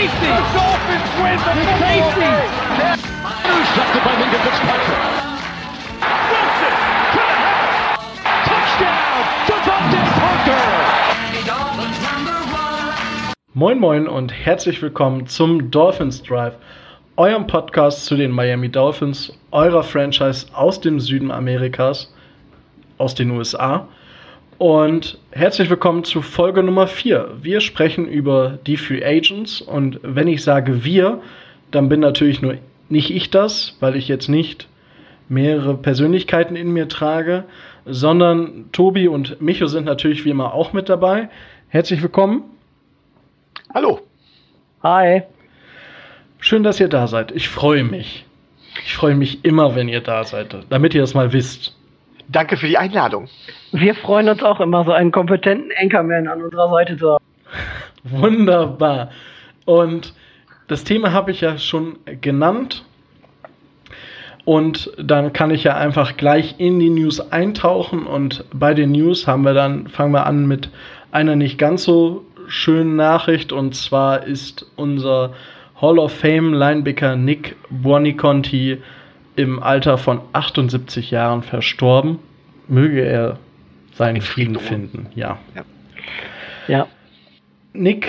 safety. The Dolphins win the safety. Intercepted by Minka Fitzpatrick. Wilson to the house. Touchdown, Devontae Parker. Moin Moin und herzlich willkommen zum Dolphins Drive, eurem Podcast zu den Miami Dolphins, eurer Franchise aus dem Süden Amerikas, aus den USA. Und herzlich willkommen zu Folge Nummer 4. Wir sprechen über die Free Agents und wenn ich sage wir, dann bin natürlich nur nicht ich das, weil ich jetzt nicht mehrere Persönlichkeiten in mir trage, sondern Tobi und Micho sind natürlich wie immer auch mit dabei. Herzlich willkommen. Hallo. Hi. Schön, dass ihr da seid. Ich freue mich. Ich freue mich immer, wenn ihr da seid, damit ihr das mal wisst. Danke für die Einladung. Wir freuen uns auch immer, so einen kompetenten Anchorman an unserer Seite zu haben. Wunderbar. Und das Thema habe ich ja schon genannt. Und dann kann ich ja einfach gleich in die News eintauchen. Und bei den News fangen wir an mit einer nicht ganz so schönen Nachricht. Und zwar ist unser Hall of Fame Linebacker Nick Buoniconti im Alter von 78 Jahren verstorben. Möge er seinen Frieden finden. Ja. Nick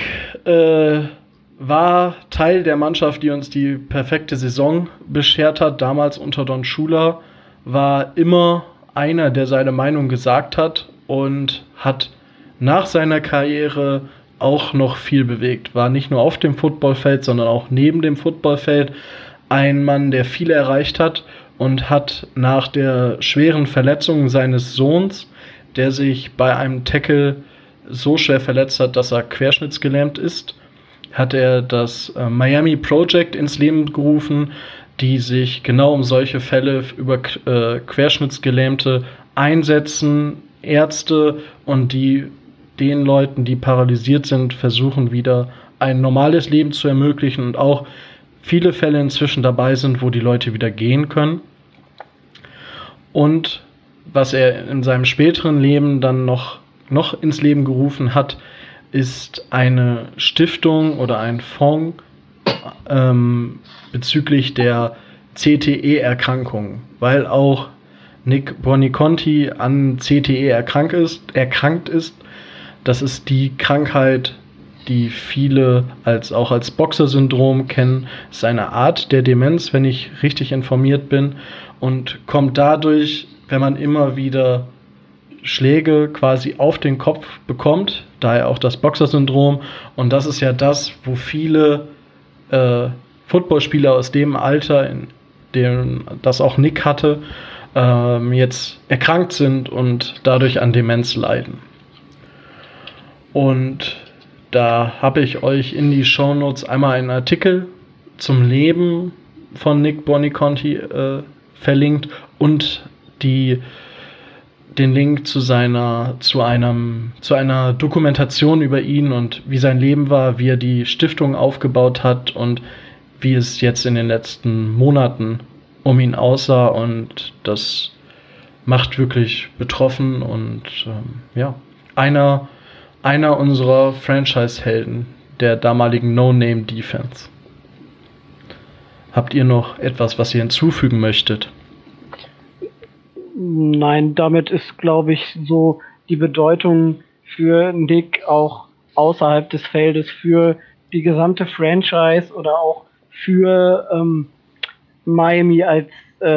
war Teil der Mannschaft, die uns die perfekte Saison beschert hat. Damals unter Don Shula war immer einer, der seine Meinung gesagt hat und hat nach seiner Karriere auch noch viel bewegt. War nicht nur auf dem Footballfeld, sondern auch neben dem Footballfeld ein Mann, der viel erreicht hat und hat nach der schweren Verletzung seines Sohns, der sich bei einem Tackle so schwer verletzt hat, dass er querschnittsgelähmt ist, hat er das Miami Project ins Leben gerufen, die sich genau um solche Fälle über Querschnittsgelähmte einsetzen, Ärzte und die den Leuten, die paralysiert sind, versuchen wieder ein normales Leben zu ermöglichen und auch viele Fälle inzwischen dabei sind, wo die Leute wieder gehen können. Und was er in seinem späteren Leben dann noch ins Leben gerufen hat, ist eine Stiftung oder ein Fonds bezüglich der CTE-Erkrankung, weil auch Nick Buoniconti an CTE erkrankt ist. Das ist die Krankheit, die viele auch als Boxer-Syndrom kennen. Es ist eine Art der Demenz, wenn ich richtig informiert bin, und kommt dadurch, wenn man immer wieder Schläge quasi auf den Kopf bekommt, daher auch das Boxer-Syndrom. Und das ist ja das, wo viele Footballspieler aus dem Alter, in dem das auch Nick hatte, jetzt erkrankt sind und dadurch an Demenz leiden. Und da habe ich euch in die Shownotes einmal einen Artikel zum Leben von Nick Buoniconti verlinkt und den Link zu einer Dokumentation über ihn und wie sein Leben war, wie er die Stiftung aufgebaut hat und wie es jetzt in den letzten Monaten um ihn aussah. Und das macht wirklich betroffen und einer unserer Franchise-Helden der damaligen No-Name-Defense. Habt ihr noch etwas, was ihr hinzufügen möchtet? Nein, damit ist, glaube ich, so die Bedeutung für Nick auch außerhalb des Feldes, für die gesamte Franchise oder auch für Miami als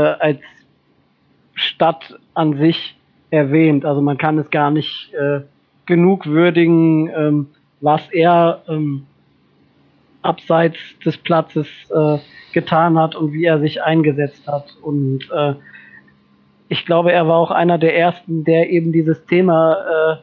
Stadt an sich erwähnt. Also man kann es gar nicht genug würdigen, was er abseits des Platzes getan hat und wie er sich eingesetzt hat. Und ich glaube, er war auch einer der ersten, der eben dieses Thema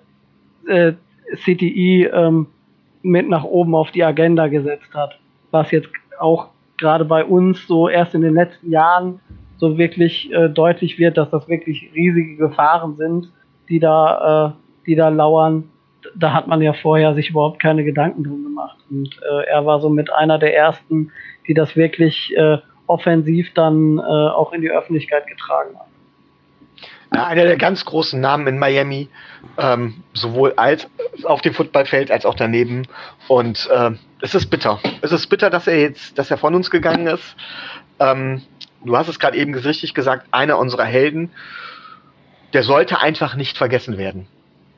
CTE mit nach oben auf die Agenda gesetzt hat, was jetzt auch gerade bei uns so erst in den letzten Jahren so wirklich deutlich wird, dass das wirklich riesige Gefahren sind, die da lauern. Da hat man ja vorher sich überhaupt keine Gedanken drum gemacht. Und er war somit einer der ersten, die das wirklich offensiv dann auch in die Öffentlichkeit getragen haben. Ja, einer der ganz großen Namen in Miami, sowohl als auf dem Footballfeld als auch daneben. Und es ist bitter. Es ist bitter, dass er von uns gegangen ist. Du hast es gerade eben richtig gesagt, einer unserer Helden, der sollte einfach nicht vergessen werden.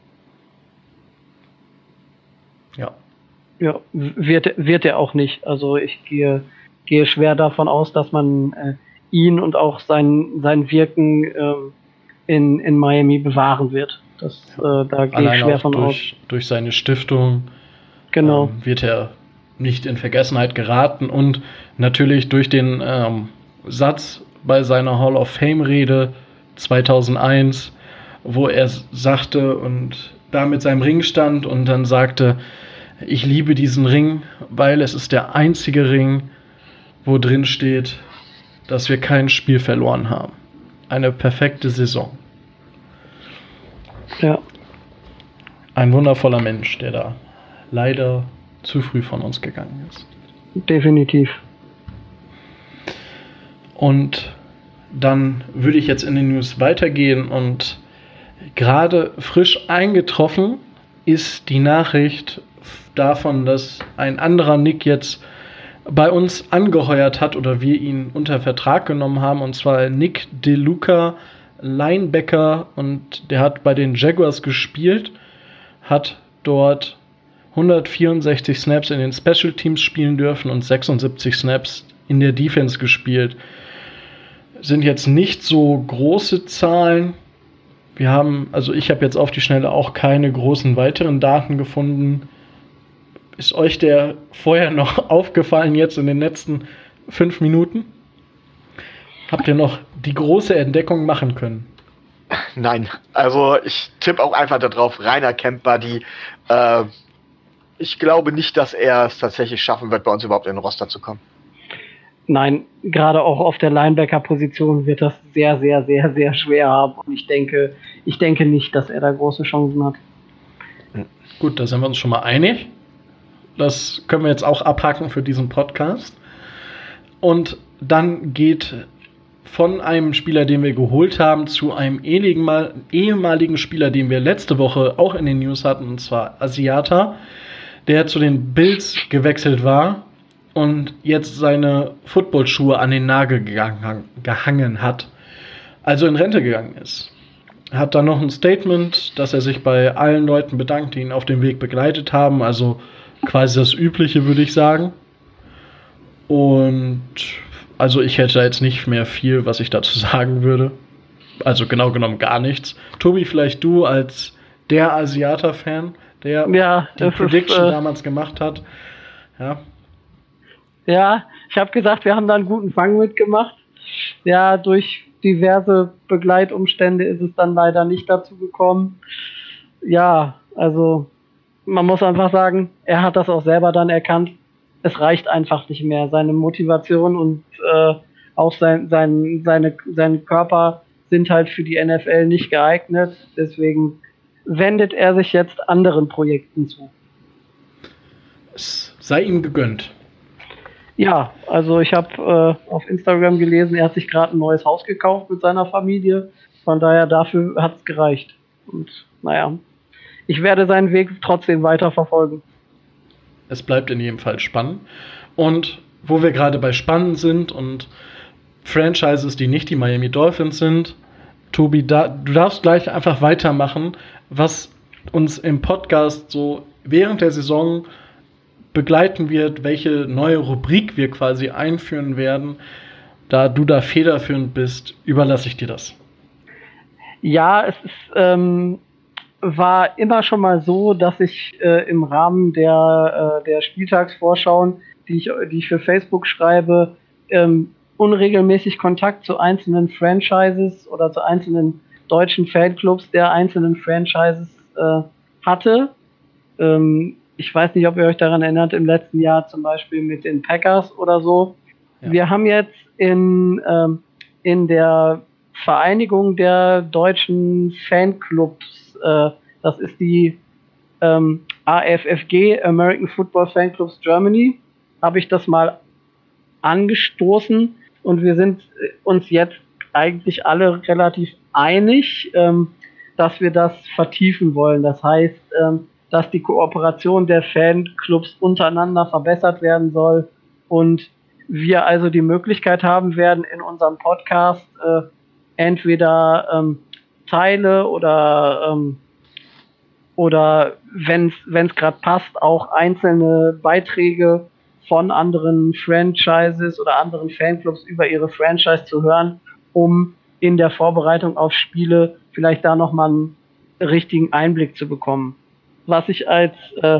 Ja. Ja, wird er auch nicht. Also ich gehe schwer davon aus, dass man ihn und auch sein Wirken in Miami bewahren wird. Da gehe ich schwer von aus. Durch seine Stiftung genau. Wird er nicht in Vergessenheit geraten und natürlich durch den Satz bei seiner Hall of Fame-Rede 2001, wo er sagte und da mit seinem Ring stand und dann sagte, ich liebe diesen Ring, weil es ist der einzige Ring, wo drin steht, dass wir kein Spiel verloren haben. Eine perfekte Saison. Ja. Ein wundervoller Mensch, der da leider zu früh von uns gegangen ist. Definitiv. Und dann würde ich jetzt in den News weitergehen und gerade frisch eingetroffen ist die Nachricht davon, dass ein anderer Nick jetzt bei uns angeheuert hat oder wir ihn unter Vertrag genommen haben, und zwar Nick DeLuca, Linebacker, und der hat bei den Jaguars gespielt, hat dort 164 Snaps in den Special Teams spielen dürfen und 76 Snaps in der Defense gespielt. Sind jetzt nicht so große Zahlen. Ich habe jetzt auf die Schnelle auch keine großen weiteren Daten gefunden. Ist euch der vorher noch aufgefallen jetzt in den letzten 5 Minuten? Habt ihr noch die große Entdeckung machen können? Nein, also ich tippe auch einfach darauf, Rainer Camp Buddy. Ich glaube nicht, dass er es tatsächlich schaffen wird, bei uns überhaupt in den Roster zu kommen. Nein, gerade auch auf der Linebacker-Position wird das sehr, sehr, sehr, sehr schwer haben. Und ich denke nicht, dass er da große Chancen hat. Gut, da sind wir uns schon mal einig. Das können wir jetzt auch abhaken für diesen Podcast. Und dann geht von einem Spieler, den wir geholt haben, zu einem ehemaligen Spieler, den wir letzte Woche auch in den News hatten, und zwar Asiata, der zu den Bills gewechselt war und jetzt seine Footballschuhe an den Nagel gehangen hat, also in Rente gegangen ist. Er hat dann noch ein Statement, dass er sich bei allen Leuten bedankt, die ihn auf dem Weg begleitet haben, also quasi das Übliche, würde ich sagen. Und also ich hätte da jetzt nicht mehr viel, was ich dazu sagen würde. Also genau genommen gar nichts. Tobi, vielleicht du als der Asiata-Fan, der die Prediction damals gemacht hat. Ja, ich habe gesagt, wir haben da einen guten Fang mitgemacht. Ja, durch diverse Begleitumstände ist es dann leider nicht dazu gekommen. Ja, also man muss einfach sagen, er hat das auch selber dann erkannt. Es reicht einfach nicht mehr. Seine Motivation und auch seine Körper sind halt für die NFL nicht geeignet. Deswegen wendet er sich jetzt anderen Projekten zu. Es sei ihm gegönnt. Ja, also ich habe auf Instagram gelesen, er hat sich gerade ein neues Haus gekauft mit seiner Familie. Von daher, dafür hat es gereicht. Und naja, ich werde seinen Weg trotzdem weiter verfolgen. Es bleibt in jedem Fall spannend. Und wo wir gerade bei spannend sind und Franchises, die nicht die Miami Dolphins sind, Tobi, du darfst gleich einfach weitermachen, was uns im Podcast so während der Saison begleiten wird, welche neue Rubrik wir quasi einführen werden. Da du da federführend bist, überlasse ich dir das. Ja, es ist war immer schon mal so, dass ich im Rahmen der Spieltagsvorschauen, die ich für Facebook schreibe, unregelmäßig Kontakt zu einzelnen Franchises oder zu einzelnen deutschen Fanclubs der einzelnen Franchises hatte. Ich weiß nicht, ob ihr euch daran erinnert, im letzten Jahr zum Beispiel mit den Packers oder so. Ja. Wir haben jetzt in der Vereinigung der deutschen Fanclubs, das ist die AFFG, American Football Fanclubs Germany, habe ich das mal angestoßen und wir sind uns jetzt eigentlich alle relativ einig, dass wir das vertiefen wollen. Das heißt, dass die Kooperation der Fanclubs untereinander verbessert werden soll und wir also die Möglichkeit haben werden, in unserem Podcast entweder Teile oder wenn es gerade passt, auch einzelne Beiträge von anderen Franchises oder anderen Fanclubs über ihre Franchise zu hören, um in der Vorbereitung auf Spiele vielleicht da nochmal einen richtigen Einblick zu bekommen. Was ich als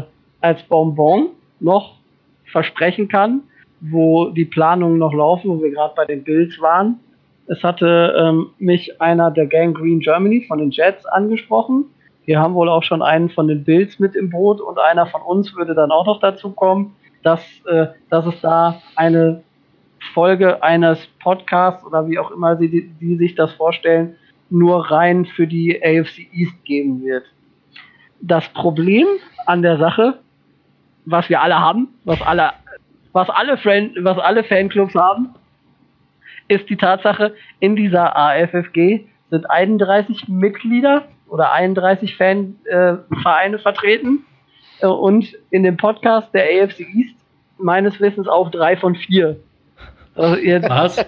Bonbon noch versprechen kann, wo die Planungen noch laufen, wo wir gerade bei den Bills waren. Es hatte mich einer der Gang Green Germany von den Jets angesprochen. Wir haben wohl auch schon einen von den Bills mit im Boot und einer von uns würde dann auch noch dazu kommen, dass es da eine Folge eines Podcasts oder wie auch immer sie sich das vorstellen, nur rein für die AFC East geben wird. Das Problem an der Sache, was wir alle haben, was alle Fanclubs haben, ist die Tatsache, in dieser AFFG sind 31 Mitglieder oder 31 Vereine vertreten und in dem Podcast der AFC East meines Wissens auch 3 von 4. Also was?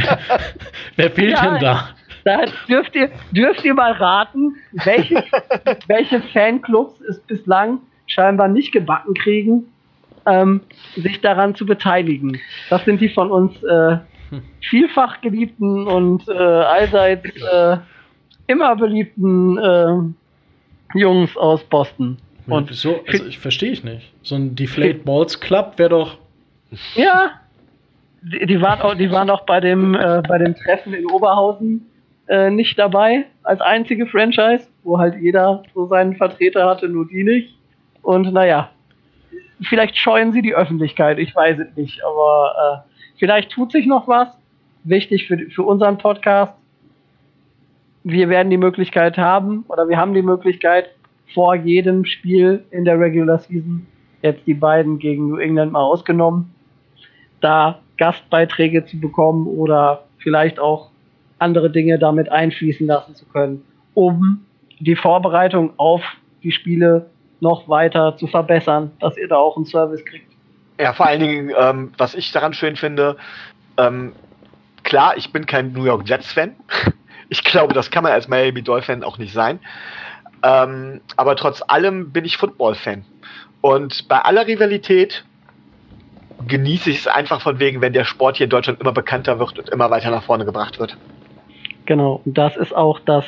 Wer fehlt denn da? Da dürft ihr mal raten, welche Fanclubs es bislang scheinbar nicht gebacken kriegen, sich daran zu beteiligen. Das sind die von uns vielfach geliebten und allseits immer beliebten Jungs aus Boston. Und so, also ich verstehe ich nicht. So ein Deflate Balls Club wäre doch. Ja, die waren auch bei dem Treffen in Oberhausen nicht dabei als einzige Franchise, wo halt jeder so seinen Vertreter hatte, nur die nicht. Und naja, vielleicht scheuen sie die Öffentlichkeit, ich weiß es nicht, aber vielleicht tut sich noch was. Wichtig für unseren Podcast. Wir werden die Möglichkeit haben, oder wir haben die Möglichkeit, vor jedem Spiel in der Regular Season, jetzt die beiden gegen New England mal ausgenommen, da Gastbeiträge zu bekommen oder vielleicht auch andere Dinge damit einfließen lassen zu können, um die Vorbereitung auf die Spiele noch weiter zu verbessern, dass ihr da auch einen Service kriegt. Ja, vor allen Dingen, was ich daran schön finde, klar, ich bin kein New York Jets-Fan. Ich glaube, das kann man als Miami Dolphin auch nicht sein. Aber trotz allem bin ich Football-Fan. Und bei aller Rivalität genieße ich es einfach von wegen, wenn der Sport hier in Deutschland immer bekannter wird und immer weiter nach vorne gebracht wird. Genau, und das ist auch das,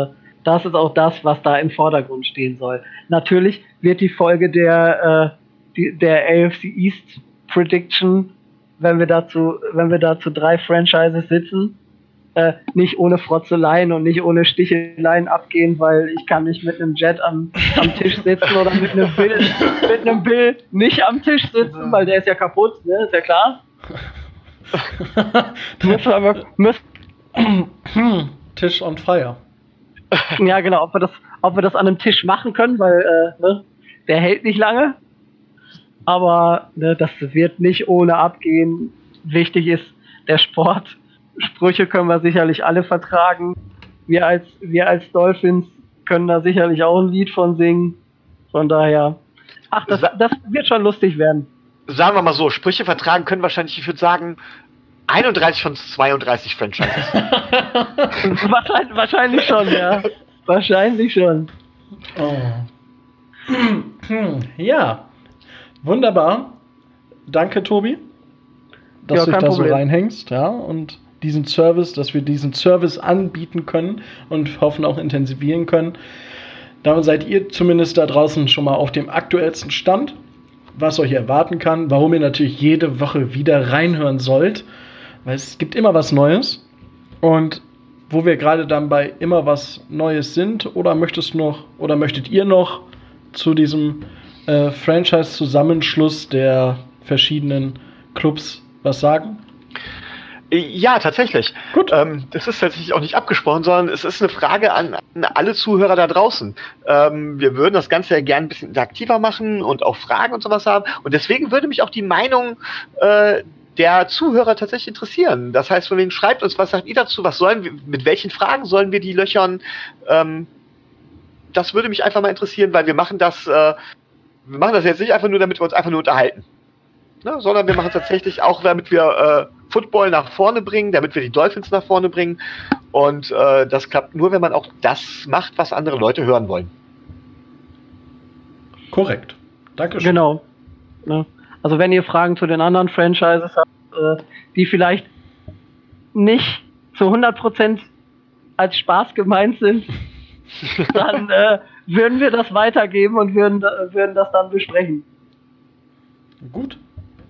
was da im Vordergrund stehen soll. Natürlich wird die Folge der AFC East Prediction, wenn wir dazu 3 Franchises sitzen, nicht ohne Frotzeleien und nicht ohne Sticheleien abgehen, weil ich kann nicht mit einem Jet am Tisch sitzen oder mit einem Bill nicht am Tisch sitzen, weil der ist ja kaputt, ne? Ist ja klar. Tisch on fire. Ja, genau, ob wir das an einem Tisch machen können, weil der hält nicht lange. Aber das wird nicht ohne abgehen. Wichtig ist der Sport. Sprüche können wir sicherlich alle vertragen. Wir als Dolphins können da sicherlich auch ein Lied von singen. Von daher, das wird schon lustig werden. Sagen wir mal so, Sprüche vertragen können wahrscheinlich, ich würde sagen, 31 von 32 Franchises. Wahrscheinlich schon, ja. Wahrscheinlich schon. Oh. Ja, wunderbar. Danke, Tobi, dass du dich da so reinhängst, ja, und dass wir diesen Service anbieten können und hoffen auch intensivieren können. Damit seid ihr zumindest da draußen schon mal auf dem aktuellsten Stand, was euch erwarten kann, warum ihr natürlich jede Woche wieder reinhören sollt, weil es gibt immer was Neues. Und wo wir gerade dann bei immer was Neues sind, oder möchtet ihr noch zu diesem Franchise-Zusammenschluss der verschiedenen Clubs was sagen? Ja, tatsächlich. Gut. Das ist tatsächlich auch nicht abgesprochen, sondern es ist eine Frage an alle Zuhörer da draußen. Wir würden das Ganze ja gerne ein bisschen interaktiver machen und auch Fragen und sowas haben. Und deswegen würde mich auch die Meinung der Zuhörer tatsächlich interessieren. Das heißt, von wegen schreibt uns, was sagt ihr dazu, mit welchen Fragen sollen wir die löchern? Das würde mich einfach mal interessieren, weil wir machen das jetzt nicht einfach nur, damit wir uns einfach nur unterhalten. Ne? Sondern wir machen es tatsächlich auch, damit wir Football nach vorne bringen, damit wir die Dolphins nach vorne bringen. Und das klappt nur, wenn man auch das macht, was andere Leute hören wollen. Korrekt. Dankeschön. Genau. Ne? Also wenn ihr Fragen zu den anderen Franchises habt, die vielleicht nicht zu 100% als Spaß gemeint sind, dann würden wir das weitergeben und würden das dann besprechen. Gut.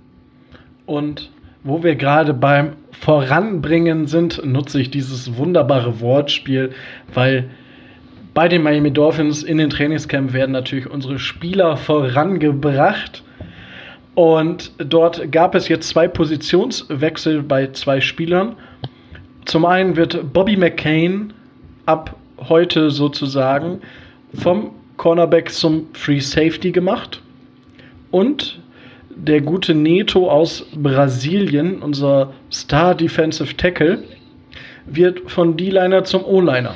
Und wo wir gerade beim Voranbringen sind, nutze ich dieses wunderbare Wortspiel, weil bei den Miami Dolphins in den Trainingscamp werden natürlich unsere Spieler vorangebracht. Und dort gab es jetzt 2 Positionswechsel bei 2 Spielern. Zum einen wird Bobby McCain ab heute sozusagen vom Cornerback zum Free Safety gemacht. Und der gute Neto aus Brasilien, unser Star Defensive Tackle, wird von D-Liner zum O-Liner.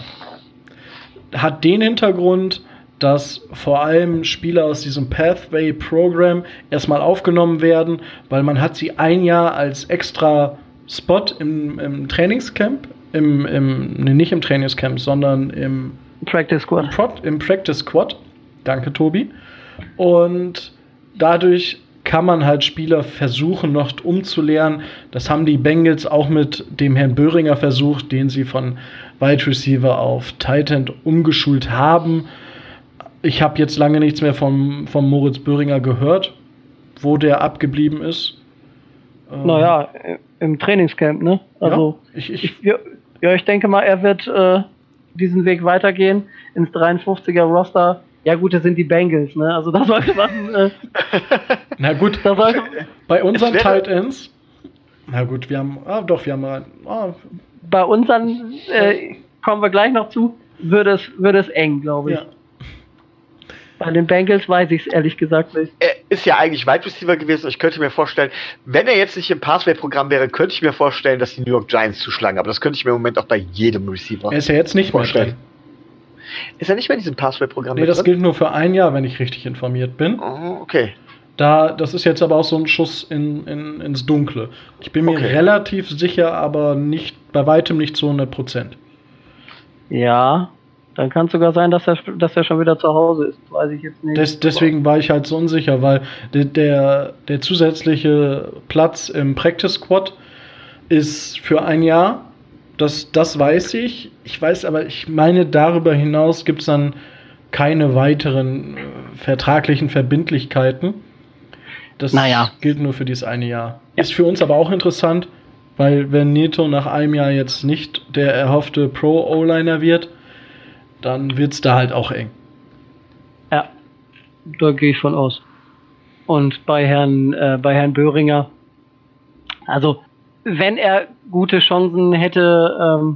Hat den Hintergrund, dass vor allem Spieler aus diesem Pathway-Programm erstmal aufgenommen werden, weil man hat sie ein Jahr als extra Spot im Trainingscamp, nicht im Trainingscamp, sondern im Practice Squad. Im Practice Squad. Danke, Tobi. Und dadurch kann man halt Spieler versuchen, noch umzulernen. Das haben die Bengals auch mit dem Herrn Böhringer versucht, den sie von Wide Receiver auf Tight End umgeschult haben. Ich habe jetzt lange nichts mehr vom Moritz Böhringer gehört, wo der abgeblieben ist. Naja, im Trainingscamp, ne? Also ja, ich denke mal, er wird diesen Weg weitergehen ins 53er Roster. Ja gut, das sind die Bengals, ne? Also da sollte man na gut, bei unseren Tight Ends. Na gut, wir haben bei unseren kommen wir gleich noch zu, würde es eng, glaube ich. Ja. Bei den Bengals weiß ich es ehrlich gesagt nicht. Er ist ja eigentlich Wide Receiver gewesen. Ich könnte mir vorstellen, wenn er jetzt nicht im Pathway-Programm wäre, könnte ich mir vorstellen, dass die New York Giants zuschlagen. Aber das könnte ich mir im Moment auch bei jedem Receiver Er ist ja jetzt nicht vorstellen. Mehr drin. Ist er nicht mehr in diesem Pathway-Programm? Nee, das gilt nur für ein Jahr, wenn ich richtig informiert bin. Oh, okay. Das ist jetzt aber auch so ein Schuss ins Dunkle. Ich bin mir relativ sicher, aber bei weitem nicht zu 100%. Ja, dann kann es sogar sein, dass er schon wieder zu Hause ist. Weiß ich jetzt nicht. Deswegen war ich halt so unsicher, weil der zusätzliche Platz im Practice Squad ist für ein Jahr. Das weiß ich. Ich weiß aber, ich meine, darüber hinaus gibt es dann keine weiteren vertraglichen Verbindlichkeiten. Das gilt nur für dieses eine Jahr. Ja. Ist für uns aber auch interessant, weil wenn Neto nach einem Jahr jetzt nicht der erhoffte Pro-O-Liner wird, dann wird es da halt auch eng. Ja, da gehe ich von aus. Und bei Herrn Böhringer, also wenn er gute Chancen hätte,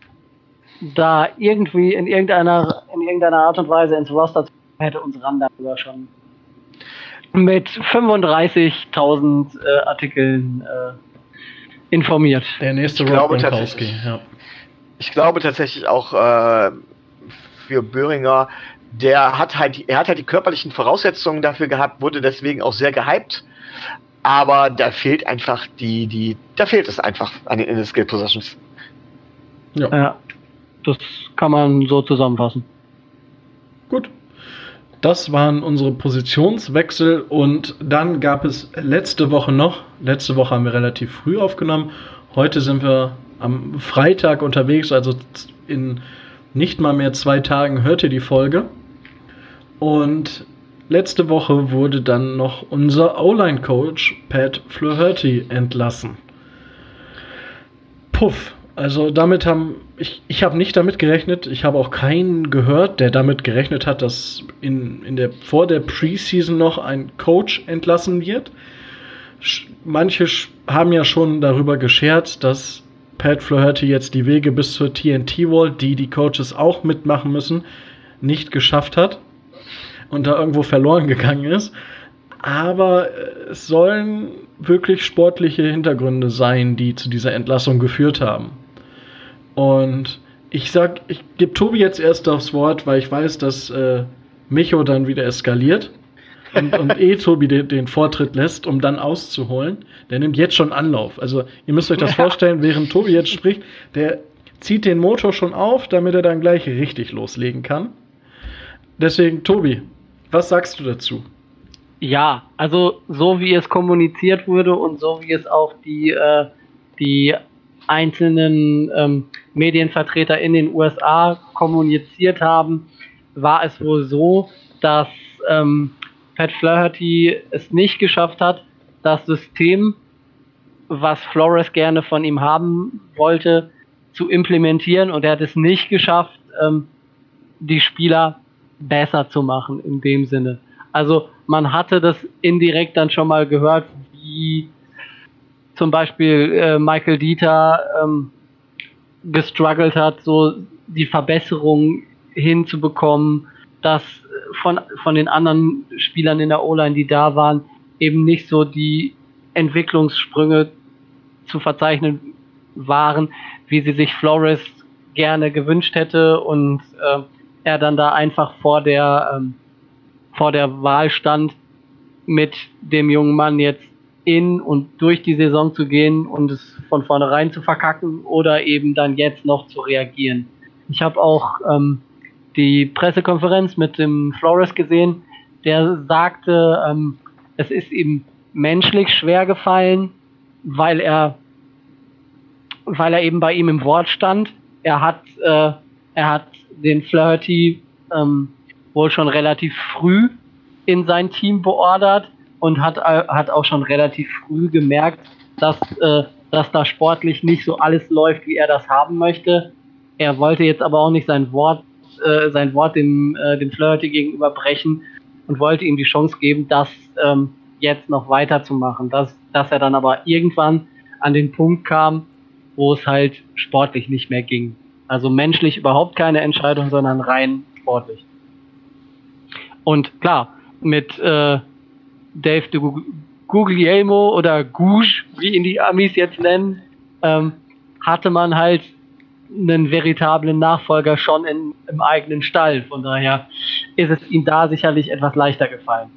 da irgendwie in irgendeiner Art und Weise ins Roster zu kommen, hätte uns Randa sogar schon mit 35.000 Artikeln informiert. Der nächste Rob Gronkowski, ja. Ich glaube tatsächlich auch für Böhringer, er hat halt die körperlichen Voraussetzungen dafür gehabt, wurde deswegen auch sehr gehypt, aber da fehlt einfach da fehlt es einfach in den Skill Possessions. Ja, das kann man so zusammenfassen. Gut. Das waren unsere Positionswechsel und dann gab es letzte Woche haben wir relativ früh aufgenommen, heute sind wir am Freitag unterwegs, also in nicht mal mehr 2 Tagen hört ihr die Folge. Und letzte Woche wurde dann noch unser O-Line-Coach Pat Flaherty entlassen. Puff. Also damit ich habe nicht damit gerechnet, ich habe auch keinen gehört, der damit gerechnet hat, dass vor der Preseason noch ein Coach entlassen wird. Manche haben ja schon darüber gescherzt, dass Pat Flaherty jetzt die Wege bis zur TNT-Wall, die Coaches auch mitmachen müssen, nicht geschafft hat und da irgendwo verloren gegangen ist. Aber es sollen wirklich sportliche Hintergründe sein, die zu dieser Entlassung geführt haben. Und ich gebe Tobi jetzt erst aufs Wort, weil ich weiß, dass Micho dann wieder eskaliert und Tobi den Vortritt lässt, um dann auszuholen. Der nimmt jetzt schon Anlauf. Also ihr müsst euch das vorstellen, während Tobi jetzt spricht, der zieht den Motor schon auf, damit er dann gleich richtig loslegen kann. Deswegen, Tobi, was sagst du dazu? Ja, also so wie es kommuniziert wurde und so wie es auch die einzelnen Medienvertreter in den USA kommuniziert haben, war es wohl so, dass Pat Flaherty es nicht geschafft hat, das System, was Flores gerne von ihm haben wollte, zu implementieren, und er hat es nicht geschafft, die Spieler besser zu machen in dem Sinne. Also man hatte das indirekt dann schon mal gehört, wie zum Beispiel Michael Dieter gestruggelt hat, so die Verbesserung hinzubekommen, dass von den anderen Spielern in der O-Line, die da waren, eben nicht so die Entwicklungssprünge zu verzeichnen waren, wie sie sich Flores gerne gewünscht hätte, und er dann da einfach vor der Wahl stand, mit dem jungen Mann jetzt in und durch die Saison zu gehen und es von vornherein zu verkacken oder eben dann jetzt noch zu reagieren. Ich habe auch die Pressekonferenz mit dem Flores gesehen, der sagte, es ist ihm menschlich schwer gefallen, weil er eben bei ihm im Wort stand. Er hat den Flaherty wohl schon relativ früh in sein Team beordert und hat auch schon relativ früh gemerkt, dass da sportlich nicht so alles läuft, wie er das haben möchte. Er wollte jetzt aber auch nicht sein Wort dem Flaherty gegenüber brechen und wollte ihm die Chance geben, das jetzt noch weiterzumachen. Dass er dann aber irgendwann an den Punkt kam, wo es halt sportlich nicht mehr ging. Also menschlich überhaupt keine Entscheidung, sondern rein sportlich. Und klar, mit Dave de Guglielmo oder Gouge, wie ihn die Amis jetzt nennen, hatte man halt einen veritablen Nachfolger schon im eigenen Stall. Von daher ist es ihm da sicherlich etwas leichter gefallen.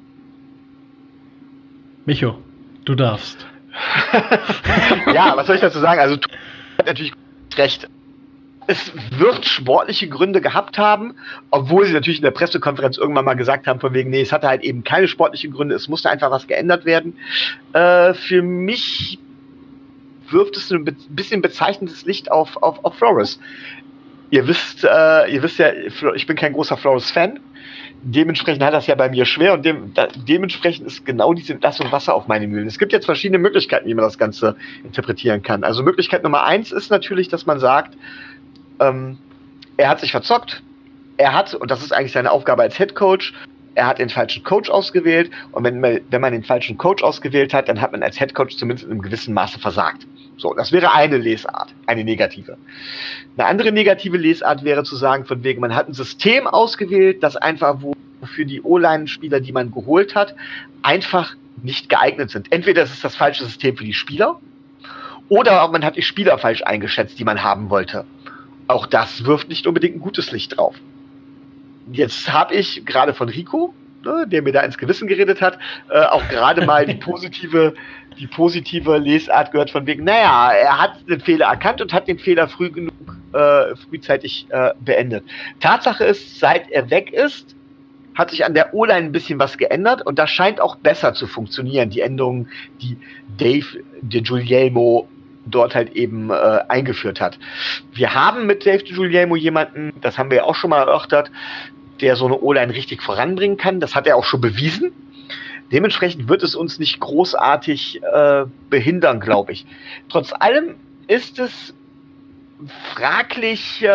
Micho, du darfst. Ja, was soll ich dazu sagen? Also, du hast natürlich recht. Es wird sportliche Gründe gehabt haben, obwohl sie natürlich in der Pressekonferenz irgendwann mal gesagt haben, von wegen, nee, es hatte halt eben keine sportlichen Gründe, es musste einfach was geändert werden. Für mich wirft es ein bisschen bezeichnendes Licht auf Flores. Ihr wisst ja, ich bin kein großer Flores-Fan. Dementsprechend hat das ja bei mir schwer, und dementsprechend ist genau diese Entlassung Wasser auf meine Mühlen. Es gibt jetzt verschiedene Möglichkeiten, wie man das Ganze interpretieren kann. Also Möglichkeit Nummer 1 ist natürlich, dass man sagt, er hat sich verzockt, und das ist eigentlich seine Aufgabe als Head Coach, er hat den falschen Coach ausgewählt, und wenn man den falschen Coach ausgewählt hat, dann hat man als Head Coach zumindest in einem gewissen Maße versagt. So, das wäre eine Lesart, eine negative. Eine andere negative Lesart wäre zu sagen, von wegen, man hat ein System ausgewählt, das einfach, wofür die O-Line-Spieler, die man geholt hat, einfach nicht geeignet sind. Entweder es ist das falsche System für die Spieler, oder man hat die Spieler falsch eingeschätzt, die man haben wollte. Auch das wirft nicht unbedingt ein gutes Licht drauf. Jetzt habe ich gerade von Rico, der mir da ins Gewissen geredet hat, auch gerade mal die positive Lesart gehört, von wegen, naja, er hat den Fehler erkannt und hat den Fehler frühzeitig beendet. Tatsache ist, seit er weg ist, hat sich an der O-Line ein bisschen was geändert, und das scheint auch besser zu funktionieren, die Änderungen, die Dave de Guglielmo dort halt eben eingeführt hat. Wir haben mit Dave de Guglielmo jemanden, das haben wir ja auch schon mal erörtert, der so eine O-Line richtig voranbringen kann. Das hat er auch schon bewiesen. Dementsprechend wird es uns nicht großartig behindern, glaube ich. Trotz allem ist es fraglich,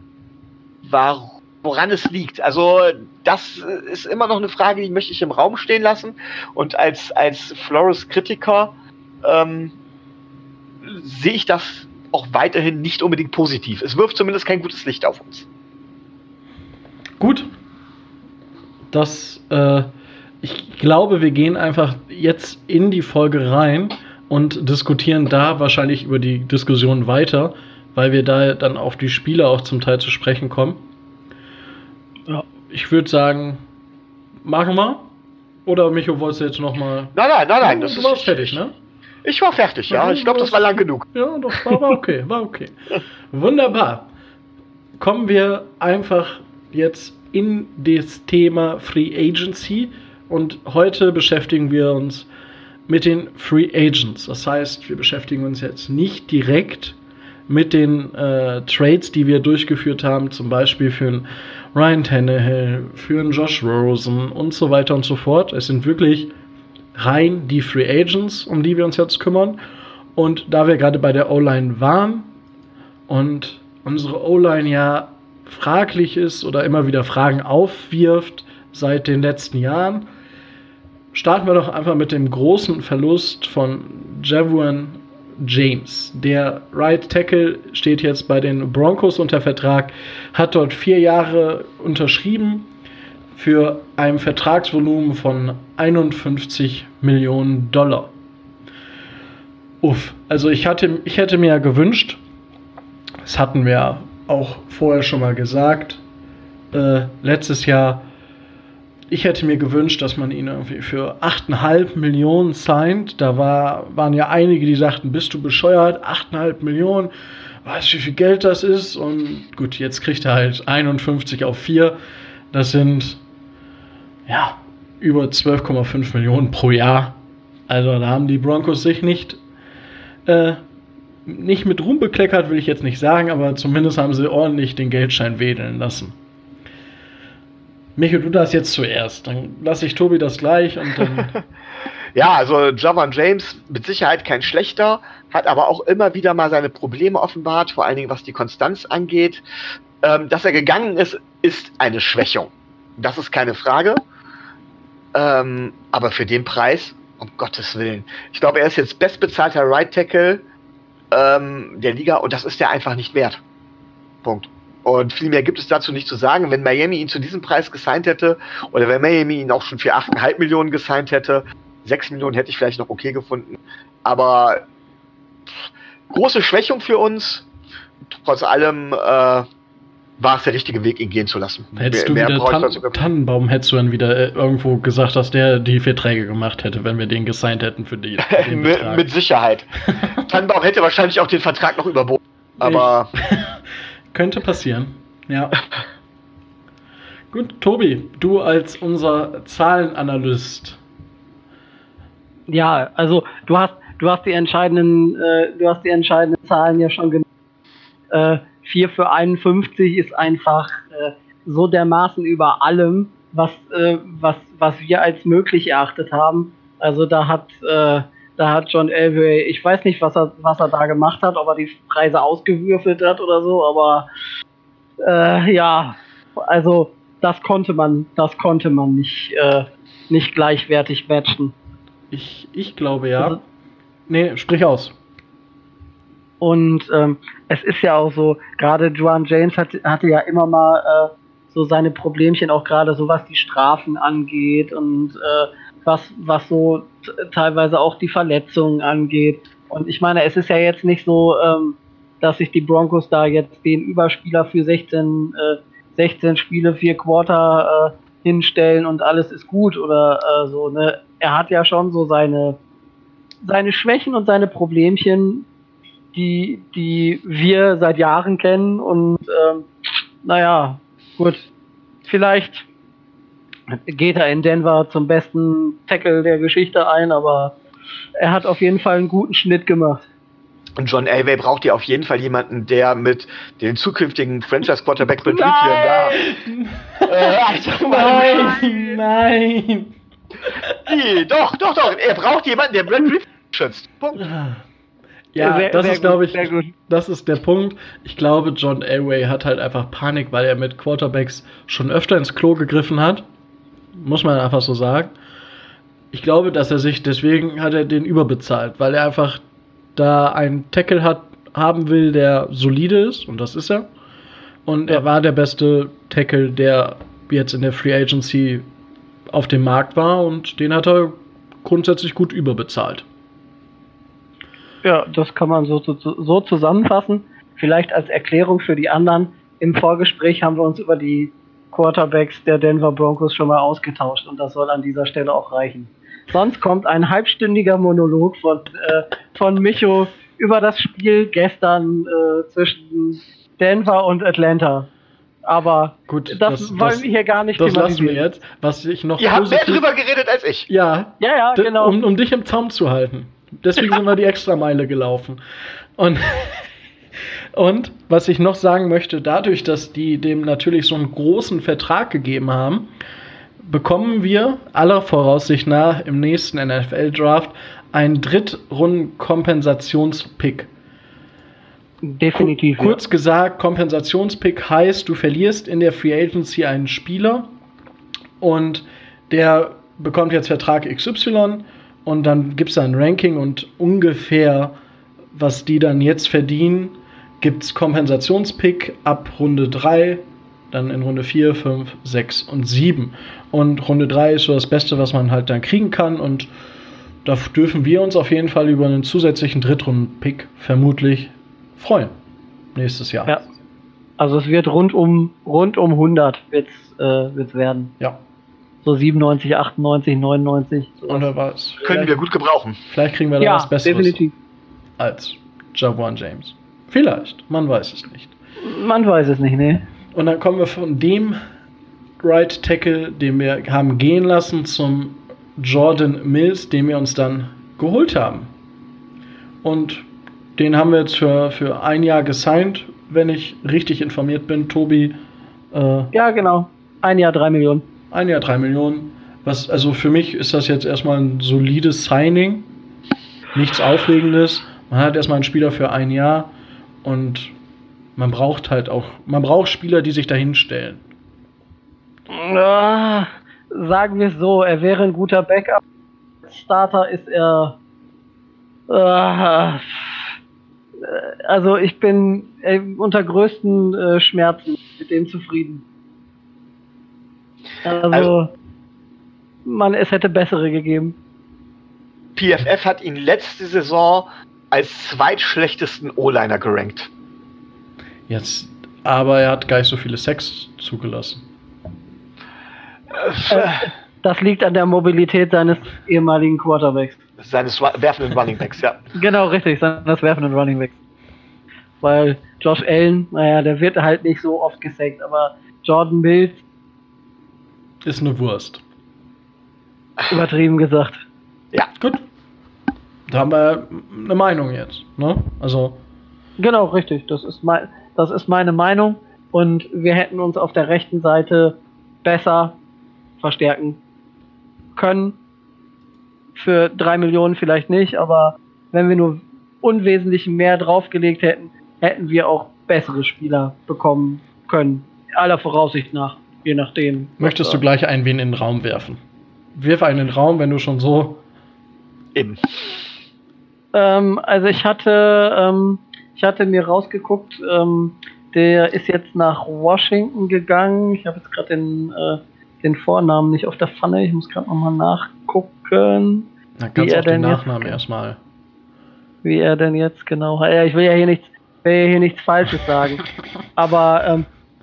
woran es liegt. Also das ist immer noch eine Frage, die möchte ich im Raum stehen lassen. Und als Flores-Kritiker sehe ich das auch weiterhin nicht unbedingt positiv. Es wirft zumindest kein gutes Licht auf uns. Gut. Das Ich glaube, wir gehen einfach jetzt in die Folge rein und diskutieren da wahrscheinlich über die Diskussion weiter, weil wir da dann auf die Spieler auch zum Teil zu sprechen kommen. Ja, ich würde sagen, machen wir? Oder Micho, wolltest du jetzt nochmal... Nein. Du warst fertig, ne? Ich war fertig, ja. Ich glaube, das war lang genug. Ja, doch, war okay, war okay. Wunderbar. Kommen wir einfach jetzt in das Thema Free Agency und heute beschäftigen wir uns mit den Free Agents. Das heißt, wir beschäftigen uns jetzt nicht direkt mit den Trades, die wir durchgeführt haben, zum Beispiel für einen Ryan Tannehill, für einen Josh Rosen und so weiter und so fort. Es sind wirklich rein die Free Agents, um die wir uns jetzt kümmern. Und da wir gerade bei der O-Line waren und unsere O-Line ja fraglich ist oder immer wieder Fragen aufwirft seit den letzten Jahren, starten wir doch einfach mit dem großen Verlust von Ja'Wuan James. Der Right Tackle steht jetzt bei den Broncos unter Vertrag, hat dort 4 Jahre unterschrieben für ein Vertragsvolumen von $51 Millionen. Uff, also ich hätte mir ja gewünscht, das hatten wir auch vorher schon mal gesagt, letztes Jahr, ich hätte mir gewünscht, dass man ihn irgendwie für 8,5 Millionen signed. Da waren ja einige, die sagten, bist du bescheuert, 8,5 Millionen, weißt du, wie viel Geld das ist? Und gut, jetzt kriegt er halt 51 auf 4. Das sind, ja, über 12,5 Millionen pro Jahr. Also da haben die Broncos sich nicht mit Ruhm bekleckert, will ich jetzt nicht sagen, aber zumindest haben sie ordentlich den Geldschein wedeln lassen. Micho, du das jetzt zuerst, dann lasse ich Tobi das gleich und dann... Ja, also Ja'Wuan James mit Sicherheit kein schlechter, hat aber auch immer wieder mal seine Probleme offenbart, vor allen Dingen was die Konstanz angeht. Dass er gegangen ist, ist eine Schwächung. Das ist keine Frage. Aber für den Preis, um Gottes Willen. Ich glaube, er ist jetzt bestbezahlter Right Tackle der Liga und das ist er einfach nicht wert. Punkt. Und viel mehr gibt es dazu nicht zu sagen. Wenn Miami ihn zu diesem Preis gesigned hätte, oder wenn Miami ihn auch schon für 8,5 Millionen gesigned hätte, 6 Millionen hätte ich vielleicht noch okay gefunden. Aber große Schwächung für uns. Trotz allem war es der richtige Weg, ihn gehen zu lassen. Hättest du wieder Tannenbaum, hättest du dann wieder irgendwo gesagt, dass der die Verträge gemacht hätte, wenn wir den gesigned hätten für den Betrag. Mit Sicherheit. Tannenbaum hätte wahrscheinlich auch den Vertrag noch überboten. Aber... Könnte passieren, ja. Gut, Tobi, du als unser Zahlenanalyst. Ja, also du hast die entscheidenden Zahlen ja schon genannt. 4 für 51 ist einfach so dermaßen über allem, was wir als möglich erachtet haben. Also da hat John Elway, ich weiß nicht, was er da gemacht hat, ob er die Preise ausgewürfelt hat oder so, aber ja, also das konnte man nicht gleichwertig matchen. Ich glaube ja. Also, nee, sprich aus. Und es ist ja auch so, gerade Ja'Wuan James hatte ja immer mal so seine Problemchen, auch gerade so was die Strafen angeht und was so teilweise auch die Verletzungen angeht. Und ich meine, es ist ja jetzt nicht so, dass sich die Broncos da jetzt den Überspieler für 16 Spiele, 4 Quarter hinstellen und alles ist gut oder so. Ne? Er hat ja schon so seine Schwächen und seine Problemchen, die wir seit Jahren kennen. Und naja, gut, vielleicht geht er in Denver zum besten Tackle der Geschichte ein, aber er hat auf jeden Fall einen guten Schnitt gemacht. Und John Elway braucht ja auf jeden Fall jemanden, der mit den zukünftigen Franchise-Quarterback Brett Rypien Nein! Doch. Er braucht jemanden, der Brett Rypien schützt. Punkt. Ja, das ist, glaube ich, das ist der Punkt. Ich glaube, John Elway hat halt einfach Panik, weil er mit Quarterbacks schon öfter ins Klo gegriffen hat. Muss man einfach so sagen. Ich glaube, deswegen hat er den überbezahlt, weil er einfach da einen Tackle haben will, der solide ist, und das ist er. Und er war der beste Tackle, der jetzt in der Free Agency auf dem Markt war und den hat er grundsätzlich gut überbezahlt. Ja, das kann man so zusammenfassen. Vielleicht als Erklärung für die anderen. Im Vorgespräch haben wir uns über die Quarterbacks der Denver Broncos schon mal ausgetauscht und das soll an dieser Stelle auch reichen. Sonst kommt ein halbstündiger Monolog von Micho über das Spiel gestern zwischen Denver und Atlanta. Aber gut, das wollen wir hier gar nicht thematisieren. Das lassen wir jetzt. Was ich noch Ihr habt mehr drüber geredet als ich. Ja, genau. Um dich im Zaum zu halten. Deswegen sind wir die Extrameile gelaufen. Und was ich noch sagen möchte, dadurch, dass die dem natürlich so einen großen Vertrag gegeben haben, bekommen wir aller Voraussicht nach im nächsten NFL-Draft einen Drittrunden-Kompensationspick. Definitiv. Kurz gesagt, Kompensationspick heißt, du verlierst in der Free Agency einen Spieler und der bekommt jetzt Vertrag XY und dann gibt es ein Ranking und ungefähr, was die dann jetzt verdienen, gibt es Kompensationspick ab Runde 3, dann in Runde 4, 5, 6 und 7. Und Runde 3 ist so das Beste, was man halt dann kriegen kann und da dürfen wir uns auf jeden Fall über einen zusätzlichen Drittrunden-Pick vermutlich freuen. Nächstes Jahr. Ja. Also es wird rund um 100 wird's werden. Ja. So 97, 98, 99. Und wer weiß. Können wir gut gebrauchen. Vielleicht kriegen wir da was Besseres definitiv. als Jawan James. Vielleicht. Man weiß es nicht. Man weiß es nicht, ne? Und dann kommen wir von dem Right Tackle, den wir haben gehen lassen, zum Jordan Mills, den wir uns dann geholt haben. Und den haben wir jetzt für ein Jahr gesigned, wenn ich richtig informiert bin, Tobi. Ja, genau. Ein Jahr 3 Millionen. Ein Jahr 3 Millionen. Also für mich ist das jetzt erstmal ein solides Signing. Nichts Aufregendes. Man hat erstmal einen Spieler für ein Jahr und man braucht Spieler, die sich dahin stellen. Sagen wir es so, er wäre ein guter Backup. Starter ist er. Also ich bin unter größten Schmerzen mit dem zufrieden. Also es hätte bessere gegeben. PFF hat ihn letzte Saison als zweitschlechtesten O-Liner gerankt. Jetzt, aber er hat gar nicht so viele Sacks zugelassen. Das liegt an der Mobilität seines ehemaligen Quarterbacks. Seines werfenden Runningbacks, ja. Genau, richtig, seines werfenden Runningbacks. Weil Josh Allen, der wird halt nicht so oft gesackt, aber Jordan Mills ist eine Wurst. Übertrieben gesagt. Ja. Gut. Da haben wir eine Meinung jetzt, ne? Also. Genau, richtig. Das ist meine Meinung. Und wir hätten uns auf der rechten Seite besser verstärken können. Für 3 Millionen vielleicht nicht, aber wenn wir nur unwesentlich mehr draufgelegt hätten, hätten wir auch bessere Spieler bekommen können. Aller Voraussicht nach, je nachdem. Möchtest du gleich einen in den Raum werfen? Wirf einen in den Raum, wenn du schon so... Eben. Also ich hatte mir rausgeguckt, der ist jetzt nach Washington gegangen. Ich habe jetzt gerade den Vornamen nicht auf der Pfanne. Ich muss gerade nochmal nachgucken. Da kannst du auch den Nachnamen erstmal. Wie er denn jetzt genau... Ja, ich will ja hier nichts Falsches sagen. Aber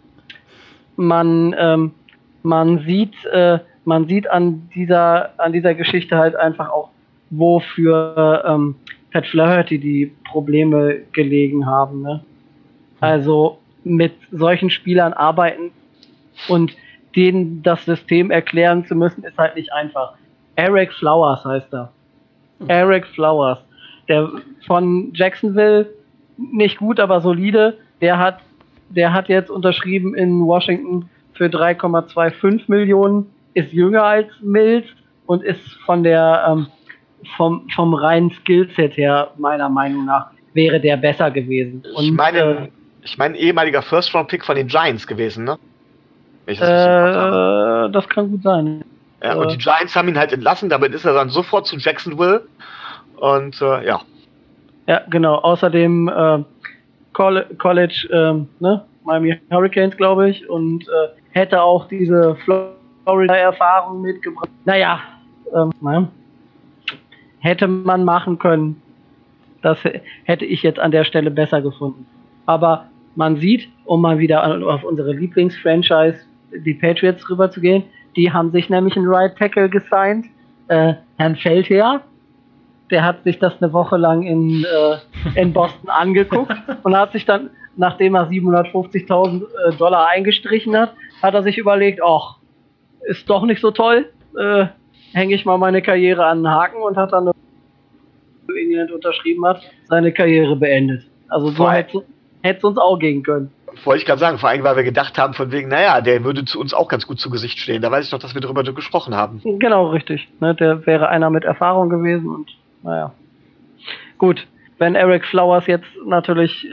man sieht an dieser Geschichte halt einfach auch, wofür Pat Flaherty die Probleme gelegen haben. Ne? Also mit solchen Spielern arbeiten und denen das System erklären zu müssen, ist halt nicht einfach. Eric Flowers heißt er. Eric Flowers. Der von Jacksonville, nicht gut, aber solide. Der hat jetzt unterschrieben in Washington für 3,25 Millionen, ist jünger als Mills und ist von der vom reinen Skillset her, meiner Meinung nach, wäre der besser gewesen. Und, ich meine, ehemaliger First-Round-Pick von den Giants gewesen, ne? Das kann gut sein. Ja, und die Giants haben ihn halt entlassen, damit ist er dann sofort zu Jacksonville und ja. Ja, genau. Außerdem College, Miami Hurricanes, glaube ich, und hätte auch diese Florida-Erfahrung mitgebracht. Naja, hätte man machen können. Das hätte ich jetzt an der Stelle besser gefunden. Aber man sieht, um mal wieder auf unsere Lieblingsfranchise, die Patriots, rüberzugehen, die haben sich nämlich einen Right Tackle gesigned, Herrn Feldherr. Der hat sich das eine Woche lang in Boston angeguckt und hat sich dann, nachdem er $750.000 eingestrichen hat, hat er sich überlegt, ach, ist doch nicht so toll, hänge ich mal meine Karriere an den Haken und hat dann, wenn England unterschrieben hat, seine Karriere beendet. Also so hätte es uns auch gehen können. Wollte ich gerade sagen, vor allem, weil wir gedacht haben, von wegen, naja, der würde zu uns auch ganz gut zu Gesicht stehen. Da weiß ich doch, dass wir darüber gesprochen haben. Genau, richtig. Ne, der wäre einer mit Erfahrung gewesen und naja. Gut, wenn Eric Flowers jetzt natürlich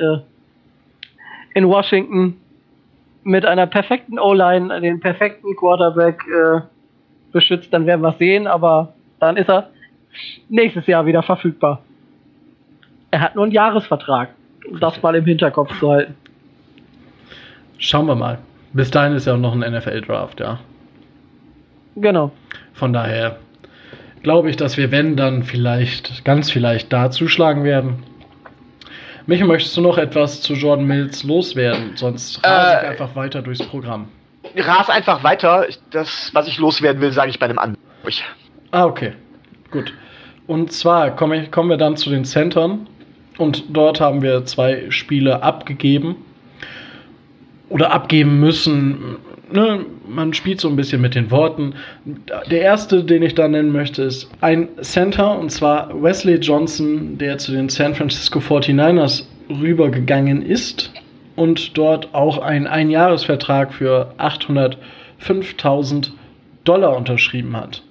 in Washington mit einer perfekten O-Line den perfekten Quarterback beschützt, dann werden wir es sehen, aber dann ist er nächstes Jahr wieder verfügbar. Er hat nur einen Jahresvertrag, um das mal im Hinterkopf zu halten. Schauen wir mal. Bis dahin ist ja auch noch ein NFL-Draft, ja. Genau. Von daher glaube ich, dass wir, wenn, dann ganz vielleicht da zuschlagen werden. Michael, möchtest du noch etwas zu Jordan Mills loswerden? Sonst rase ich einfach weiter durchs Programm. Ras einfach weiter. Das, was ich loswerden will, sage ich bei einem anderen. Okay. Gut. Und zwar kommen wir dann zu den Centern. Und dort haben wir 2 Spiele abgegeben. Oder abgeben müssen. Ne? Man spielt so ein bisschen mit den Worten. Der erste, den ich da nennen möchte, ist ein Center, und zwar Wesley Johnson, der zu den San Francisco 49ers rübergegangen ist und dort auch einen Einjahresvertrag für $805.000 unterschrieben hat.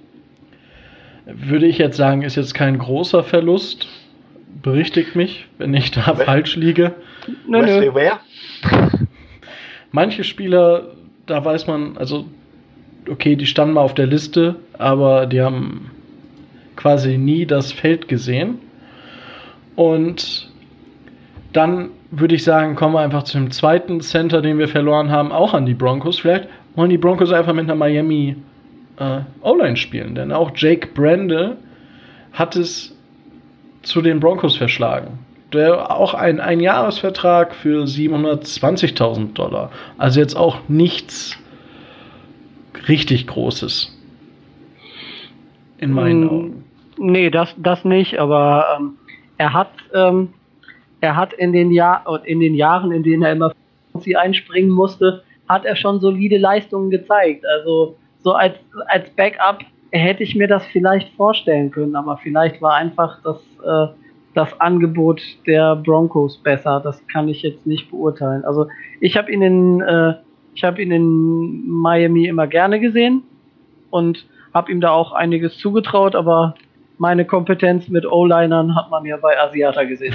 Würde ich jetzt sagen, ist jetzt kein großer Verlust. Berichtigt mich, wenn ich da falsch liege. Wesley wer? Manche Spieler, da weiß man, also okay, die standen mal auf der Liste, aber die haben quasi nie das Feld gesehen. Und dann würde ich sagen, kommen wir einfach zu dem zweiten Center, den wir verloren haben, auch an die Broncos. Vielleicht wollen die Broncos einfach mit einer Miami O-Line spielen, denn auch Jake Brendel hat es zu den Broncos verschlagen. Der auch ein Einjahresvertrag für $720.000. Also jetzt auch nichts richtig Großes. In meinen Augen. Nee, das nicht, aber er hat in den Jahren, in denen er immer für sie einspringen musste, hat er schon solide Leistungen gezeigt. Also so als Backup hätte ich mir das vielleicht vorstellen können, aber vielleicht war einfach das Angebot der Broncos besser. Das kann ich jetzt nicht beurteilen. Also ich habe ihn in Miami immer gerne gesehen und habe ihm da auch einiges zugetraut, aber meine Kompetenz mit O-Linern hat man ja bei Asiata gesehen.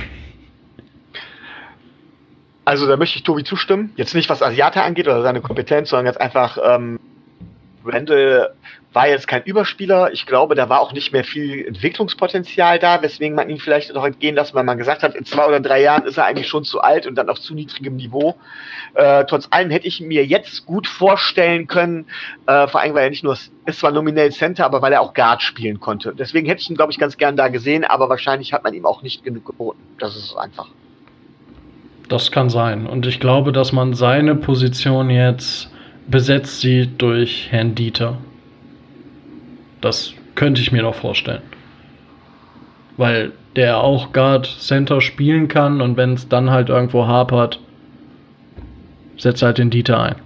Also da möchte ich Tobi zustimmen. Jetzt nicht, was Asiata angeht oder seine Kompetenz, sondern jetzt einfach Brendel war jetzt kein Überspieler. Ich glaube, da war auch nicht mehr viel Entwicklungspotenzial da, weswegen man ihn vielleicht noch entgehen lassen, weil man gesagt hat, in 2 oder 3 Jahren ist er eigentlich schon zu alt und dann auf zu niedrigem Niveau. Trotz allem hätte ich mir jetzt gut vorstellen können, vor allem, weil er nicht nur ist zwar nominell Center, aber weil er auch Guard spielen konnte. Deswegen hätte ich ihn, glaube ich, ganz gern da gesehen, aber wahrscheinlich hat man ihm auch nicht genug geboten. Das ist einfach. Das kann sein. Und ich glaube, dass man seine Position jetzt besetzt sieht durch Herrn Dieter. Das könnte ich mir doch vorstellen. Weil der auch Guard Center spielen kann und wenn es dann halt irgendwo hapert, setzt halt den Dieter ein.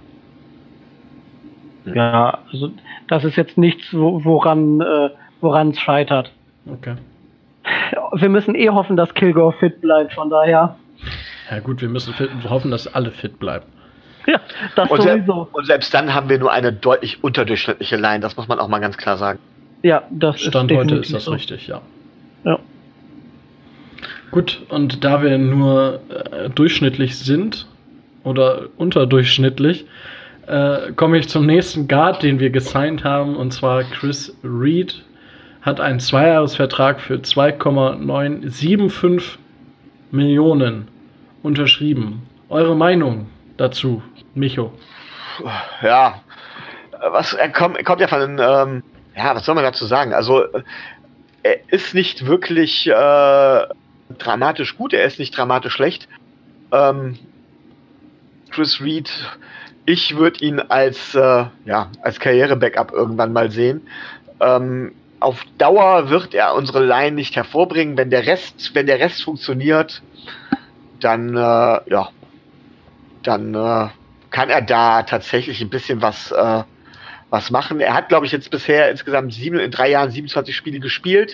Ja, also das ist jetzt nichts, woran es scheitert. Okay. Wir müssen hoffen, dass Kilgore fit bleibt, von daher. Ja gut, wir müssen hoffen, dass alle fit bleiben. Ja, das und sowieso. Und selbst dann haben wir nur eine deutlich unterdurchschnittliche Line, das muss man auch mal ganz klar sagen. Ja, das Stand ist heute ist das so. richtig, ja. Ja. Gut, und da wir nur durchschnittlich sind oder unterdurchschnittlich, komme ich zum nächsten Guard, den wir gesigned haben, und zwar Chris Reed hat einen 2-Jahres-Vertrag für 2,975 Millionen unterschrieben. Eure Meinung dazu, Micho? Ja, er kommt ja von, was soll man dazu sagen? Also, er ist nicht wirklich dramatisch gut, er ist nicht dramatisch schlecht. Chris Reed, ich würde ihn als Karriere-Backup irgendwann mal sehen. Auf Dauer wird er unsere Line nicht hervorbringen. Wenn der Rest funktioniert, dann kann er da tatsächlich ein bisschen was machen. Er hat, glaube ich, jetzt bisher insgesamt in 3 Jahren 27 Spiele gespielt.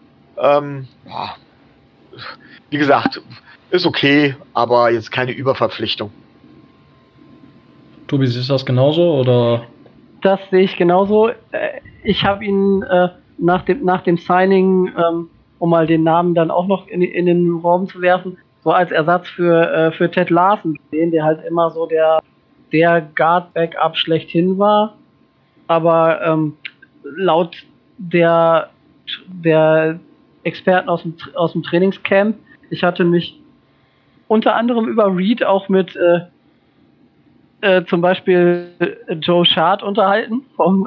Wie gesagt, ist okay, aber jetzt keine Überverpflichtung. Tobi, siehst du das genauso, oder? Das sehe ich genauso. Ich habe ihn nach dem Signing, um mal den Namen dann auch noch in den Raum zu werfen, so als Ersatz für Ted Larsen gesehen, der halt immer so der Guard-Backup schlechthin war. Aber laut der Experten aus dem Trainingscamp, ich hatte mich unter anderem über Reed auch mit zum Beispiel Joe Schad unterhalten vom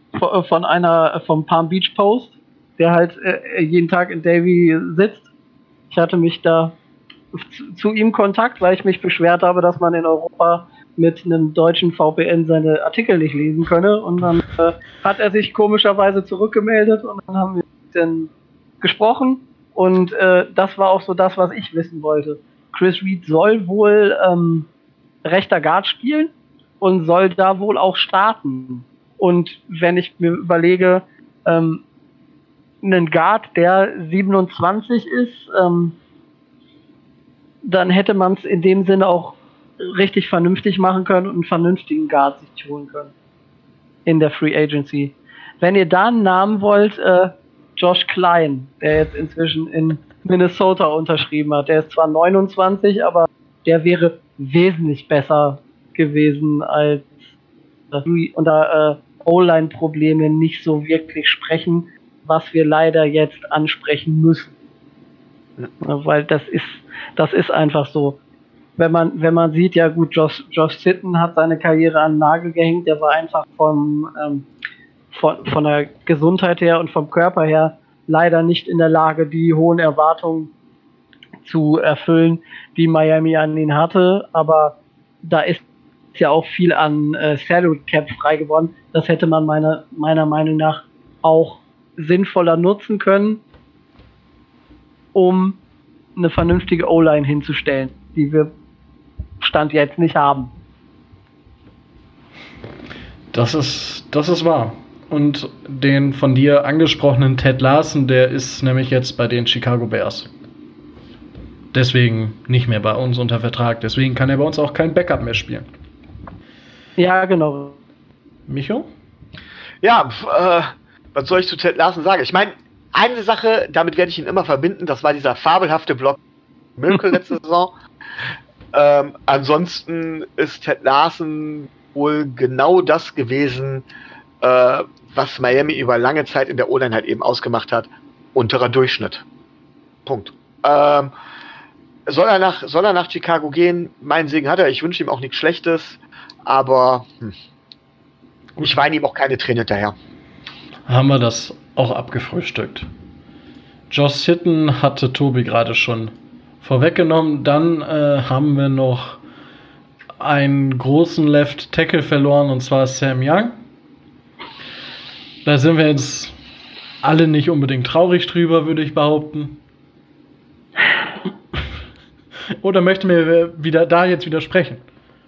Palm Beach Post, der halt jeden Tag in Davie sitzt. Ich hatte mich da zu ihm Kontakt, weil ich mich beschwert habe, dass man in Europa mit einem deutschen VPN seine Artikel nicht lesen könne. Und dann hat er sich komischerweise zurückgemeldet und dann haben wir dann gesprochen. Und das war auch so das, was ich wissen wollte. Chris Reed soll wohl rechter Guard spielen und soll da wohl auch starten. Und wenn ich mir überlege, einen Guard, der 27 ist, dann hätte man es in dem Sinne auch richtig vernünftig machen können und einen vernünftigen Guard sich holen können in der Free Agency. Wenn ihr da einen Namen wollt, Josh Klein, der jetzt inzwischen in Minnesota unterschrieben hat. Der ist zwar 29, aber der wäre wesentlich besser gewesen als unter O-Line-Probleme nicht so wirklich sprechen, was wir leider jetzt ansprechen müssen. Ja, weil das ist einfach so. Wenn man sieht, ja gut, Josh Sitton hat seine Karriere an den Nagel gehängt, der war einfach von der Gesundheit her und vom Körper her leider nicht in der Lage, die hohen Erwartungen zu erfüllen, die Miami an ihn hatte, aber da ist ja auch viel an Salary Cap frei geworden. Das hätte man meiner Meinung nach auch sinnvoller nutzen können, um eine vernünftige O-Line hinzustellen, die wir Stand jetzt nicht haben. Das ist wahr. Und den von dir angesprochenen Ted Larsen, der ist nämlich jetzt bei den Chicago Bears. Deswegen nicht mehr bei uns unter Vertrag. Deswegen kann er bei uns auch kein Backup mehr spielen. Ja, genau. Micho? Ja, was soll ich zu Ted Larsen sagen? Ich meine, eine Sache, damit werde ich ihn immer verbinden, das war dieser fabelhafte Block Miracle letzte Saison. Ansonsten ist Ted Larsen wohl genau das gewesen, was Miami über lange Zeit in der O-Line halt eben ausgemacht hat. Unterer Durchschnitt. Punkt. Soll er nach Chicago gehen? Meinen Segen hat er. Ich wünsche ihm auch nichts Schlechtes. Aber ich weine ihm auch keine Tränen hinterher. Haben wir das auch abgefrühstückt. Josh Sitton hatte Tobi gerade schon vorweggenommen. Dann haben wir noch einen großen Left Tackle verloren, und zwar Sam Young. Da sind wir jetzt alle nicht unbedingt traurig drüber, würde ich behaupten. Oder möchten wir jetzt widersprechen?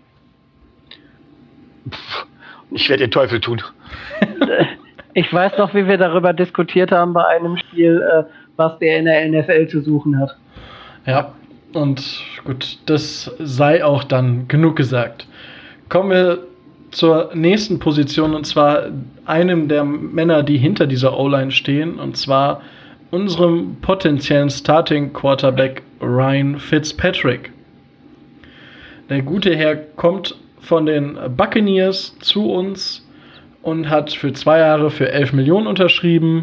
Ich werde den Teufel tun. Ich weiß noch, wie wir darüber diskutiert haben bei einem Spiel, was der in der NFL zu suchen hat. Ja, und gut, das sei auch dann genug gesagt. Kommen wir zur nächsten Position, und zwar einem der Männer, die hinter dieser O-Line stehen, und zwar unserem potenziellen Starting Quarterback Ryan Fitzpatrick. Der gute Herr kommt von den Buccaneers zu uns und hat für 2 Jahre für 11 Millionen unterschrieben.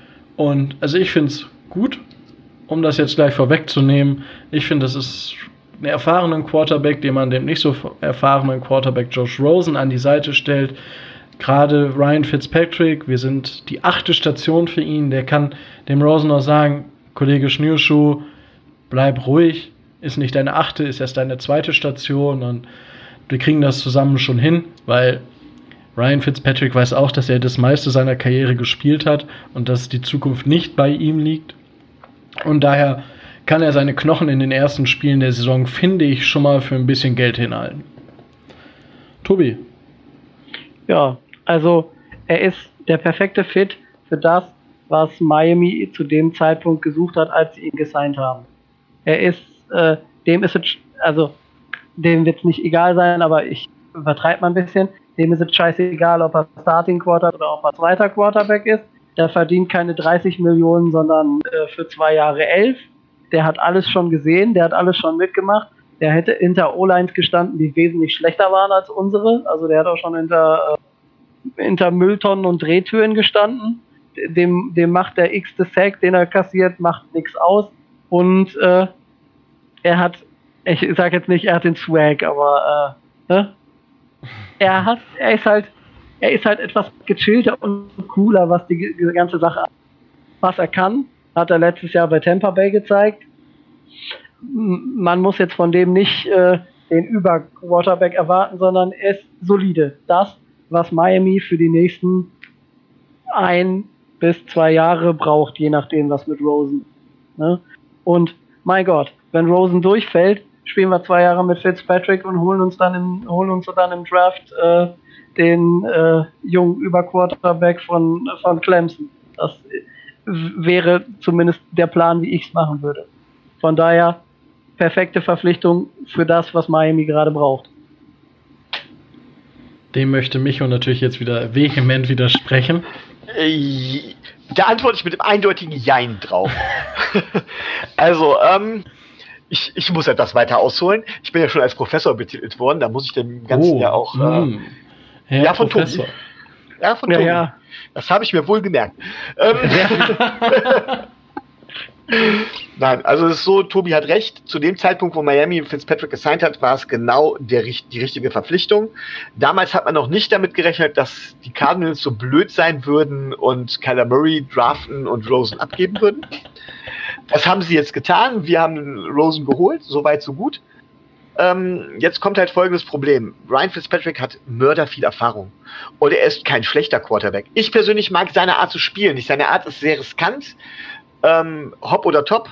Und also ich finde es gut, um das jetzt gleich vorwegzunehmen. Ich finde, das ist einen erfahrenen Quarterback, den man dem nicht so erfahrenen Quarterback Josh Rosen an die Seite stellt. Gerade Ryan Fitzpatrick, wir sind die 8. Station für ihn, der kann dem Rosen auch sagen, Kollege Schnürschuh, bleib ruhig, ist nicht deine 8., ist erst deine 2. Station und wir kriegen das zusammen schon hin, weil Ryan Fitzpatrick weiß auch, dass er das meiste seiner Karriere gespielt hat und dass die Zukunft nicht bei ihm liegt. Und daher kann er seine Knochen in den ersten Spielen der Saison, finde ich, schon mal für ein bisschen Geld hinhalten. Tobi? Ja, also er ist der perfekte Fit für das, was Miami zu dem Zeitpunkt gesucht hat, als sie ihn gesigned haben. Er ist, dem wird es nicht egal sein, aber ich übertreibe mal ein bisschen, dem ist es scheißegal, ob er Starting Quarterback oder ob er zweiter Quarterback ist. Der verdient keine 30 Millionen, sondern für 2 Jahre 11. Der hat alles schon gesehen, der hat alles schon mitgemacht. Der hätte hinter O-Lines gestanden, die wesentlich schlechter waren als unsere. Also der hat auch schon hinter Mülltonnen und Drehtüren gestanden. Dem macht der x-te Sack, den er kassiert, macht nichts aus. Und er hat, ich sag jetzt nicht, er hat den Swag, aber er ist halt etwas gechillter und cooler, was die ganze Sache, was er kann, hat er letztes Jahr bei Tampa Bay gezeigt. Man muss jetzt von dem nicht den Über-Quarterback erwarten, sondern er ist solide. Das, was Miami für die nächsten 1 bis 2 Jahre braucht, je nachdem, was mit Rosen. Ne? Und mein Gott, wenn Rosen durchfällt, spielen wir 2 Jahre mit Fitzpatrick und holen uns dann im Draft den jungen Über-Quarterback von Clemson. Das wäre zumindest der Plan, wie ich es machen würde. Von daher perfekte Verpflichtung für das, was Miami gerade braucht. Dem möchte Micho natürlich jetzt wieder vehement widersprechen. Da antworte ich mit dem eindeutigen Jein drauf. Also, ich muss etwas weiter ausholen. Ich bin ja schon als Professor betitelt worden, da muss ich dem Ganzen ja auch... Herr von Professor. Tobi. Ja, von Tobi. Ja. Das habe ich mir wohl gemerkt. Nein, also es ist so, Tobi hat recht. Zu dem Zeitpunkt, wo Miami Fitzpatrick gesigned hat, war es genau die richtige Verpflichtung. Damals hat man noch nicht damit gerechnet, dass die Cardinals so blöd sein würden und Kyler Murray draften und Rosen abgeben würden. Das haben sie jetzt getan. Wir haben Rosen geholt. So weit, so gut. Jetzt kommt halt folgendes Problem. Ryan Fitzpatrick hat mörder viel Erfahrung. Und er ist kein schlechter Quarterback. Ich persönlich mag seine Art zu spielen. Seine Art ist sehr riskant. Hop oder Top.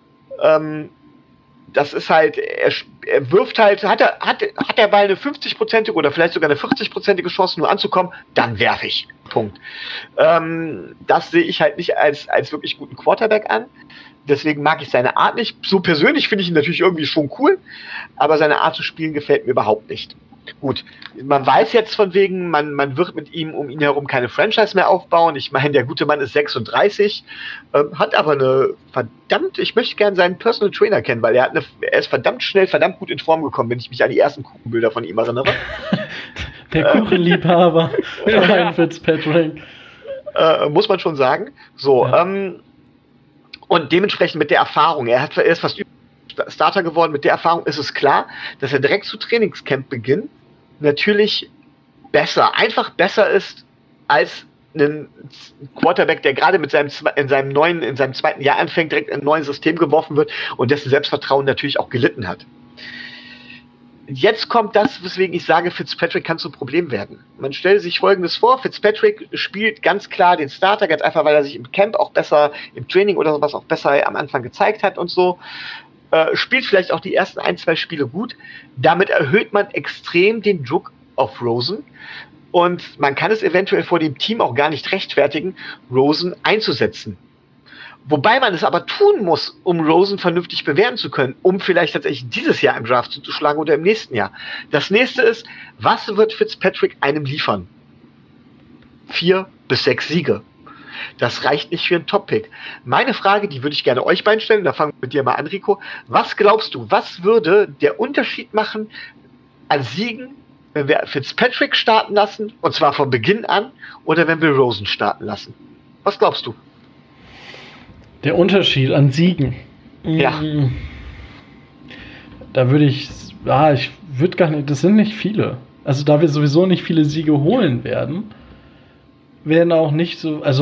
Das ist halt, er wirft halt, hat der Ball eine 50-prozentige oder vielleicht sogar eine 40-prozentige Chance nur anzukommen, dann werfe ich. Punkt. Das sehe ich halt nicht als wirklich guten Quarterback an. Deswegen mag ich seine Art nicht. So persönlich finde ich ihn natürlich irgendwie schon cool, aber seine Art zu spielen gefällt mir überhaupt nicht. Gut, man weiß jetzt von wegen, man wird mit ihm um ihn herum keine Franchise mehr aufbauen. Ich meine, der gute Mann ist 36, hat aber ich möchte gerne seinen Personal Trainer kennen, weil er ist verdammt schnell, verdammt gut in Form gekommen, wenn ich mich an die ersten Kuchenbilder von ihm erinnere. Der Kuchenliebhaber, Ryan Fitzpatrick. Muss man schon sagen. So, ja. Und dementsprechend mit der Erfahrung, er ist fast Starter geworden, mit der Erfahrung ist es klar, dass er direkt zu Trainingscamp beginnt natürlich einfach besser ist als ein Quarterback, der gerade mit in seinem 2. Jahr anfängt, direkt in ein neues System geworfen wird und dessen Selbstvertrauen natürlich auch gelitten hat. Jetzt kommt das, weswegen ich sage, Fitzpatrick kann zum Problem werden. Man stellt sich Folgendes vor, Fitzpatrick spielt ganz klar den Starter, ganz einfach, weil er sich im Camp auch besser, im Training oder sowas auch besser am Anfang gezeigt hat und so. Spielt vielleicht auch die ersten 1-2 Spiele gut. Damit erhöht man extrem den Druck auf Rosen und man kann es eventuell vor dem Team auch gar nicht rechtfertigen, Rosen einzusetzen. Wobei man es aber tun muss, um Rosen vernünftig bewerten zu können, um vielleicht tatsächlich dieses Jahr im Draft zuzuschlagen oder im nächsten Jahr. Das nächste ist, was wird Fitzpatrick einem liefern? 4 bis 6 Siege. Das reicht nicht für einen Top-Pick. Meine Frage, die würde ich gerne euch beiden stellen, da fangen wir mit dir mal an, Rico. Was glaubst du, was würde der Unterschied machen an Siegen, wenn wir Fitzpatrick starten lassen, und zwar von Beginn an, oder wenn wir Rosen starten lassen? Was glaubst du? Der Unterschied an Siegen? Ja. Da würde ich gar nicht, das sind nicht viele. Also da wir sowieso nicht viele Siege holen werden, werden da auch nicht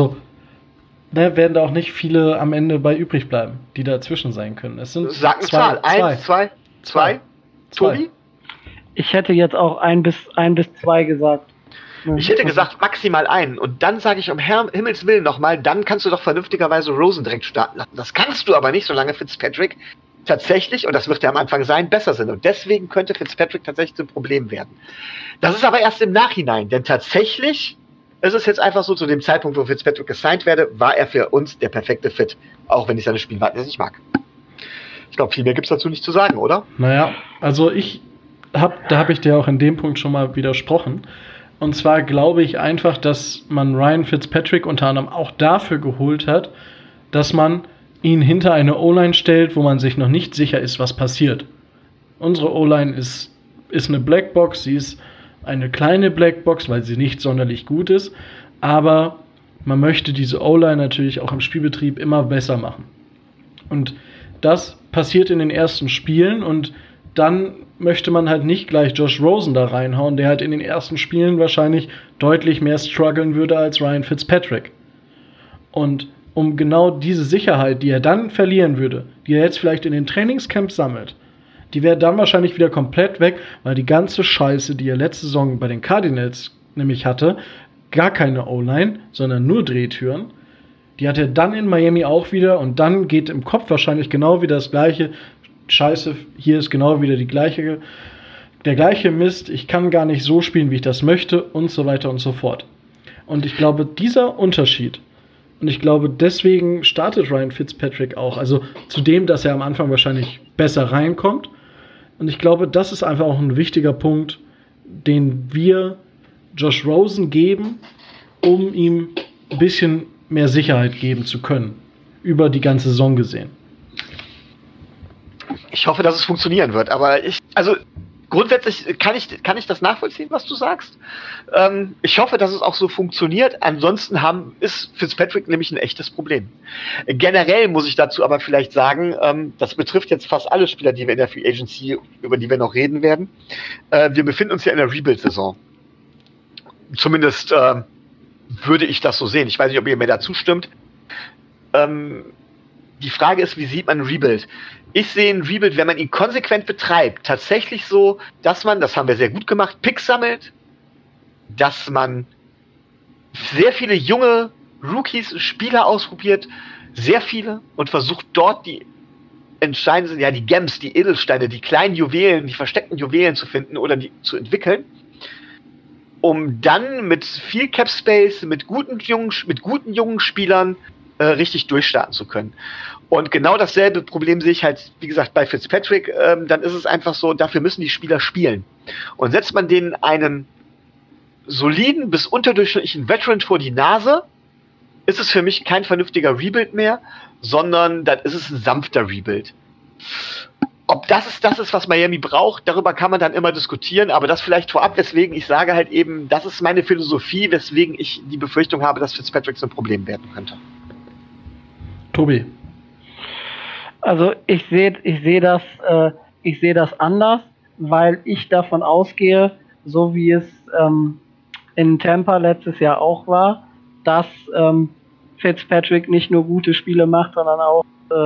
viele am Ende bei übrig bleiben, die dazwischen sein können. Es sind Sag eine Zahl. 1, 2. Tobi? Ich hätte jetzt auch 1 bis 2 gesagt. Ich hätte gesagt maximal 1. Und dann sage ich um Himmels Willen nochmal, dann kannst du doch vernünftigerweise Rosen direkt starten lassen. Das kannst du aber nicht, solange Fitzpatrick tatsächlich, und das wird ja am Anfang sein, besser sind. Und deswegen könnte Fitzpatrick tatsächlich zum Problem werden. Das ist aber erst im Nachhinein, denn tatsächlich ist es jetzt einfach so, zu dem Zeitpunkt, wo Fitzpatrick gesigned werde, war er für uns der perfekte Fit. Auch wenn ich seine Spielweise nicht mag. Ich glaube, viel mehr gibt es dazu nicht zu sagen, oder? Naja, also da habe ich dir auch in dem Punkt schon mal widersprochen. Und zwar glaube ich einfach, dass man Ryan Fitzpatrick unter anderem auch dafür geholt hat, dass man ihn hinter eine O-Line stellt, wo man sich noch nicht sicher ist, was passiert. Unsere O-Line ist eine Blackbox, sie ist eine kleine Blackbox, weil sie nicht sonderlich gut ist, aber man möchte diese O-Line natürlich auch im Spielbetrieb immer besser machen. Und das passiert in den ersten Spielen und dann möchte man halt nicht gleich Josh Rosen da reinhauen, der halt in den ersten Spielen wahrscheinlich deutlich mehr strugglen würde als Ryan Fitzpatrick. Und um genau diese Sicherheit, die er dann verlieren würde, die er jetzt vielleicht in den Trainingscamps sammelt, die wäre dann wahrscheinlich wieder komplett weg, weil die ganze Scheiße, die er letzte Saison bei den Cardinals nämlich hatte, gar keine O-Line, sondern nur Drehtüren, die hat er dann in Miami auch wieder und dann geht im Kopf wahrscheinlich genau wieder das Gleiche. Scheiße, hier ist genau wieder der gleiche Mist, ich kann gar nicht so spielen, wie ich das möchte und so weiter und so fort. Und ich glaube, dieser Unterschied, und ich glaube, deswegen startet Ryan Fitzpatrick auch, also zu dem, dass er am Anfang wahrscheinlich besser reinkommt. Und ich glaube, das ist einfach auch ein wichtiger Punkt, den wir Josh Rosen geben, um ihm ein bisschen mehr Sicherheit geben zu können, über die ganze Saison gesehen. Ich hoffe, dass es funktionieren wird, aber grundsätzlich kann ich das nachvollziehen, was du sagst. Ich hoffe, dass es auch so funktioniert. Ansonsten ist Fitzpatrick nämlich ein echtes Problem. Generell muss ich dazu aber vielleicht sagen, das betrifft jetzt fast alle Spieler, die wir in der Free Agency, über die wir noch reden werden. Wir befinden uns ja in der Rebuild-Saison. Zumindest würde ich das so sehen. Ich weiß nicht, ob ihr mir da zustimmt. Die Frage ist, wie sieht man Rebuild? Ich sehe ein Rebuild, wenn man ihn konsequent betreibt, tatsächlich so, dass man, das haben wir sehr gut gemacht, Picks sammelt, dass man sehr viele junge Rookies, Spieler ausprobiert, sehr viele, und versucht dort die entscheidenden, die Gems, die Edelsteine, die kleinen Juwelen, die versteckten Juwelen zu finden oder die zu entwickeln, um dann mit viel Cap Space, mit guten jungen Spielern richtig durchstarten zu können. Und genau dasselbe Problem sehe ich halt, wie gesagt, bei Fitzpatrick. Dann ist es einfach so, dafür müssen die Spieler spielen. Und setzt man denen einen soliden bis unterdurchschnittlichen Veteran vor die Nase, ist es für mich kein vernünftiger Rebuild mehr, sondern dann ist es ein sanfter Rebuild. Ob das ist, was Miami braucht, darüber kann man dann immer diskutieren, aber das vielleicht vorab, weswegen ich sage halt eben, das ist meine Philosophie, weswegen ich die Befürchtung habe, dass Fitzpatrick so ein Problem werden könnte. Tobi. Also ich sehe das anders, weil ich davon ausgehe, so wie es in Tampa letztes Jahr auch war, dass Fitzpatrick nicht nur gute Spiele macht, sondern auch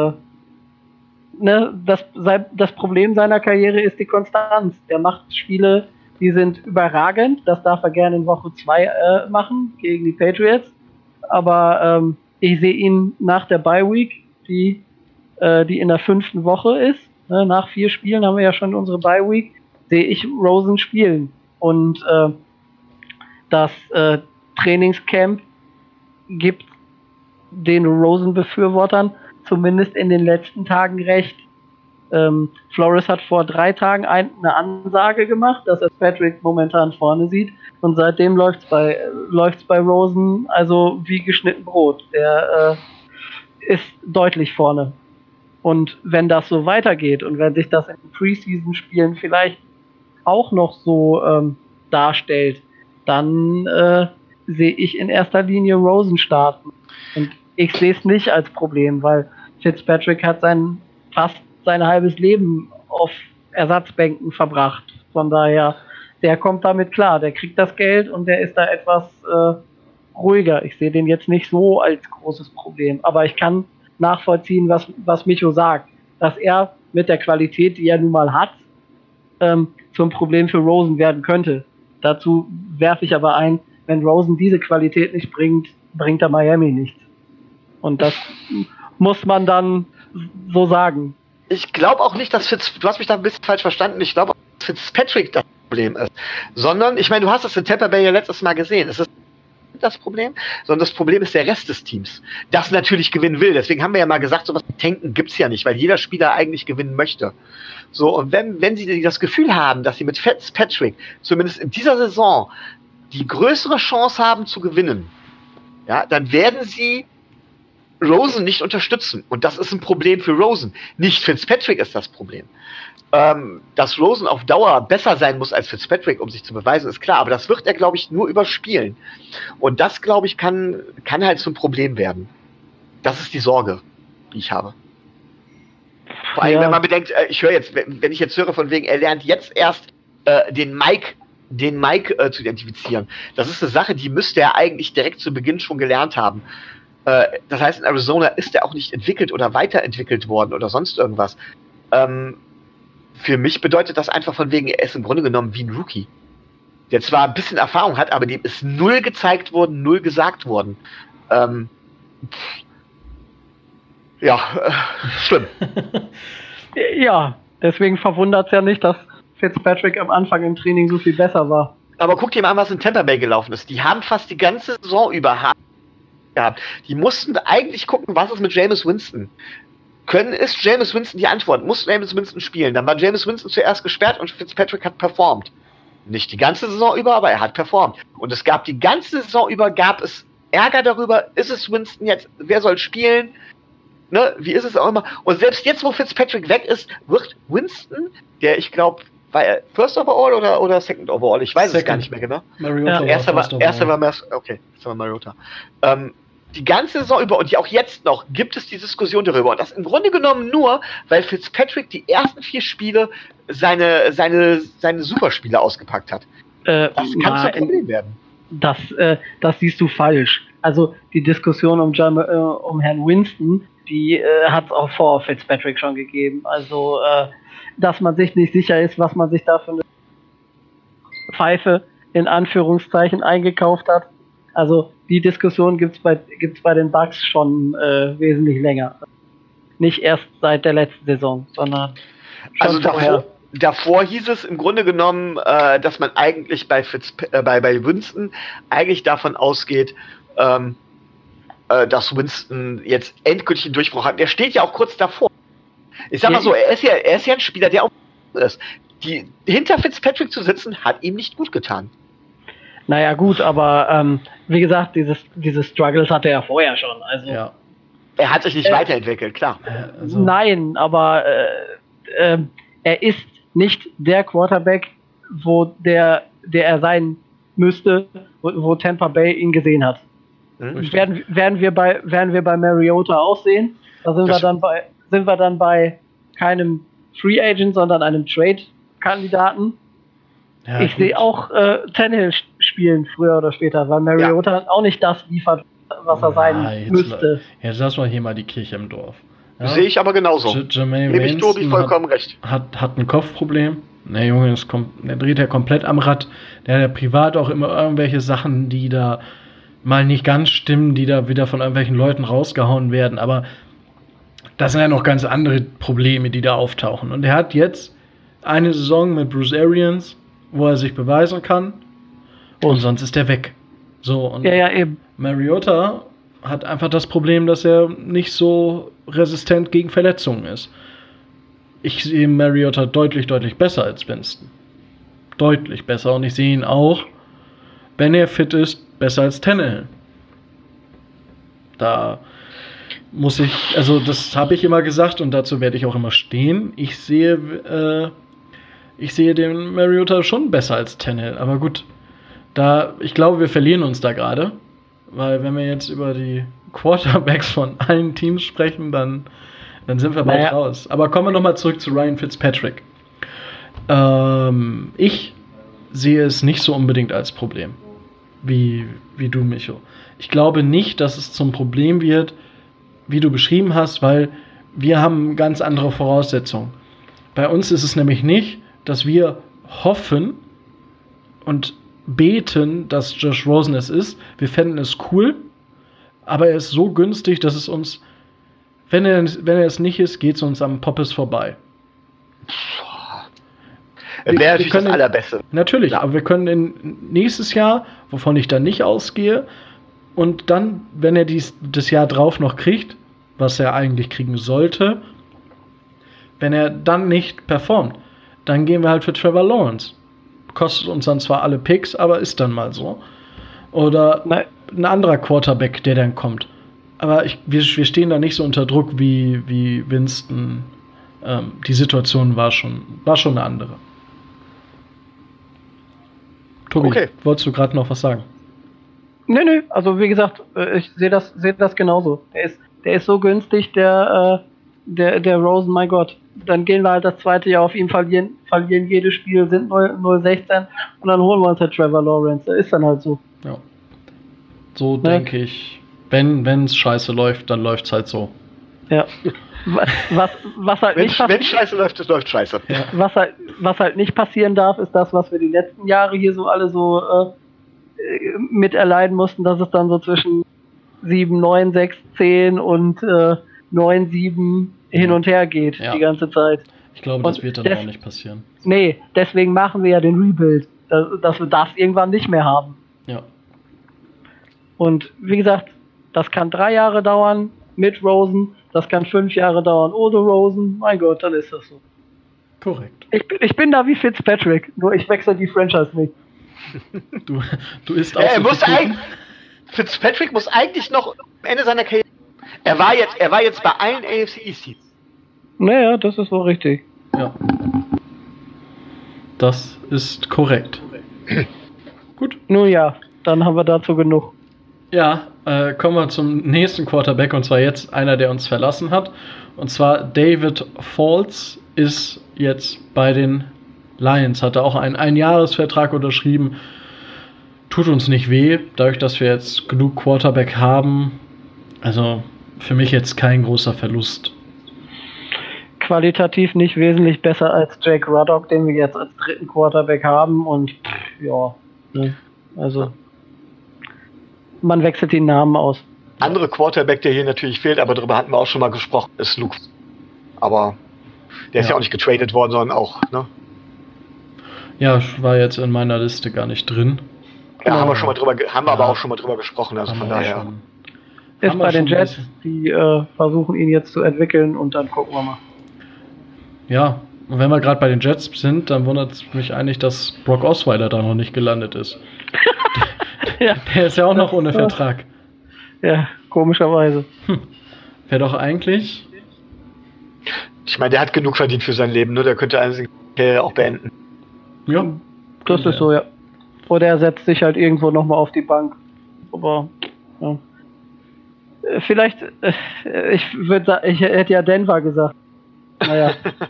das Problem seiner Karriere ist die Konstanz. Der macht Spiele, die sind überragend, das darf er gerne in Woche 2 machen gegen die Patriots, aber ich sehe ihn nach der Bye Week, die in der 5. Woche ist, nach 4 Spielen haben wir ja schon unsere Bye Week, sehe ich Rosen spielen. Und das Trainingscamp gibt den Rosen-Befürwortern zumindest in den letzten Tagen recht. Flores hat vor 3 Tagen eine Ansage gemacht, dass er Patrick momentan vorne sieht, und seitdem läuft's bei Rosen also wie geschnitten Brot. Der ist deutlich vorne. Und wenn das so weitergeht und wenn sich das in den Preseason-Spielen vielleicht auch noch so darstellt, dann sehe ich in erster Linie Rosen starten. Und ich sehe es nicht als Problem, weil Fitzpatrick hat fast sein halbes Leben auf Ersatzbänken verbracht. Von daher, der kommt damit klar, der kriegt das Geld und der ist da etwas ruhiger. Ich sehe den jetzt nicht so als großes Problem, aber ich kann nachvollziehen, was Micho sagt, dass er mit der Qualität, die er nun mal hat, zum Problem für Rosen werden könnte. Dazu werfe ich aber ein, wenn Rosen diese Qualität nicht bringt, bringt er Miami nichts. Und das muss man dann so sagen. Ich glaube auch nicht, dass du hast mich da ein bisschen falsch verstanden, ich glaube, dass Fitzpatrick das Problem ist. Sondern, ich meine, du hast es in Tampa Bay ja letztes Mal gesehen. Es ist das Problem, sondern das Problem ist der Rest des Teams, das natürlich gewinnen will. Deswegen haben wir ja mal gesagt, sowas wie Tanken gibt's ja nicht, weil jeder Spieler eigentlich gewinnen möchte. So, und wenn sie das Gefühl haben, dass sie mit Fitzpatrick zumindest in dieser Saison die größere Chance haben zu gewinnen, ja, dann werden sie Rosen nicht unterstützen. Und das ist ein Problem für Rosen. Nicht Fitzpatrick ist das Problem. Dass Rosen auf Dauer besser sein muss als Fitzpatrick, um sich zu beweisen, ist klar. Aber das wird er, glaube ich, nur überspielen. Und das, glaube ich, kann halt zum Problem werden. Das ist die Sorge, die ich habe. Vor allem, wenn man bedenkt, ich höre jetzt, wenn ich jetzt höre von wegen, er lernt jetzt erst den Mike zu identifizieren. Das ist eine Sache, die müsste er eigentlich direkt zu Beginn schon gelernt haben. Das heißt, in Arizona ist er auch nicht entwickelt oder weiterentwickelt worden oder sonst irgendwas. Für mich bedeutet das einfach von wegen, er ist im Grunde genommen wie ein Rookie. Der zwar ein bisschen Erfahrung hat, aber dem ist null gezeigt worden, null gesagt worden. Schlimm. Ja, deswegen verwundert es ja nicht, dass Fitzpatrick am Anfang im Training so viel besser war. Aber guck dir mal an, was in Tampa Bay gelaufen ist. Die haben fast die ganze Saison über gehabt. Die mussten eigentlich gucken, was ist mit Jameis Winston. Ist Jameis Winston die Antwort? Muss Jameis Winston spielen? Dann war Jameis Winston zuerst gesperrt und Fitzpatrick hat performt. Nicht die ganze Saison über, aber er hat performt. Und es gab die ganze Saison über, gab es Ärger darüber, ist es Winston jetzt, wer soll spielen? Ne? Wie ist es auch immer? Und selbst jetzt, wo Fitzpatrick weg ist, wird Winston, der, ich glaube, war er First Overall oder Second Overall? Ich weiß es gar nicht mehr genau. Mariota Erster war Mariota. Die ganze Saison über und auch jetzt noch gibt es die Diskussion darüber. Und das im Grunde genommen nur, weil Fitzpatrick die ersten 4 Spiele seine Superspiele ausgepackt hat. Das kann zum Problem werden. Das siehst du falsch. Also die Diskussion um Herrn Winston, die hat es auch vor Fitzpatrick schon gegeben. Also, dass man sich nicht sicher ist, was man sich da für eine Pfeife in Anführungszeichen eingekauft hat. Also die Diskussion gibt's bei den Bucks schon wesentlich länger. Nicht erst seit der letzten Saison, sondern schon also vorher. Davor hieß es im Grunde genommen, dass man eigentlich bei Winston eigentlich davon ausgeht, dass Winston jetzt endgültig einen Durchbruch hat. Der steht ja auch kurz davor. Ich sag mal so, er ist ja ein Spieler, der auch ist. Hinter Fitzpatrick zu sitzen, hat ihm nicht gut getan. Naja gut, aber wie gesagt, diese Struggles hatte er vorher schon. Also Ja. Er hat sich nicht weiterentwickelt, klar. Also, nein, aber er ist nicht der Quarterback, der er sein müsste, wo Tampa Bay ihn gesehen hat. Werden wir bei Mariota auch sehen? Da sind wir dann bei keinem Free Agent, sondern einem Trade-Kandidaten. ja, Ich sehe auch Tannehill spielen früher oder später, weil Mariota auch nicht das liefert, was er sein müsste. Jetzt lassen wir hier mal die Kirche im Dorf. Ja? Sehe ich aber genauso. Jermaine Nehme ich Tobi vollkommen recht. Hat ein Kopfproblem. Der Junge der dreht ja komplett am Rad. Der hat ja privat auch immer irgendwelche Sachen, die da mal nicht ganz stimmen, die da wieder von irgendwelchen Leuten rausgehauen werden. Aber das sind ja noch ganz andere Probleme, die da auftauchen. Und er hat jetzt eine Saison mit Bruce Arians, wo er sich beweisen kann. Und sonst ist er weg. So, und Ja, eben. Mariota hat einfach das Problem, dass er nicht so resistent gegen Verletzungen ist. Ich sehe Mariota deutlich, deutlich besser als Winston. Deutlich besser. Und ich sehe ihn auch, wenn er fit ist, besser als Tannehill. Da muss ich, also das habe ich immer gesagt und dazu werde ich auch immer stehen. Ich sehe den Mariota schon besser als Tannehill. Aber gut, ich glaube, wir verlieren uns da gerade. Weil wenn wir jetzt über die Quarterbacks von allen Teams sprechen, dann sind wir bald raus. Aber kommen wir nochmal zurück zu Ryan Fitzpatrick. Ich sehe es nicht so unbedingt als Problem, wie du, Micho. Ich glaube nicht, dass es zum Problem wird, wie du beschrieben hast, weil wir haben ganz andere Voraussetzungen. Bei uns ist es nämlich nicht, dass wir hoffen und beten, dass Josh Rosen es ist. Wir fänden es cool, aber er ist so günstig, dass es uns, wenn er es nicht ist, geht es uns am Poppes vorbei. Wäre natürlich das Allerbeste. Natürlich, ja. Aber wir können nächstes Jahr, wovon ich dann nicht ausgehe, und dann, wenn er das Jahr drauf noch kriegt, was er eigentlich kriegen sollte, wenn er dann nicht performt, dann gehen wir halt für Trevor Lawrence. Kostet uns dann zwar alle Picks, aber ist dann mal so. Oder ein anderer Quarterback, der dann kommt. Aber wir stehen da nicht so unter Druck wie Winston. Die Situation war schon eine andere. Tobi, okay. Wolltest du gerade noch was sagen? Nö, also wie gesagt, ich sehe das genauso. Der ist so günstig, der Rosen, mein Gott. Dann gehen wir halt das zweite Jahr auf ihn, verlieren jedes Spiel, sind 0-16 und dann holen wir uns halt Trevor Lawrence. Der ist dann halt so. Ja. So denke ich. Wenn es scheiße läuft, dann läuft es halt so. Ja. Was halt nicht wenn scheiße läuft, es läuft scheiße. Ja. Was halt nicht passieren darf, ist das, was wir die letzten Jahre hier so alle so miterleiden mussten, dass es dann so zwischen 7, 9, 6, 10 und 9, 7 hin und her geht die ganze Zeit. Ich glaube, das wird dann auch nicht passieren. Nee, deswegen machen wir ja den Rebuild, dass wir das irgendwann nicht mehr haben. Ja. Und wie gesagt, das kann 3 Jahre dauern mit Rosen, das kann 5 Jahre dauern ohne Rosen. Mein Gott, dann ist das so. Korrekt. Ich bin da wie Fitzpatrick, nur ich wechsle die Franchise nicht. Du isst auch Fitzpatrick muss eigentlich noch am Ende seiner Karriere. Er war jetzt bei allen AFC East Teams. Naja, das ist wohl richtig. Ja. Das ist korrekt. Gut. Nun ja, dann haben wir dazu genug. Ja, kommen wir zum nächsten Quarterback, und zwar jetzt einer, der uns verlassen hat. Und zwar David Foles ist jetzt bei den Lions, hat er auch einen Einjahresvertrag unterschrieben. Tut uns nicht weh, dadurch, dass wir jetzt genug Quarterback haben. Also für mich jetzt kein großer Verlust. Qualitativ nicht wesentlich besser als Jake Ruddock, den wir jetzt als dritten Quarterback haben. Und ja, ne? Also man wechselt die Namen aus. Andere Quarterback, der hier natürlich fehlt, aber darüber hatten wir auch schon mal gesprochen, ist Luke. Aber der ist ja auch nicht getradet worden, sondern auch, ne? Ja, war jetzt in meiner Liste gar nicht drin. Ja, haben wir aber auch schon mal drüber gesprochen, also von daher. Ist bei den Jets, die versuchen ihn jetzt zu entwickeln und dann gucken wir mal. Ja, und wenn wir gerade bei den Jets sind, dann wundert es mich eigentlich, dass Brock Osweiler da noch nicht gelandet ist. Ja. Der ist ja auch noch ohne Vertrag. Ja, komischerweise. Wäre doch eigentlich... Ich meine, der hat genug verdient für sein Leben, ne? Der könnte eigentlich auch beenden. Ja. Das ist so, ja. Oder er setzt sich halt irgendwo nochmal auf die Bank. Aber, ja. Vielleicht, ich hätte ja Denver gesagt. Naja.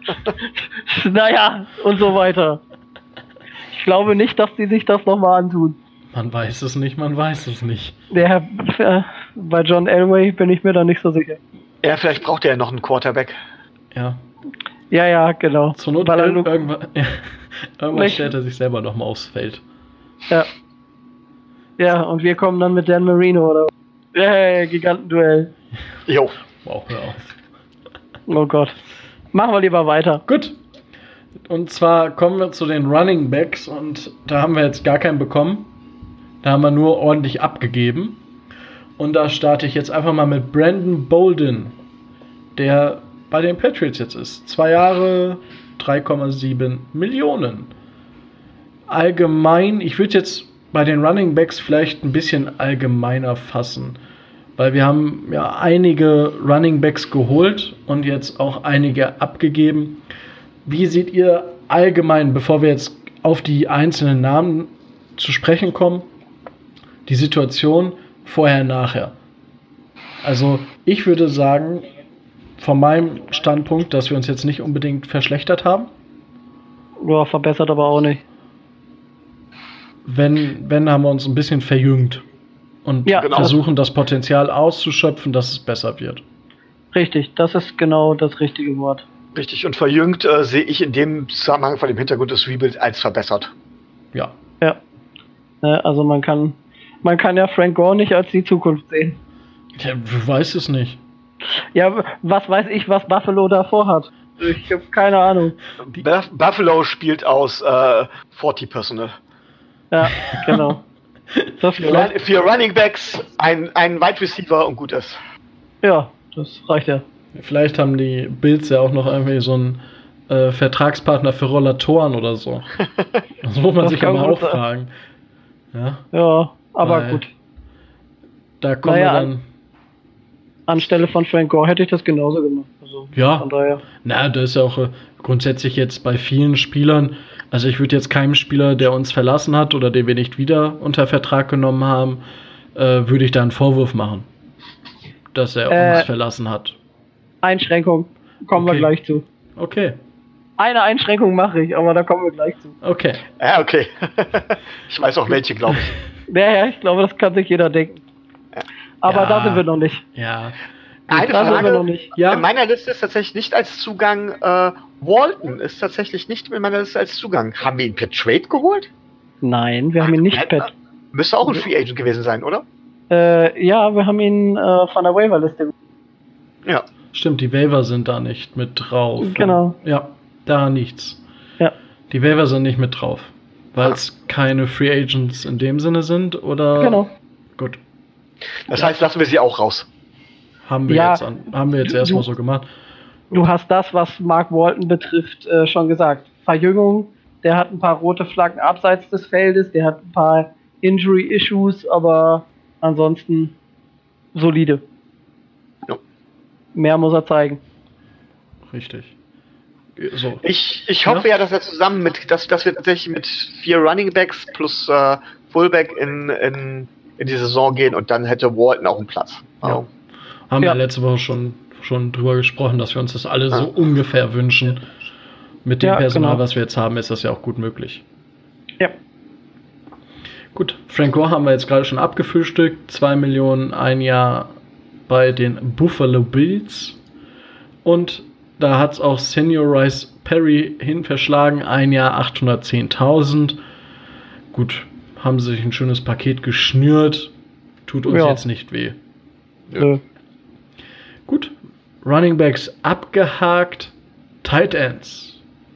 Naja, und so weiter. Ich glaube nicht, dass die sich das nochmal antun. Man weiß es nicht. Ja, bei John Elway bin ich mir da nicht so sicher. Ja, vielleicht braucht er ja noch einen Quarterback. Ja. Ja, genau. Zur Not irgendwann stellt er sich selber nochmal aufs Feld. Ja. Ja, und wir kommen dann mit Dan Marino, oder? Yeah, Gigantenduell. Jo. Wow, hör auf. Oh Gott. Machen wir lieber weiter. Gut. Und zwar kommen wir zu den Running Backs, und da haben wir jetzt gar keinen bekommen. Da haben wir nur ordentlich abgegeben. Und da starte ich jetzt einfach mal mit Brandon Bolden, der bei den Patriots jetzt ist. 2 Jahre, 3,7 Millionen. Allgemein, ich würde jetzt bei den Running Backs vielleicht ein bisschen allgemeiner fassen, weil wir haben ja einige Running Backs geholt und jetzt auch einige abgegeben. Wie seht ihr allgemein, bevor wir jetzt auf die einzelnen Namen zu sprechen kommen, die Situation vorher, nachher? Also ich würde sagen, von meinem Standpunkt, dass wir uns jetzt nicht unbedingt verschlechtert haben. Ja, verbessert aber auch nicht. Wenn haben wir uns ein bisschen verjüngt und Ja, genau. versuchen, das Potenzial auszuschöpfen, dass es besser wird. Richtig, das ist genau das richtige Wort. Richtig, und verjüngt sehe ich in dem Zusammenhang von dem Hintergrund des Rebuilds als verbessert. Ja. Ja. Also man kann ja Frank Gore nicht als die Zukunft sehen. Ja, du weißt es nicht. Ja, was weiß ich, was Buffalo da vorhat. Ich habe keine Ahnung. Buffalo spielt aus 40 Personal. Ja, genau. Das Für Running Backs ein Wide Receiver und gut ist. Ja, das reicht ja. Vielleicht haben die Bills ja auch noch irgendwie so einen Vertragspartner für Rollatoren oder so. Das muss man Das sich ja kann mal gut auch fragen. Ja, aber Weil gut. Da kommen wir dann. Anstelle von Frank Gore hätte ich das genauso gemacht. Also Ja. Von daher. Na, das ist ja auch grundsätzlich jetzt bei vielen Spielern. Also ich würde jetzt keinem Spieler, der uns verlassen hat oder den wir nicht wieder unter Vertrag genommen haben, würde ich da einen Vorwurf machen, dass er uns verlassen hat. Einschränkung. Kommen wir gleich zu. Okay. Eine Einschränkung mache ich, aber da kommen wir gleich zu. Okay. Ja, okay. Ich weiß auch welche, glaube ich. Ja, ich glaube, das kann sich jeder denken. Aber Ja. da sind wir noch nicht. Ja. Eine Da sind wir noch Frage, nicht. Ja. in meiner Liste ist tatsächlich nicht als Zugang, Walton ist tatsächlich nicht in meiner Liste als Zugang. Haben wir ihn per Trade geholt? Nein, wir haben ihn nicht pet. Müsste auch ein Free Agent gewesen sein, oder? Ja, wir haben ihn von der Waiver-Liste. Ja. Stimmt, die Waiver sind da nicht mit drauf. Genau. Ja, da nichts. Ja. Die Waiver sind nicht mit drauf. Weil es keine Free Agents in dem Sinne sind, oder? Genau. Gut. Das heißt, lassen wir sie auch raus. Haben wir Ja. jetzt erstmal so gemacht. Du hast das, was Mark Walton betrifft, schon gesagt. Verjüngung, der hat ein paar rote Flaggen abseits des Feldes, der hat ein paar Injury-Issues, aber ansonsten solide. Ja. Mehr muss er zeigen. Richtig. So. Ich hoffe ja, dass er zusammen dass wir tatsächlich mit 4 Running Backs plus Fullback in die Saison gehen und dann hätte Walton auch einen Platz. Ja. Haben wir letzte Woche schon drüber gesprochen, dass wir uns das alle so ungefähr wünschen. Mit dem Personal, genau. was wir jetzt haben, ist das ja auch gut möglich. Ja. Gut, Frank Gore haben wir jetzt gerade schon abgefrühstückt. 2 Millionen ein Jahr bei den Buffalo Bills. Und da hat es auch Senior Rice Perry hin verschlagen. Ein Jahr 810.000. Gut, haben sie sich ein schönes Paket geschnürt. Tut uns jetzt nicht weh. Ja. Gut, Running Backs abgehakt. Tight Ends.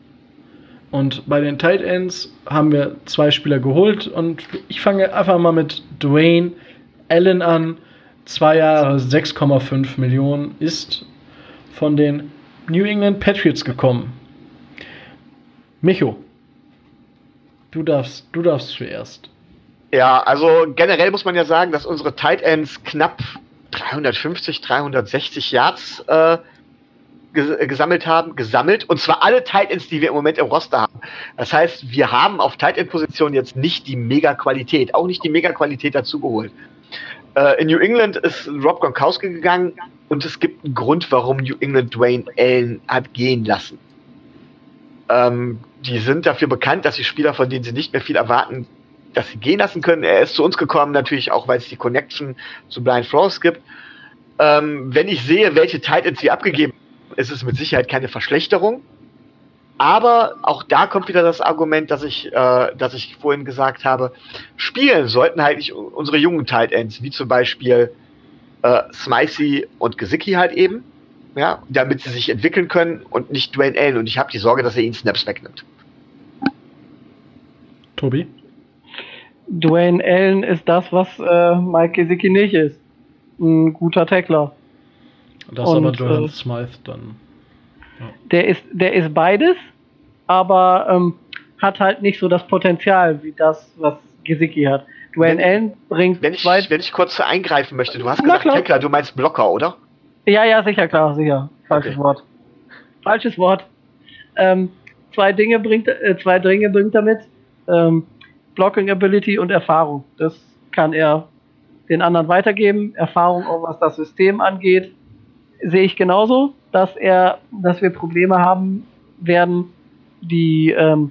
Und bei den Tight Ends haben wir 2 Spieler geholt. Und ich fange einfach mal mit Dwayne Allen an. 2 Jahre, 6,5 Millionen, ist von den New England Patriots gekommen. Micho, du darfst zuerst. Ja, also generell muss man ja sagen, dass unsere Tight Ends knapp 350, 360 Yards gesammelt, und zwar alle Tight Ends, die wir im Moment im Roster haben. Das heißt, wir haben auf Tight End Position jetzt nicht die Mega-Qualität, auch nicht die Mega-Qualität dazu geholt. In New England ist Rob Gronkowski gegangen und es gibt einen Grund, warum New England Dwayne Allen hat gehen lassen. Die sind dafür bekannt, dass die Spieler, von denen sie nicht mehr viel erwarten, dass sie gehen lassen können. Er ist zu uns gekommen, natürlich auch, weil es die Connection zu Brian Flores gibt. Wenn ich sehe, welche Tight Ends wir abgegeben haben, ist es mit Sicherheit keine Verschlechterung. Aber auch da kommt wieder das Argument, dass ich vorhin gesagt habe, spielen sollten halt nicht unsere jungen Tight Ends, wie zum Beispiel Smythe und Gesicki halt eben, ja, damit sie sich entwickeln können und nicht Dwayne Allen. Und ich habe die Sorge, dass er ihnen Snaps wegnimmt. Tobi? Dwayne Allen ist das, was Mike Gesicki nicht ist. Ein guter Tackler. Das ist aber Durham Smythe dann. Ja. Der ist beides, aber hat halt nicht so das Potenzial wie das, was Gesicki hat. Dwayne Allen bringt wenn ich kurz eingreifen möchte, du hast gesagt Tackler, du meinst Blocker, oder? Ja, sicher, klar, sicher. Falsches Wort. Falsches Wort. 2 Dinge bringt er mit. Blocking Ability und Erfahrung. Das kann er den anderen weitergeben. Erfahrung auch was das System angeht. Sehe ich genauso, dass wir Probleme haben werden, die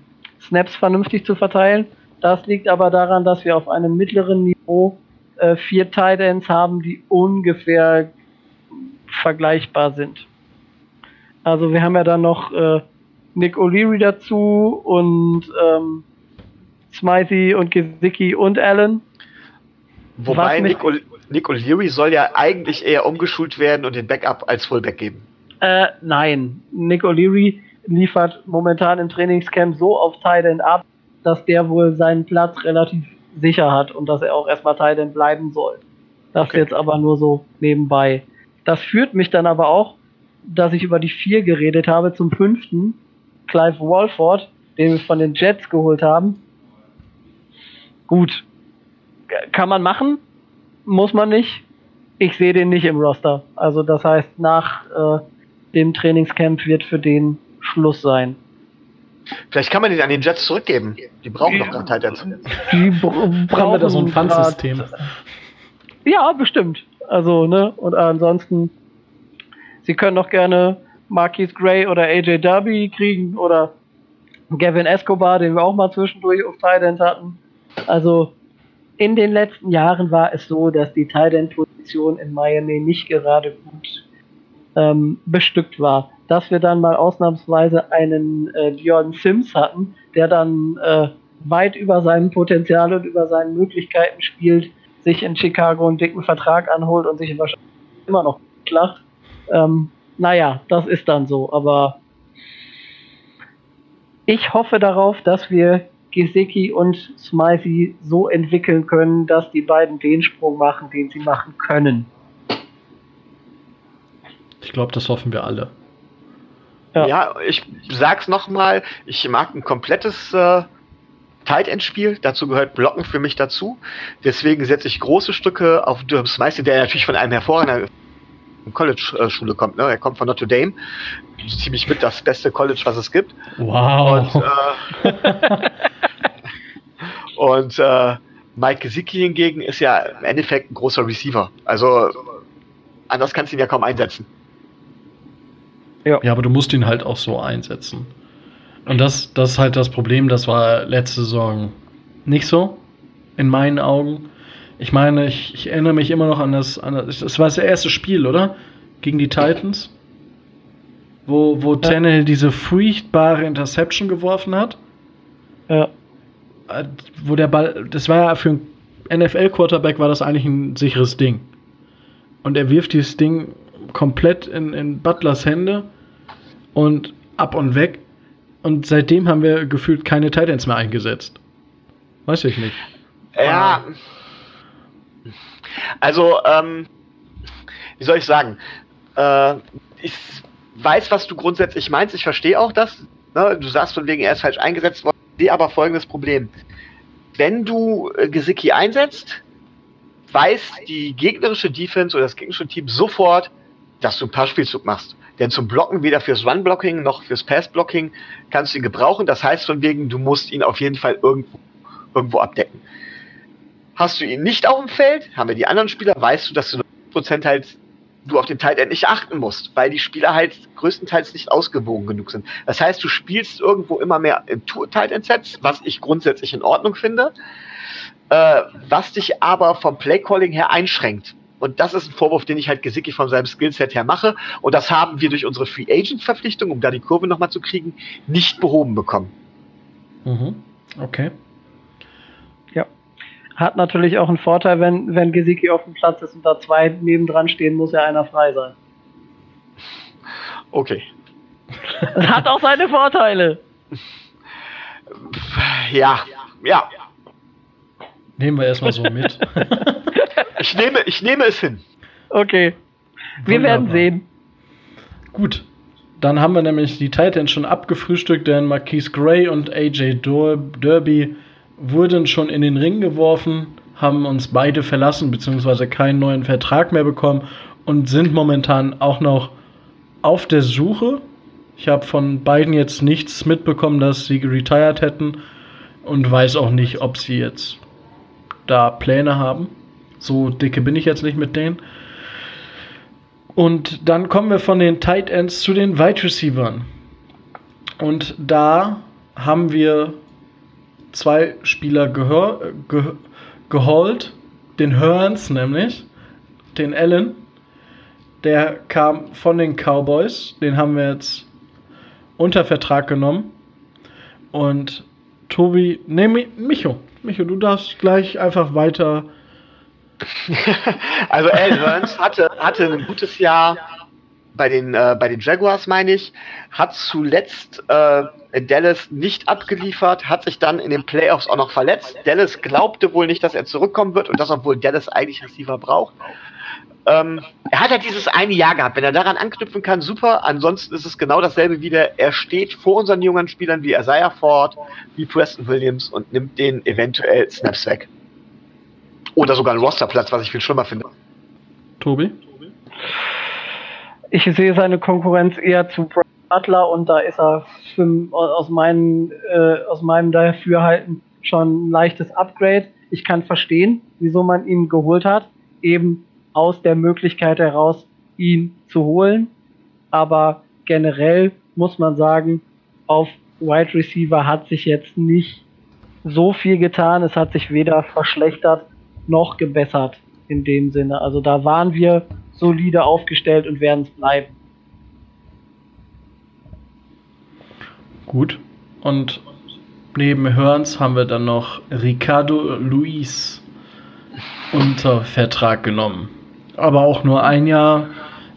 Snaps vernünftig zu verteilen. Das liegt aber daran, dass wir auf einem mittleren Niveau 4 Tight Ends haben, die ungefähr vergleichbar sind. Also wir haben ja dann noch Nick O'Leary dazu und Smythe und Gesicki und Allen. Wobei Nick O'Leary soll ja eigentlich eher umgeschult werden und den Backup als Fullback geben. Nein, Nick O'Leary liefert momentan im Trainingscamp so auf Tight End ab, dass der wohl seinen Platz relativ sicher hat und dass er auch erstmal Tight End bleiben soll. Das jetzt aber nur so nebenbei. Das führt mich dann aber auch, dass ich über die 4 geredet habe, zum 5. Clive Walford, den wir von den Jets geholt haben. Gut, kann man machen, muss man nicht. Ich sehe den nicht im Roster. Also das heißt, nach dem Trainingscamp wird für den Schluss sein. Vielleicht kann man den an den Jets zurückgeben. Die brauchen doch gerade Tight Ends. Die Haben wir da so ein Pfandsystem? Ja, bestimmt. Also, ne, und ansonsten, sie können doch gerne Marquise Gray oder AJ Derby kriegen oder Gavin Escobar, den wir auch mal zwischendurch auf Tight End hatten. Also, in den letzten Jahren war es so, dass die Tight End-Position in Miami nicht gerade gut bestückt war. Dass wir dann mal ausnahmsweise einen Dion Sims hatten, der dann weit über seinem Potenzial und über seinen Möglichkeiten spielt, sich in Chicago einen dicken Vertrag anholt und sich wahrscheinlich immer noch schlacht. Naja, das ist dann so, aber ich hoffe darauf, dass wir Gesicki und Smythe so entwickeln können, dass die beiden den Sprung machen, den sie machen können. Ich glaube, das hoffen wir alle. Ja, ich sag's nochmal, ich mag ein komplettes Tight-End-Spiel, dazu gehört Blocken für mich dazu. Deswegen setze ich große Stücke auf Durham Smythe, der natürlich von einem hervorragenden College-Schule kommt. Ne? Er kommt von Notre Dame, ziemlich mit das beste College, was es gibt. Wow. Und Mike Gesicki hingegen ist ja im Endeffekt ein großer Receiver. Also anders kannst du ihn ja kaum einsetzen. Ja, aber du musst ihn halt auch so einsetzen. Und das ist halt das Problem, das war letzte Saison nicht so, in meinen Augen. Ich meine, ich erinnere mich immer noch an das war das erste Spiel, oder? Gegen die Titans, wo Tannehill diese furchtbare Interception geworfen hat. Ja. Wo der Ball, das war ja für einen NFL-Quarterback war das eigentlich ein sicheres Ding. Und er wirft dieses Ding komplett in Butlers Hände und ab und weg. Und seitdem haben wir gefühlt keine Tight Ends mehr eingesetzt. Weiß ich nicht. Ja. Also, wie soll ich sagen? Ich weiß, was du grundsätzlich meinst. Ich verstehe auch das. Ne? Du sagst von wegen, er ist falsch eingesetzt worden. Ich sehe aber folgendes Problem. Wenn du Gesicki einsetzt, weiß die gegnerische Defense oder das gegnerische Team sofort, dass du einen Passspielzug machst. Denn zum Blocken, weder fürs Run-Blocking noch fürs Pass-Blocking, kannst du ihn gebrauchen. Das heißt von wegen, du musst ihn auf jeden Fall irgendwo abdecken. Hast du ihn nicht auf dem Feld, haben wir die anderen Spieler, weißt du, dass du 100% halt du auf den Tight End nicht achten musst, weil die Spieler halt größtenteils nicht ausgewogen genug sind. Das heißt, du spielst irgendwo immer mehr in Tight End Sets, was ich grundsätzlich in Ordnung finde, was dich aber vom Playcalling her einschränkt. Und das ist ein Vorwurf, den ich halt Gesicki von seinem Skillset her mache. Und das haben wir durch unsere Free Agent Verpflichtung, um da die Kurve nochmal zu kriegen, nicht behoben bekommen. Mhm. Okay. Ja. Hat natürlich auch einen Vorteil, wenn Gesicki auf dem Platz ist und da 2 nebendran stehen, muss ja einer frei sein. Okay. Das hat auch seine Vorteile. Ja. Nehmen wir erstmal so mit. Ich nehme es hin. Okay. Wir werden sehen. Gut. Dann haben wir nämlich die Titans schon abgefrühstückt, denn Marquise Gray und AJ Derby wurden schon in den Ring geworfen, haben uns beide verlassen, beziehungsweise keinen neuen Vertrag mehr bekommen und sind momentan auch noch auf der Suche. Ich habe von beiden jetzt nichts mitbekommen, dass sie retired hätten und weiß auch nicht, ob sie jetzt da Pläne haben. So dicke bin ich jetzt nicht mit denen. Und dann kommen wir von den Tight Ends zu den Wide Receivern. Und da haben wir 2 Spieler geholt. Den Hearns nämlich, den Allen. Der kam von den Cowboys. Den haben wir jetzt unter Vertrag genommen. Und Tobi, Micho, du darfst gleich einfach weiter. Also Al Hearns hatte ein gutes Jahr bei den Jaguars, meine ich, hat zuletzt in Dallas nicht abgeliefert, hat sich dann in den Playoffs auch noch verletzt. Dallas glaubte wohl nicht, dass er zurückkommen wird und das, obwohl Dallas eigentlich Receiver braucht. Er hat ja dieses eine Jahr gehabt. Wenn er daran anknüpfen kann, super. Ansonsten ist es genau dasselbe wieder. Er steht vor unseren jungen Spielern wie Isaiah Ford, wie Preston Williams und nimmt denen eventuell Snaps weg. Oder sogar einen Rosterplatz, was ich viel schlimmer finde. Tobi? Ich sehe seine Konkurrenz eher zu Butler und da ist er aus meinem Dafürhalten schon ein leichtes Upgrade. Ich kann verstehen, wieso man ihn geholt hat. Eben aus der Möglichkeit heraus, ihn zu holen. Aber generell muss man sagen, auf Wide Receiver hat sich jetzt nicht so viel getan. Es hat sich weder verschlechtert noch gebessert in dem Sinne. Also da waren wir solide aufgestellt und werden es bleiben. Gut. Und neben Hearns haben wir dann noch Ricardo Luis unter Vertrag genommen. Aber auch nur ein Jahr,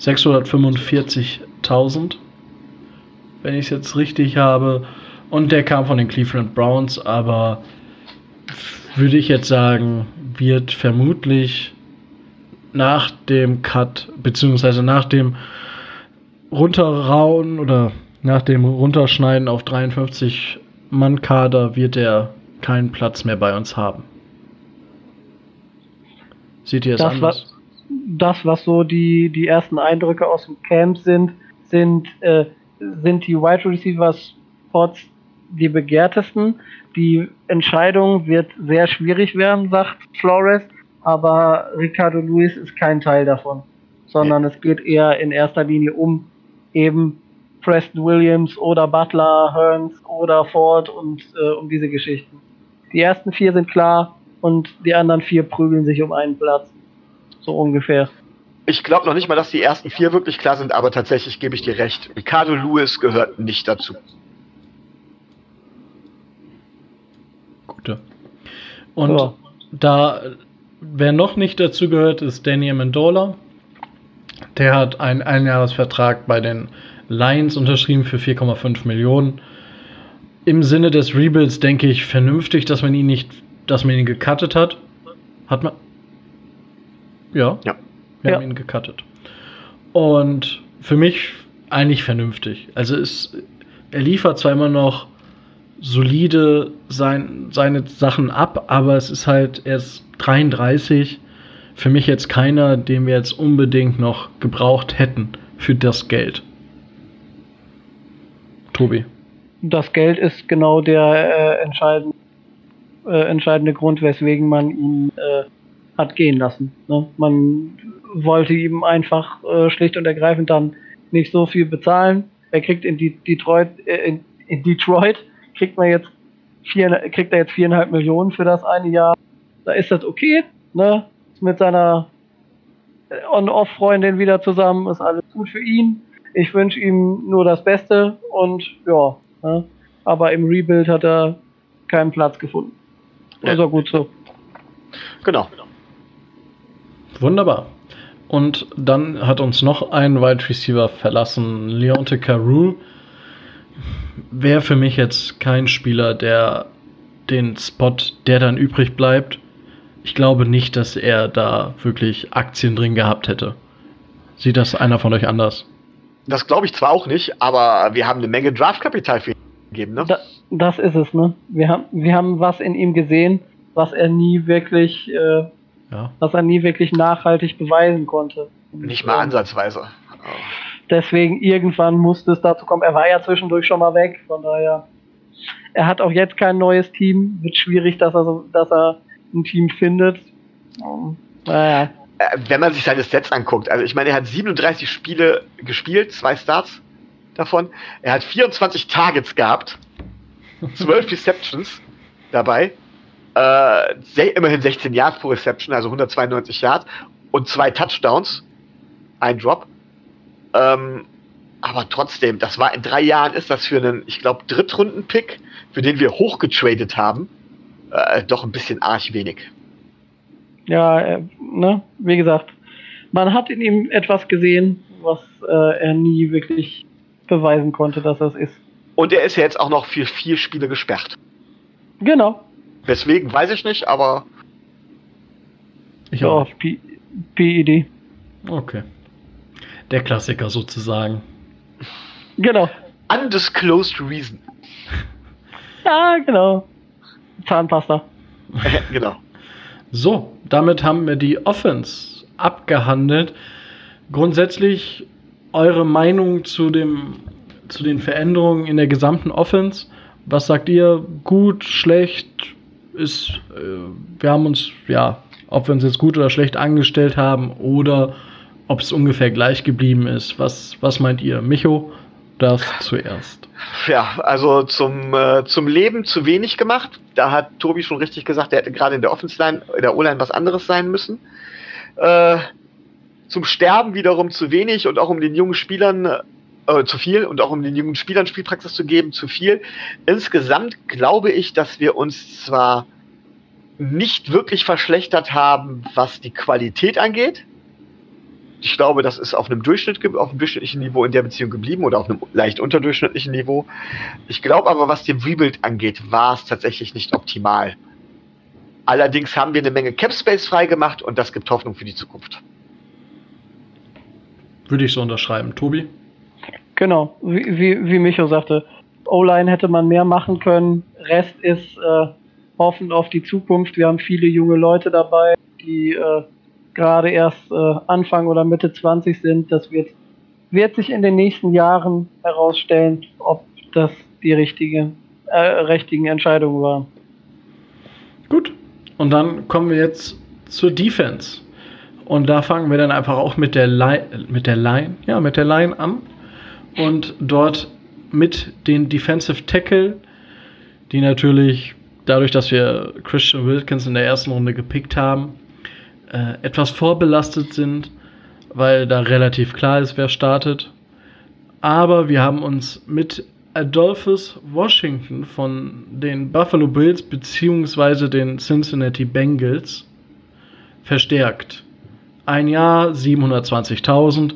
645.000, wenn ich es jetzt richtig habe. Und der kam von den Cleveland Browns, aber würde ich jetzt sagen, wird vermutlich nach dem Cut, beziehungsweise nach dem Runterrauen oder nach dem Runterschneiden auf 53-Mann-Kader wird er keinen Platz mehr bei uns haben. Seht ihr es anders? Was so die ersten Eindrücke aus dem Camp sind die Wide Receiver Spots die begehrtesten. Die Entscheidung wird sehr schwierig werden, sagt Flores, aber Ricardo Luis ist kein Teil davon, sondern es geht eher in erster Linie um eben Preston Williams oder Butler, Hearns oder Ford und um diese Geschichten. Die ersten 4 sind klar und die anderen 4 prügeln sich um einen Platz. So ungefähr. Ich glaube noch nicht mal, dass die ersten 4 wirklich klar sind, aber tatsächlich gebe ich dir recht. Ricardo Lewis gehört nicht dazu. Gute. Und ja. Da, wer noch nicht dazu gehört, ist Danny Amendola. Der hat einen Einjahresvertrag bei den Lions unterschrieben für 4,5 Millionen. Im Sinne des Rebuilds denke ich vernünftig, dass man ihn gecuttet hat. Hat man? Ja. Wir haben ihn gecuttet. Und für mich eigentlich vernünftig. Also er liefert zwar immer noch solide seine Sachen ab, aber es ist halt erst 33. Für mich jetzt keiner, den wir jetzt unbedingt noch gebraucht hätten für das Geld. Tobi. Das Geld ist genau der entscheidende Grund, weswegen man ihn hat gehen lassen. Ne? Man wollte ihm einfach schlicht und ergreifend dann nicht so viel bezahlen. Er kriegt in Detroit kriegt er jetzt 4,5 Millionen für das eine Jahr. Da ist das okay, ne? Ist mit seiner On-Off-Freundin wieder zusammen, ist alles gut für ihn. Ich wünsche ihm nur das Beste und ja, ne? Aber im Rebuild hat er keinen Platz gefunden. Ja. Ist auch gut so. Genau. Wunderbar. Und dann hat uns noch ein Wide Receiver verlassen, Leonte Carroo. Wäre für mich jetzt kein Spieler, der den Spot, der dann übrig bleibt. Ich glaube nicht, dass er da wirklich Aktien drin gehabt hätte. Sieht das einer von euch anders? Das glaube ich zwar auch nicht, aber wir haben eine Menge Draftkapital für ihn gegeben, ne? Das ist es, ne? Wir haben was in ihm gesehen, was er nie wirklich nachhaltig beweisen konnte. Nicht mal ansatzweise. Deswegen irgendwann musste es dazu kommen. Er war ja zwischendurch schon mal weg, von daher. Er hat auch jetzt kein neues Team. Wird schwierig, dass er ein Team findet. Naja. Wenn man sich seine Stats anguckt, also ich meine, er hat 37 Spiele gespielt, 2 Starts davon. Er hat 24 Targets gehabt, 12 Receptions, dabei. Immerhin 16 Yards pro Reception, also 192 Yards und 2 Touchdowns, ein Drop. Aber trotzdem, das war in 3 Jahren, ist das für einen, ich glaube, Drittrunden-Pick, für den wir hochgetradet haben, doch ein bisschen arg wenig. Ja, wie gesagt, man hat in ihm etwas gesehen, was er nie wirklich beweisen konnte, dass er es ist. Und er ist ja jetzt auch noch für 4 Spiele gesperrt. Genau. Weswegen, weiß ich nicht, aber... Ich auch. PED. Okay. Der Klassiker sozusagen. Genau. Undisclosed Reason. Ja, genau. Zahnpasta. Genau. So, damit haben wir die Offense abgehandelt. Grundsätzlich eure Meinung zu den Veränderungen in der gesamten Offense. Was sagt ihr? Gut, schlecht? Wir haben uns, ob wir uns jetzt gut oder schlecht angestellt haben oder ob es ungefähr gleich geblieben ist. Was meint ihr? Micho, das zuerst. Ja, also zum Leben zu wenig gemacht. Da hat Tobi schon richtig gesagt, der hätte gerade in der Offense-Line, in der O-Line was anderes sein müssen. Zum Sterben wiederum zu wenig und auch um den jungen Spielern zu viel und auch um den jungen Spielern Spielpraxis zu geben, zu viel. Insgesamt glaube ich, dass wir uns zwar nicht wirklich verschlechtert haben, was die Qualität angeht. Ich glaube, das ist auf einem durchschnittlichen Niveau in der Beziehung geblieben oder auf einem leicht unterdurchschnittlichen Niveau. Ich glaube aber, was den Rebuild angeht, war es tatsächlich nicht optimal. Allerdings haben wir eine Menge Cap-Space freigemacht und das gibt Hoffnung für die Zukunft. Würde ich so unterschreiben. Tobi? Genau, wie Micho sagte, O-Line hätte man mehr machen können. Rest ist hoffend auf die Zukunft. Wir haben viele junge Leute dabei, die gerade erst Anfang oder Mitte 20 sind. Das wird sich in den nächsten Jahren herausstellen, ob das die richtigen Entscheidungen waren. Gut, und dann kommen wir jetzt zur Defense. Und da fangen wir dann einfach auch mit der Line an. Und dort mit den Defensive Tackle, die natürlich dadurch, dass wir Christian Wilkins in der ersten Runde gepickt haben, etwas vorbelastet sind, weil da relativ klar ist, wer startet. Aber wir haben uns mit Adolphus Washington von den Buffalo Bills bzw. den Cincinnati Bengals verstärkt. Ein Jahr, 720.000.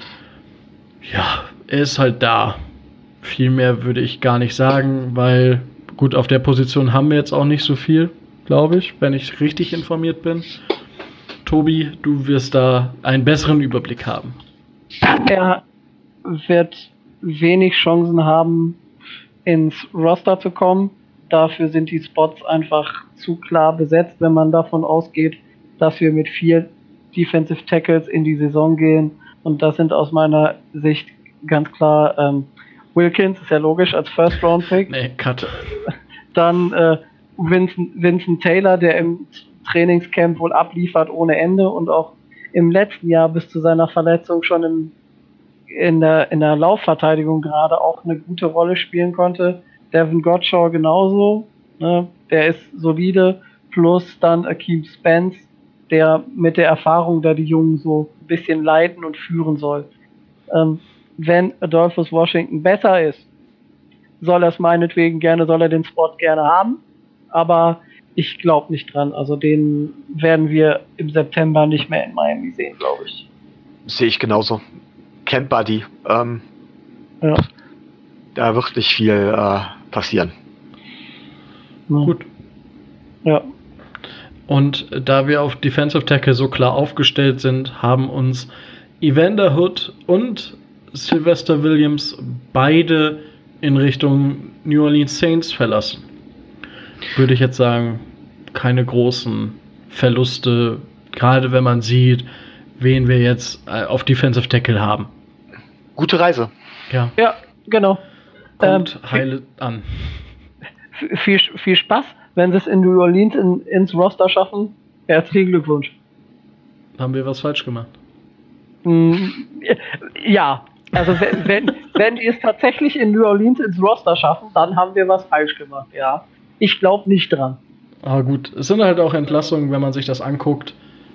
Ja, er ist halt da. Viel mehr würde ich gar nicht sagen, weil gut, auf der Position haben wir jetzt auch nicht so viel, glaube ich, wenn ich richtig informiert bin. Tobi, du wirst da einen besseren Überblick haben. Er wird wenig Chancen haben, ins Roster zu kommen. Dafür sind die Spots einfach zu klar besetzt, wenn man davon ausgeht, dass wir mit 4 Defensive Tackles in die Saison gehen. Und das sind aus meiner Sicht ganz klar Wilkins, ist ja logisch, als First-Round-Pick. Nee, Cut. Dann Vincent Taylor, der im Trainingscamp wohl abliefert ohne Ende und auch im letzten Jahr bis zu seiner Verletzung schon in der Laufverteidigung gerade auch eine gute Rolle spielen konnte. Devin Gottschall genauso, ne? Der ist solide, plus dann Akeem Spence, der mit der Erfahrung da die Jungen so ein bisschen leiten und führen soll. Wenn Adolphus Washington besser ist, soll er den Spot gerne haben, aber ich glaube nicht dran. Also den werden wir im September nicht mehr in Miami sehen, glaube ich. Sehe ich genauso. Camp Buddy. Ja. Da wird nicht viel passieren. Ja. Gut. Ja. Und da wir auf Defensive Tackle so klar aufgestellt sind, haben uns Evander Hood und Sylvester Williams beide in Richtung New Orleans Saints verlassen. Würde ich jetzt sagen, keine großen Verluste, gerade wenn man sieht, wen wir jetzt auf Defensive Tackle haben. Gute Reise. Ja, Ja, genau. kommt heile an. Viel Spaß, wenn sie es in New Orleans ins Roster schaffen. Herzlichen Glückwunsch. Haben wir was falsch gemacht? Ja, also wenn die es tatsächlich in New Orleans ins Roster schaffen, dann haben wir was falsch gemacht, ja. Ich glaube nicht dran. Aber gut, es sind halt auch Entlassungen, wenn man sich das anguckt.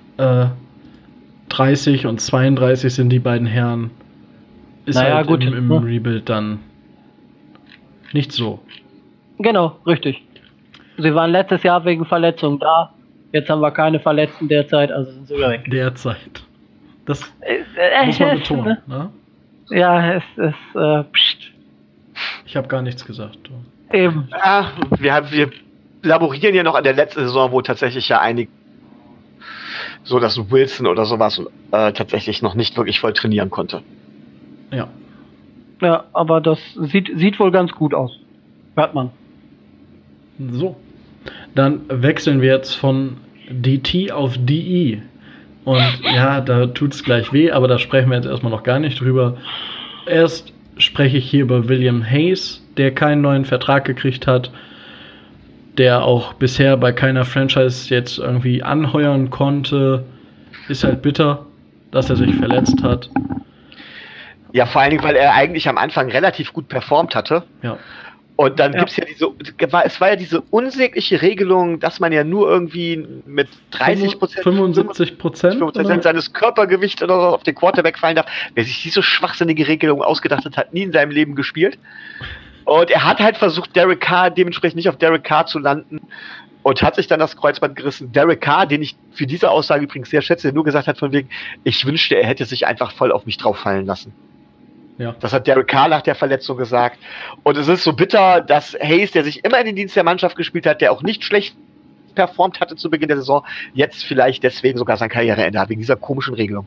30 und 32 sind die beiden Herren. Ist Naja, halt gut, im ne? Rebuild dann nicht so. Genau, richtig. Sie waren letztes Jahr wegen Verletzungen da. Jetzt haben wir keine Verletzten derzeit, also sind sie wieder weg. Derzeit. Das muss man betonen. Ne? Ja, es ist, pst. Ich habe gar nichts gesagt. Eben. Ja, wir laborieren ja noch an der letzten Saison, wo tatsächlich ja einige, so dass Wilson oder sowas tatsächlich noch nicht wirklich voll trainieren konnte. Ja. Ja, aber das sieht wohl ganz gut aus. Hört man. So. Dann wechseln wir jetzt von DT auf DE. Und ja, da tut's gleich weh, aber da sprechen wir jetzt erstmal noch gar nicht drüber. Erst spreche ich hier über William Hayes, der keinen neuen Vertrag gekriegt hat, der auch bisher bei keiner Franchise jetzt irgendwie anheuern konnte. Ist halt bitter, dass er sich verletzt hat. Ja, vor allen Dingen, weil er eigentlich am Anfang relativ gut performt hatte. Ja. Und dann gibt's ja es war ja diese unsägliche Regelung, dass man ja nur irgendwie mit 30%, 75% seines Körpergewichts oder so auf den Quarterback fallen darf. Wer sich diese schwachsinnige Regelung ausgedacht hat, hat nie in seinem Leben gespielt. Und er hat halt versucht, Derek Carr dementsprechend nicht auf Derek Carr zu landen und hat sich dann das Kreuzband gerissen. Derek Carr, den ich für diese Aussage übrigens sehr schätze, der nur gesagt hat von wegen, ich wünschte, er hätte sich einfach voll auf mich drauf fallen lassen. Ja. Das hat Derek Carr nach der Verletzung gesagt. Und es ist so bitter, dass Hayes, der sich immer in den Dienst der Mannschaft gespielt hat, der auch nicht schlecht performt hatte zu Beginn der Saison, jetzt vielleicht deswegen sogar sein Karriereende hat, wegen dieser komischen Regelung.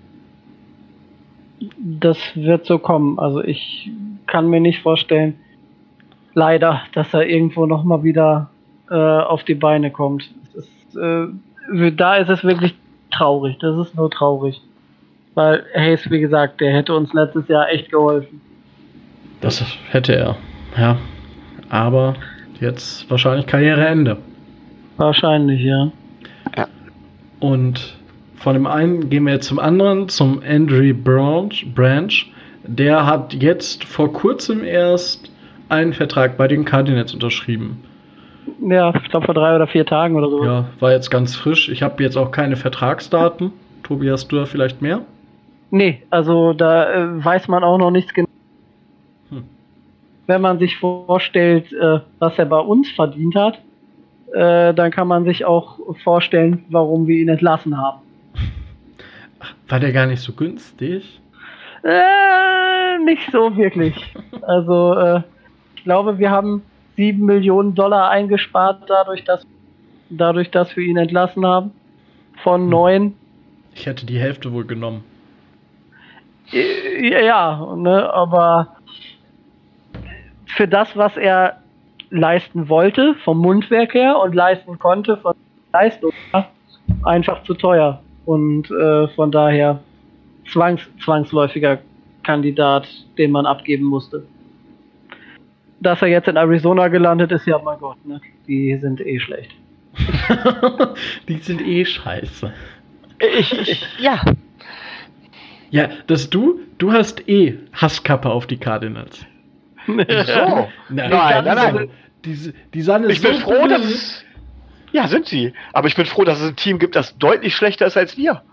Das wird so kommen. Also ich kann mir nicht vorstellen, leider, dass er irgendwo nochmal wieder auf die Beine kommt. Da ist es wirklich traurig. Das ist nur traurig. Weil Hayes, wie gesagt, der hätte uns letztes Jahr echt geholfen. Das hätte er, ja. Aber jetzt wahrscheinlich Karriereende. Wahrscheinlich, ja. Und von dem einen gehen wir jetzt zum anderen, zum Andrew Branch. Der hat jetzt vor kurzem erst einen Vertrag bei den Cardinals unterschrieben. Ja, ich glaube vor 3 oder 4 Tagen oder so. Ja, war jetzt ganz frisch. Ich habe jetzt auch keine Vertragsdaten. Tobi, hast du da vielleicht mehr? Nee, also da weiß man auch noch nichts genau. Wenn man sich vorstellt, was er bei uns verdient hat, dann kann man sich auch vorstellen, warum wir ihn entlassen haben. Ach, war der gar nicht so günstig? Nicht so wirklich. Also ich glaube, wir haben $7 Millionen eingespart, dadurch, dass wir ihn entlassen haben. Von 9. Ich hätte die Hälfte wohl genommen. Ja, ne, aber für das, was er leisten wollte, vom Mundwerk her und leisten konnte, von Leistung her, einfach zu teuer. Und von daher zwangsläufiger Kandidat, den man abgeben musste. Dass er jetzt in Arizona gelandet ist, ja, mein Gott, ne? Die sind eh schlecht. Die sind eh scheiße. Ja. Ja, du hast Hasskappe auf die Cardinals. So. Nein. Die Sanne ich bin froh, dass es... Ja, sind sie. Aber ich bin froh, dass es ein Team gibt, das deutlich schlechter ist als wir.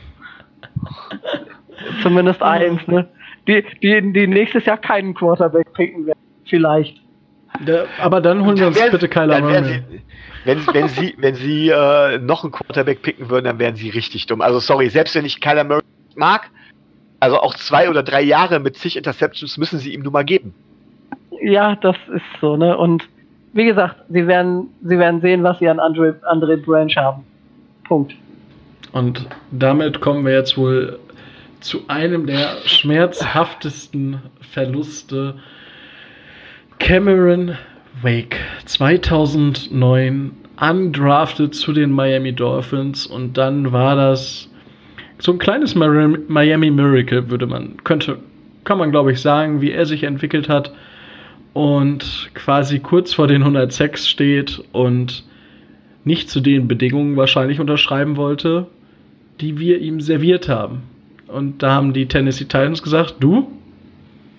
Zumindest eins, ne? Die nächstes Jahr keinen Quarterback picken werden. Vielleicht. Aber dann holen wir uns bitte Kyler Murray. Wenn sie noch einen Quarterback picken würden, dann wären sie richtig dumm. Also sorry, selbst wenn ich Kyler Murray mag, also auch 2 oder 3 Jahre mit zig Interceptions müssen sie ihm nun mal geben. Ja, das ist so, ne? Und wie gesagt, sie werden sehen, was sie an Andre Branch haben. Punkt. Und damit kommen wir jetzt wohl zu einem der schmerzhaftesten Verluste. Cameron Wake, 2009 undrafted zu den Miami Dolphins, und dann war das so ein kleines Miami Miracle, kann man glaube ich sagen, wie er sich entwickelt hat und quasi kurz vor den 106 steht und nicht zu den Bedingungen wahrscheinlich unterschreiben wollte, die wir ihm serviert haben. Und da haben die Tennessee Titans gesagt, du,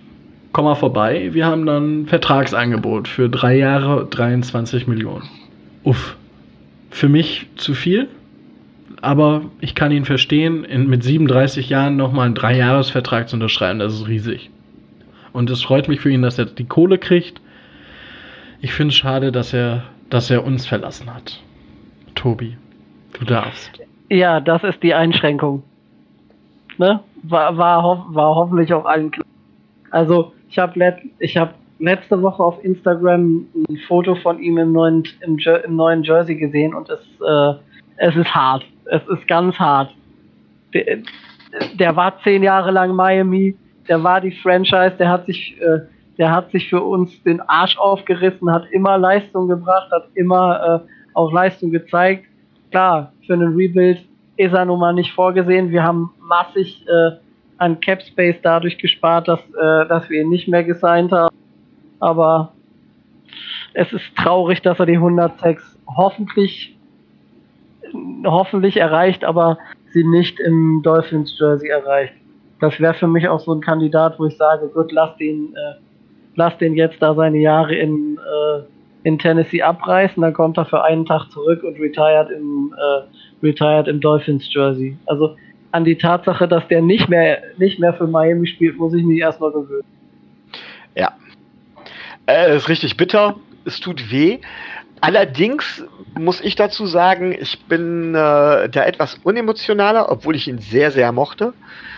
komm mal vorbei, wir haben dann ein Vertragsangebot für 3 Jahre, 23 Millionen. Uff, für mich zu viel, aber ich kann ihn verstehen, mit 37 Jahren nochmal einen 3-Jahres-Vertrag zu unterschreiben, das ist riesig. Und es freut mich für ihn, dass er die Kohle kriegt. Ich finde es schade, dass er uns verlassen hat. Tobi, du darfst. Ja, das ist die Einschränkung. Ne? War hoffentlich auch allen klar. Also, ich habe letzte Woche auf Instagram ein Foto von ihm im neuen Jersey gesehen und es ist hart. Es ist ganz hart. Der war 10 Jahre lang Miami, der war die Franchise, der hat sich für uns den Arsch aufgerissen, hat immer Leistung gebracht, hat immer auch Leistung gezeigt. Klar, für einen Rebuild ist er nun mal nicht vorgesehen. Wir haben massig an Cap Space dadurch gespart, dass wir ihn nicht mehr gesigned haben. Aber es ist traurig, dass er die 106 hoffentlich erreicht, aber sie nicht im Dolphins Jersey erreicht. Das wäre für mich auch so ein Kandidat, wo ich sage, gut, lass den jetzt da seine Jahre in Tennessee abreißen, dann kommt er für einen Tag zurück und retired im Dolphins Jersey. Also an die Tatsache, dass der nicht mehr für Miami spielt, muss ich mich erstmal gewöhnen. Ja. Ist richtig bitter. Es tut weh. Allerdings muss ich dazu sagen, ich bin da etwas unemotionaler, obwohl ich ihn sehr, sehr mochte.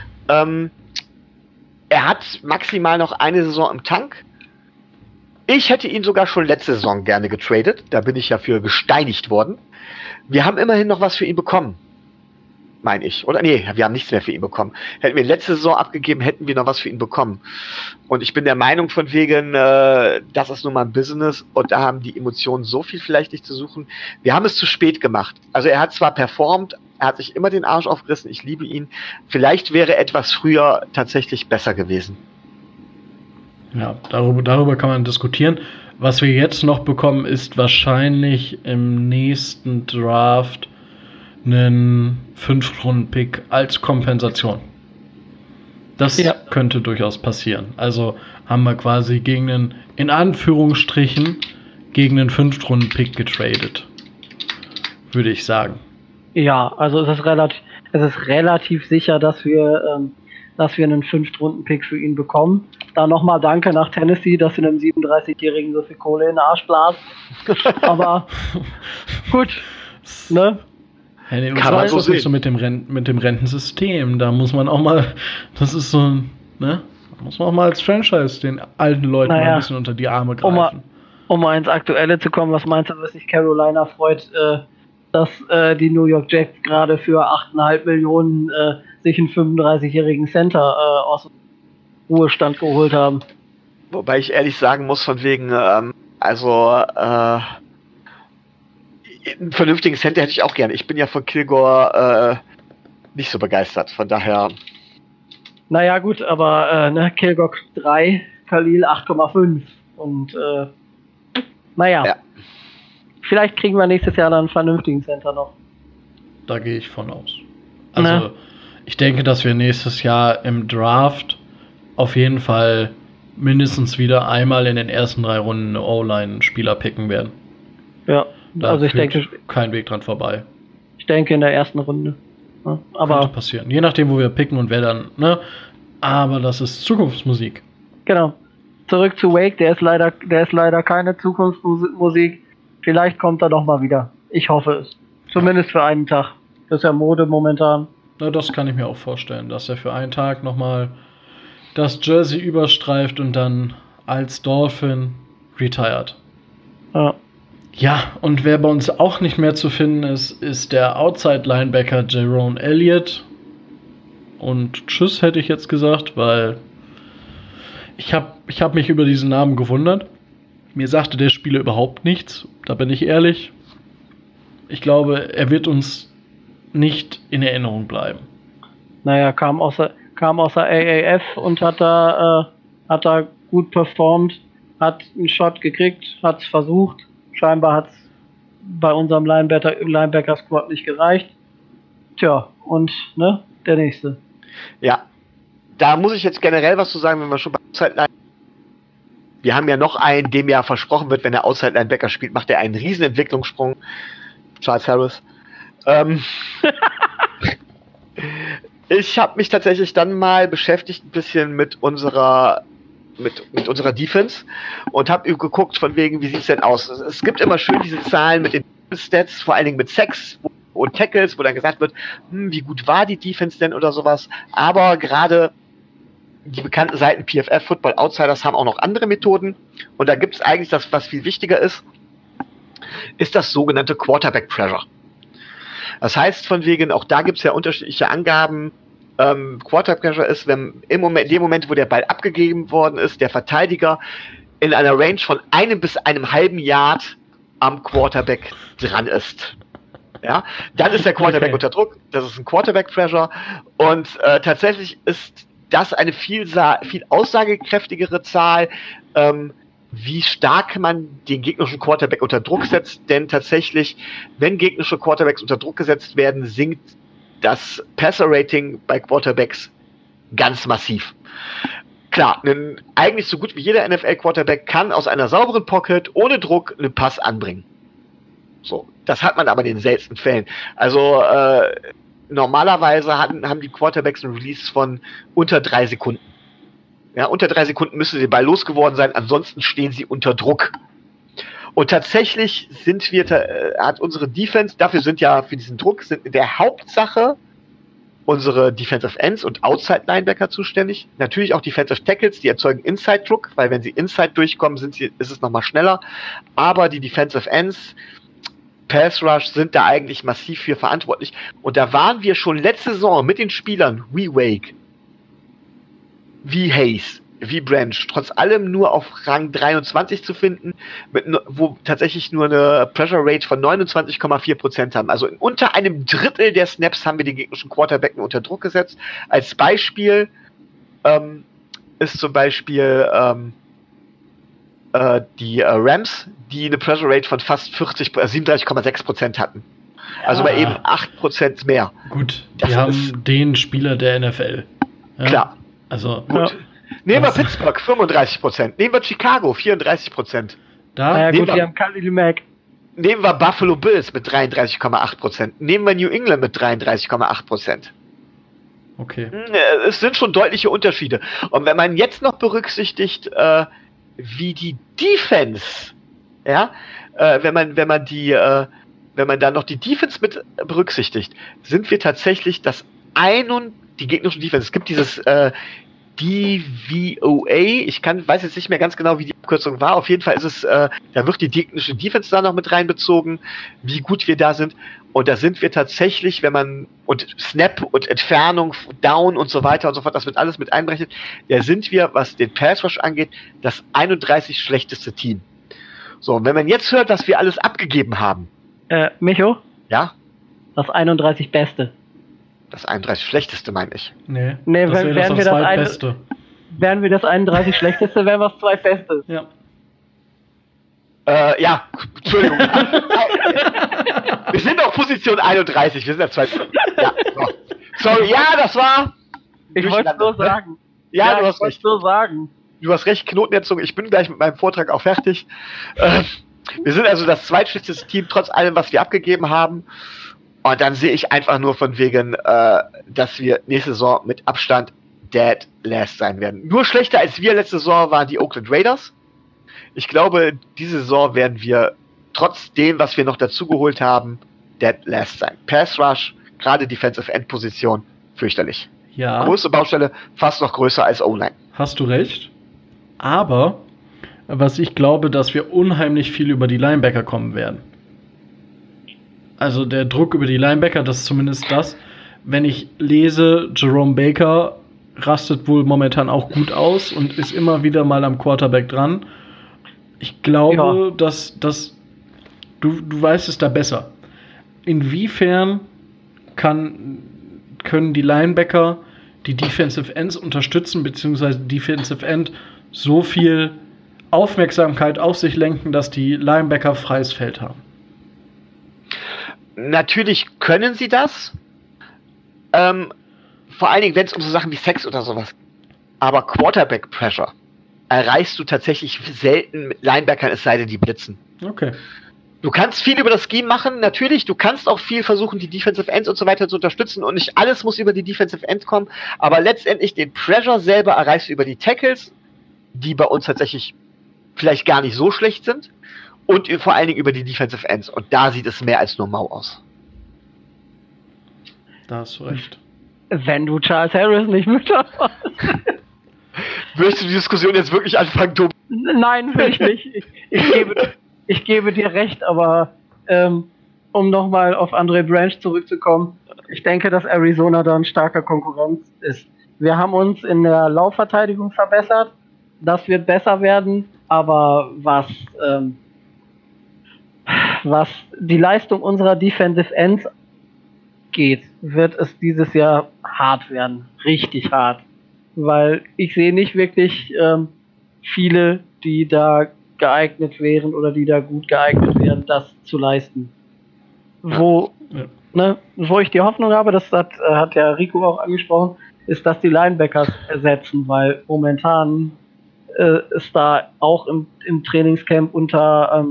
Er hat maximal noch eine Saison im Tank. Ich hätte ihn sogar schon letzte Saison gerne getradet. Da bin ich ja für gesteinigt worden. Wir haben immerhin noch was für ihn bekommen. Meine ich. Oder? Nee, wir haben nichts mehr für ihn bekommen. Hätten wir letzte Saison abgegeben, hätten wir noch was für ihn bekommen. Und ich bin der Meinung von wegen, das ist nun mal ein Business und da haben die Emotionen so viel vielleicht nicht zu suchen. Wir haben es zu spät gemacht. Also er hat zwar performt, er hat sich immer den Arsch aufgerissen, ich liebe ihn. Vielleicht wäre etwas früher tatsächlich besser gewesen. Ja, darüber kann man diskutieren. Was wir jetzt noch bekommen, ist wahrscheinlich im nächsten Draft einen 5-Runden-Pick als Kompensation. Das könnte durchaus passieren. Also haben wir quasi in Anführungsstrichen, gegen einen 5-Runden-Pick getradet. Würde ich sagen. Ja, also es ist relativ sicher, dass wir einen 5-Runden-Pick für ihn bekommen. Da nochmal Danke nach Tennessee, dass sie einem 37-Jährigen so viel Kohle in den Arsch blasen. Aber gut, ne? Hey, kann man so sehen. So mit dem Rentensystem, da muss man auch mal, das ist so, ne? Da muss man auch mal als Franchise den alten Leuten mal ein bisschen unter die Arme greifen. Um mal ins Aktuelle zu kommen, was meinst du, was sich Carolina freut, dass die New York Jets gerade für 8,5 Millionen sich einen 35-jährigen Center aus dem Ruhestand geholt haben. Wobei ich ehrlich sagen muss, von wegen, einen vernünftigen Center hätte ich auch gerne. Ich bin ja von Kilgore nicht so begeistert, von daher. Naja gut, aber Kilgore 3, Khalil 8,5 und Ja. Vielleicht kriegen wir nächstes Jahr dann einen vernünftigen Center noch. Da gehe ich von aus. Also ich denke, dass wir nächstes Jahr im Draft auf jeden Fall mindestens wieder einmal in den ersten 3 Runden eine O-Line-Spieler picken werden. Ja, da also ich denke, kein Weg dran vorbei. Ich denke in der ersten Runde. Ja, aber könnte passieren. Je nachdem, wo wir picken und wer dann, ne? Aber das ist Zukunftsmusik. Genau. Zurück zu Wake, der ist leider keine Zukunftsmusik. Vielleicht kommt er doch mal wieder. Ich hoffe es. Zumindest für einen Tag. Das ist ja Mode momentan. Na, das kann ich mir auch vorstellen, dass er für einen Tag nochmal das Jersey überstreift und dann als Dolphin retired. Ja. Ja, und wer bei uns auch nicht mehr zu finden ist, ist der Outside-Linebacker Jerome Elliott. Und tschüss hätte ich jetzt gesagt, weil ich hab mich über diesen Namen gewundert. Mir sagte der Spieler überhaupt nichts, da bin ich ehrlich. Ich glaube, er wird uns nicht in Erinnerung bleiben. Naja, kam aus der AAF und hat da gut performt, hat einen Shot gekriegt, hat es versucht. Scheinbar hat es bei unserem Linebacker-Squad nicht gereicht. Tja, und der nächste. Ja, da muss ich jetzt generell was zu sagen, wenn wir schon bei wir haben ja noch einen, dem ja versprochen wird, wenn er Outside Linebacker spielt, macht er einen riesen Entwicklungssprung. Charles Harris. Ich habe mich tatsächlich dann mal beschäftigt ein bisschen mit unserer Defense und habe geguckt von wegen, wie sieht's denn aus? Es gibt immer schön diese Zahlen mit den Stats, vor allen Dingen mit Sacks und Tackles, wo dann gesagt wird, wie gut war die Defense denn oder sowas. Aber gerade die bekannten Seiten PFF, Football Outsiders haben auch noch andere Methoden. Und da gibt es eigentlich das, was viel wichtiger ist das sogenannte Quarterback Pressure. Das heißt von wegen, auch da gibt es ja unterschiedliche Angaben. Quarterback Pressure ist, wenn in dem Moment, wo der Ball abgegeben worden ist, der Verteidiger in einer Range von 1 bis 1,5 Yard am Quarterback dran ist. Ja, dann ist der Quarterback unter Druck. Das ist ein Quarterback Pressure. Und tatsächlich ist das eine viel aussagekräftigere Zahl, wie stark man den gegnerischen Quarterback unter Druck setzt. Denn tatsächlich, wenn gegnerische Quarterbacks unter Druck gesetzt werden, sinkt das Passer-Rating bei Quarterbacks ganz massiv. Klar, eigentlich so gut wie jeder NFL-Quarterback kann aus einer sauberen Pocket ohne Druck einen Pass anbringen. So, das hat man aber in den seltensten Fällen. Also normalerweise haben die Quarterbacks einen Release von unter 3 Sekunden. Ja, unter 3 Sekunden müssen sie den Ball losgeworden sein, ansonsten stehen sie unter Druck. Und tatsächlich hat unsere Defense, dafür sind ja für diesen Druck, sind in der Hauptsache unsere Defensive Ends und Outside Linebacker zuständig. Natürlich auch Defensive Tackles, die erzeugen Inside Druck, weil wenn sie Inside durchkommen, ist es nochmal schneller. Aber die Defensive Ends, Pass Rush sind da eigentlich massiv für verantwortlich. Und da waren wir schon letzte Saison mit den Spielern wie Wake, wie Hayes, wie Branch, trotz allem nur auf Rang 23 zu finden, wo tatsächlich nur eine Pressure Rate von 29,4% haben. Also in unter einem Drittel der Snaps haben wir den gegnerischen Quarterback unter Druck gesetzt. Als Beispiel ist zum Beispiel die Rams, die eine Pressure Rate von fast 37,6% hatten. Also bei eben 8% mehr. Gut, die haben den Spieler der NFL. Ja? Klar. Also, gut. Nehmen wir Pittsburgh, 35%. Nehmen wir Chicago, 34%. Die haben Khalil Mack. Nehmen wir Buffalo Bills mit 33,8%. Nehmen wir New England mit 33,8%. Okay. Es sind schon deutliche Unterschiede. Und wenn man jetzt noch berücksichtigt, wie die Defense, ja, wenn man dann noch die Defense mit berücksichtigt, sind wir tatsächlich die gegnerischen Defense. Es gibt dieses DVOA, weiß jetzt nicht mehr ganz genau, wie die Abkürzung war. Auf jeden Fall ist es, da wird die gegnerische Defense da noch mit reinbezogen, wie gut wir da sind. Und da sind wir tatsächlich, und Snap und Entfernung, Down und so weiter und so fort, das wird alles mit einberechnet. Da sind wir, was den Pass Rush angeht, das 31 schlechteste Team. So, und wenn man jetzt hört, was wir alles abgegeben haben. Micho? Ja? Das 31 Beste. Das 31 schlechteste, meine ich. Nee, wären wir das 31 schlechteste, wären wir das zweitbeste. Ja. Ja, Entschuldigung. Wir sind auf Position 31, wir sind der zweite. Ja, so. Sorry, ja, das war... Ich wollte es nur sagen. Ja, du hast recht. Nur sagen. Du hast recht, Knotennetzung. Ich bin gleich mit meinem Vortrag auch fertig. Wir sind also das zweitschlechteste Team, trotz allem, was wir abgegeben haben. Und dann sehe ich einfach nur von wegen, dass wir nächste Saison mit Abstand dead last sein werden. Nur schlechter als wir letzte Saison waren die Oakland Raiders. Ich glaube, diese Saison werden wir trotz dem, was wir noch dazugeholt haben, dead last sein. Pass Rush, gerade Defensive End Position, fürchterlich. Ja. Große Baustelle, fast noch größer als O-Line. Hast du recht. Aber, was ich glaube, dass wir unheimlich viel über die Linebacker kommen werden. Also der Druck über die Linebacker, das ist zumindest das. Wenn ich lese, Jerome Baker rastet wohl momentan auch gut aus und ist immer wieder mal am Quarterback dran. Ich glaube, dass du weißt es da besser. Inwiefern können die Linebacker die Defensive Ends unterstützen, beziehungsweise Defensive End so viel Aufmerksamkeit auf sich lenken, dass die Linebacker freies Feld haben? Natürlich können sie das. Vor allen Dingen, wenn es um so Sachen wie Sex oder sowas geht. Aber Quarterback Pressure erreichst du tatsächlich selten mit Linebackern, es sei denn, die blitzen. Okay. Du kannst viel über das Scheme machen, natürlich, du kannst auch viel versuchen, die Defensive Ends und so weiter zu unterstützen und nicht alles muss über die Defensive End kommen, aber letztendlich den Pressure selber erreichst du über die Tackles, die bei uns tatsächlich vielleicht gar nicht so schlecht sind und vor allen Dingen über die Defensive Ends und da sieht es mehr als nur mau aus. Da hast du recht. Wenn du Charles Harris nicht Mütter hast. Möchtest du die Diskussion jetzt wirklich anfangen, Tobi? Nein, will ich nicht. Ich gebe dir recht, aber um nochmal auf Andre Branch zurückzukommen, ich denke, dass Arizona da ein starker Konkurrent ist. Wir haben uns in der Laufverteidigung verbessert, das wird besser werden, aber was die Leistung unserer Defensive Ends geht, wird es dieses Jahr hart werden, richtig hart, weil ich sehe nicht wirklich viele, die da geeignet wären oder die da gut geeignet wären, das zu leisten. Wo ich die Hoffnung habe, das hat ja Rico auch angesprochen, ist, dass die Linebackers ersetzen, weil momentan ist da auch im Trainingscamp unter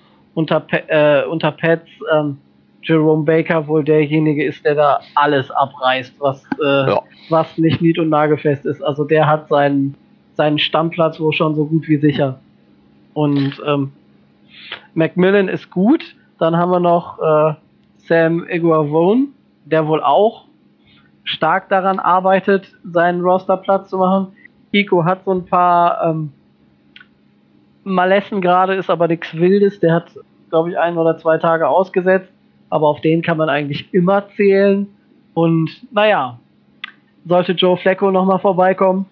Pets Jerome Baker wohl derjenige ist, der da alles abreißt, was nicht nied- und nagelfest ist. Also der hat seinen Stammplatz wohl schon so gut wie sicher. Und McMillan ist gut. Dann haben wir noch Sam Iguavone, der wohl auch stark daran arbeitet, seinen Rosterplatz zu machen. Iko hat so ein paar Malessen gerade, ist aber nichts Wildes. Der hat, glaube ich, 1 oder 2 Tage ausgesetzt. Aber auf den kann man eigentlich immer zählen. Und naja, sollte Joe Flacco nochmal vorbeikommen,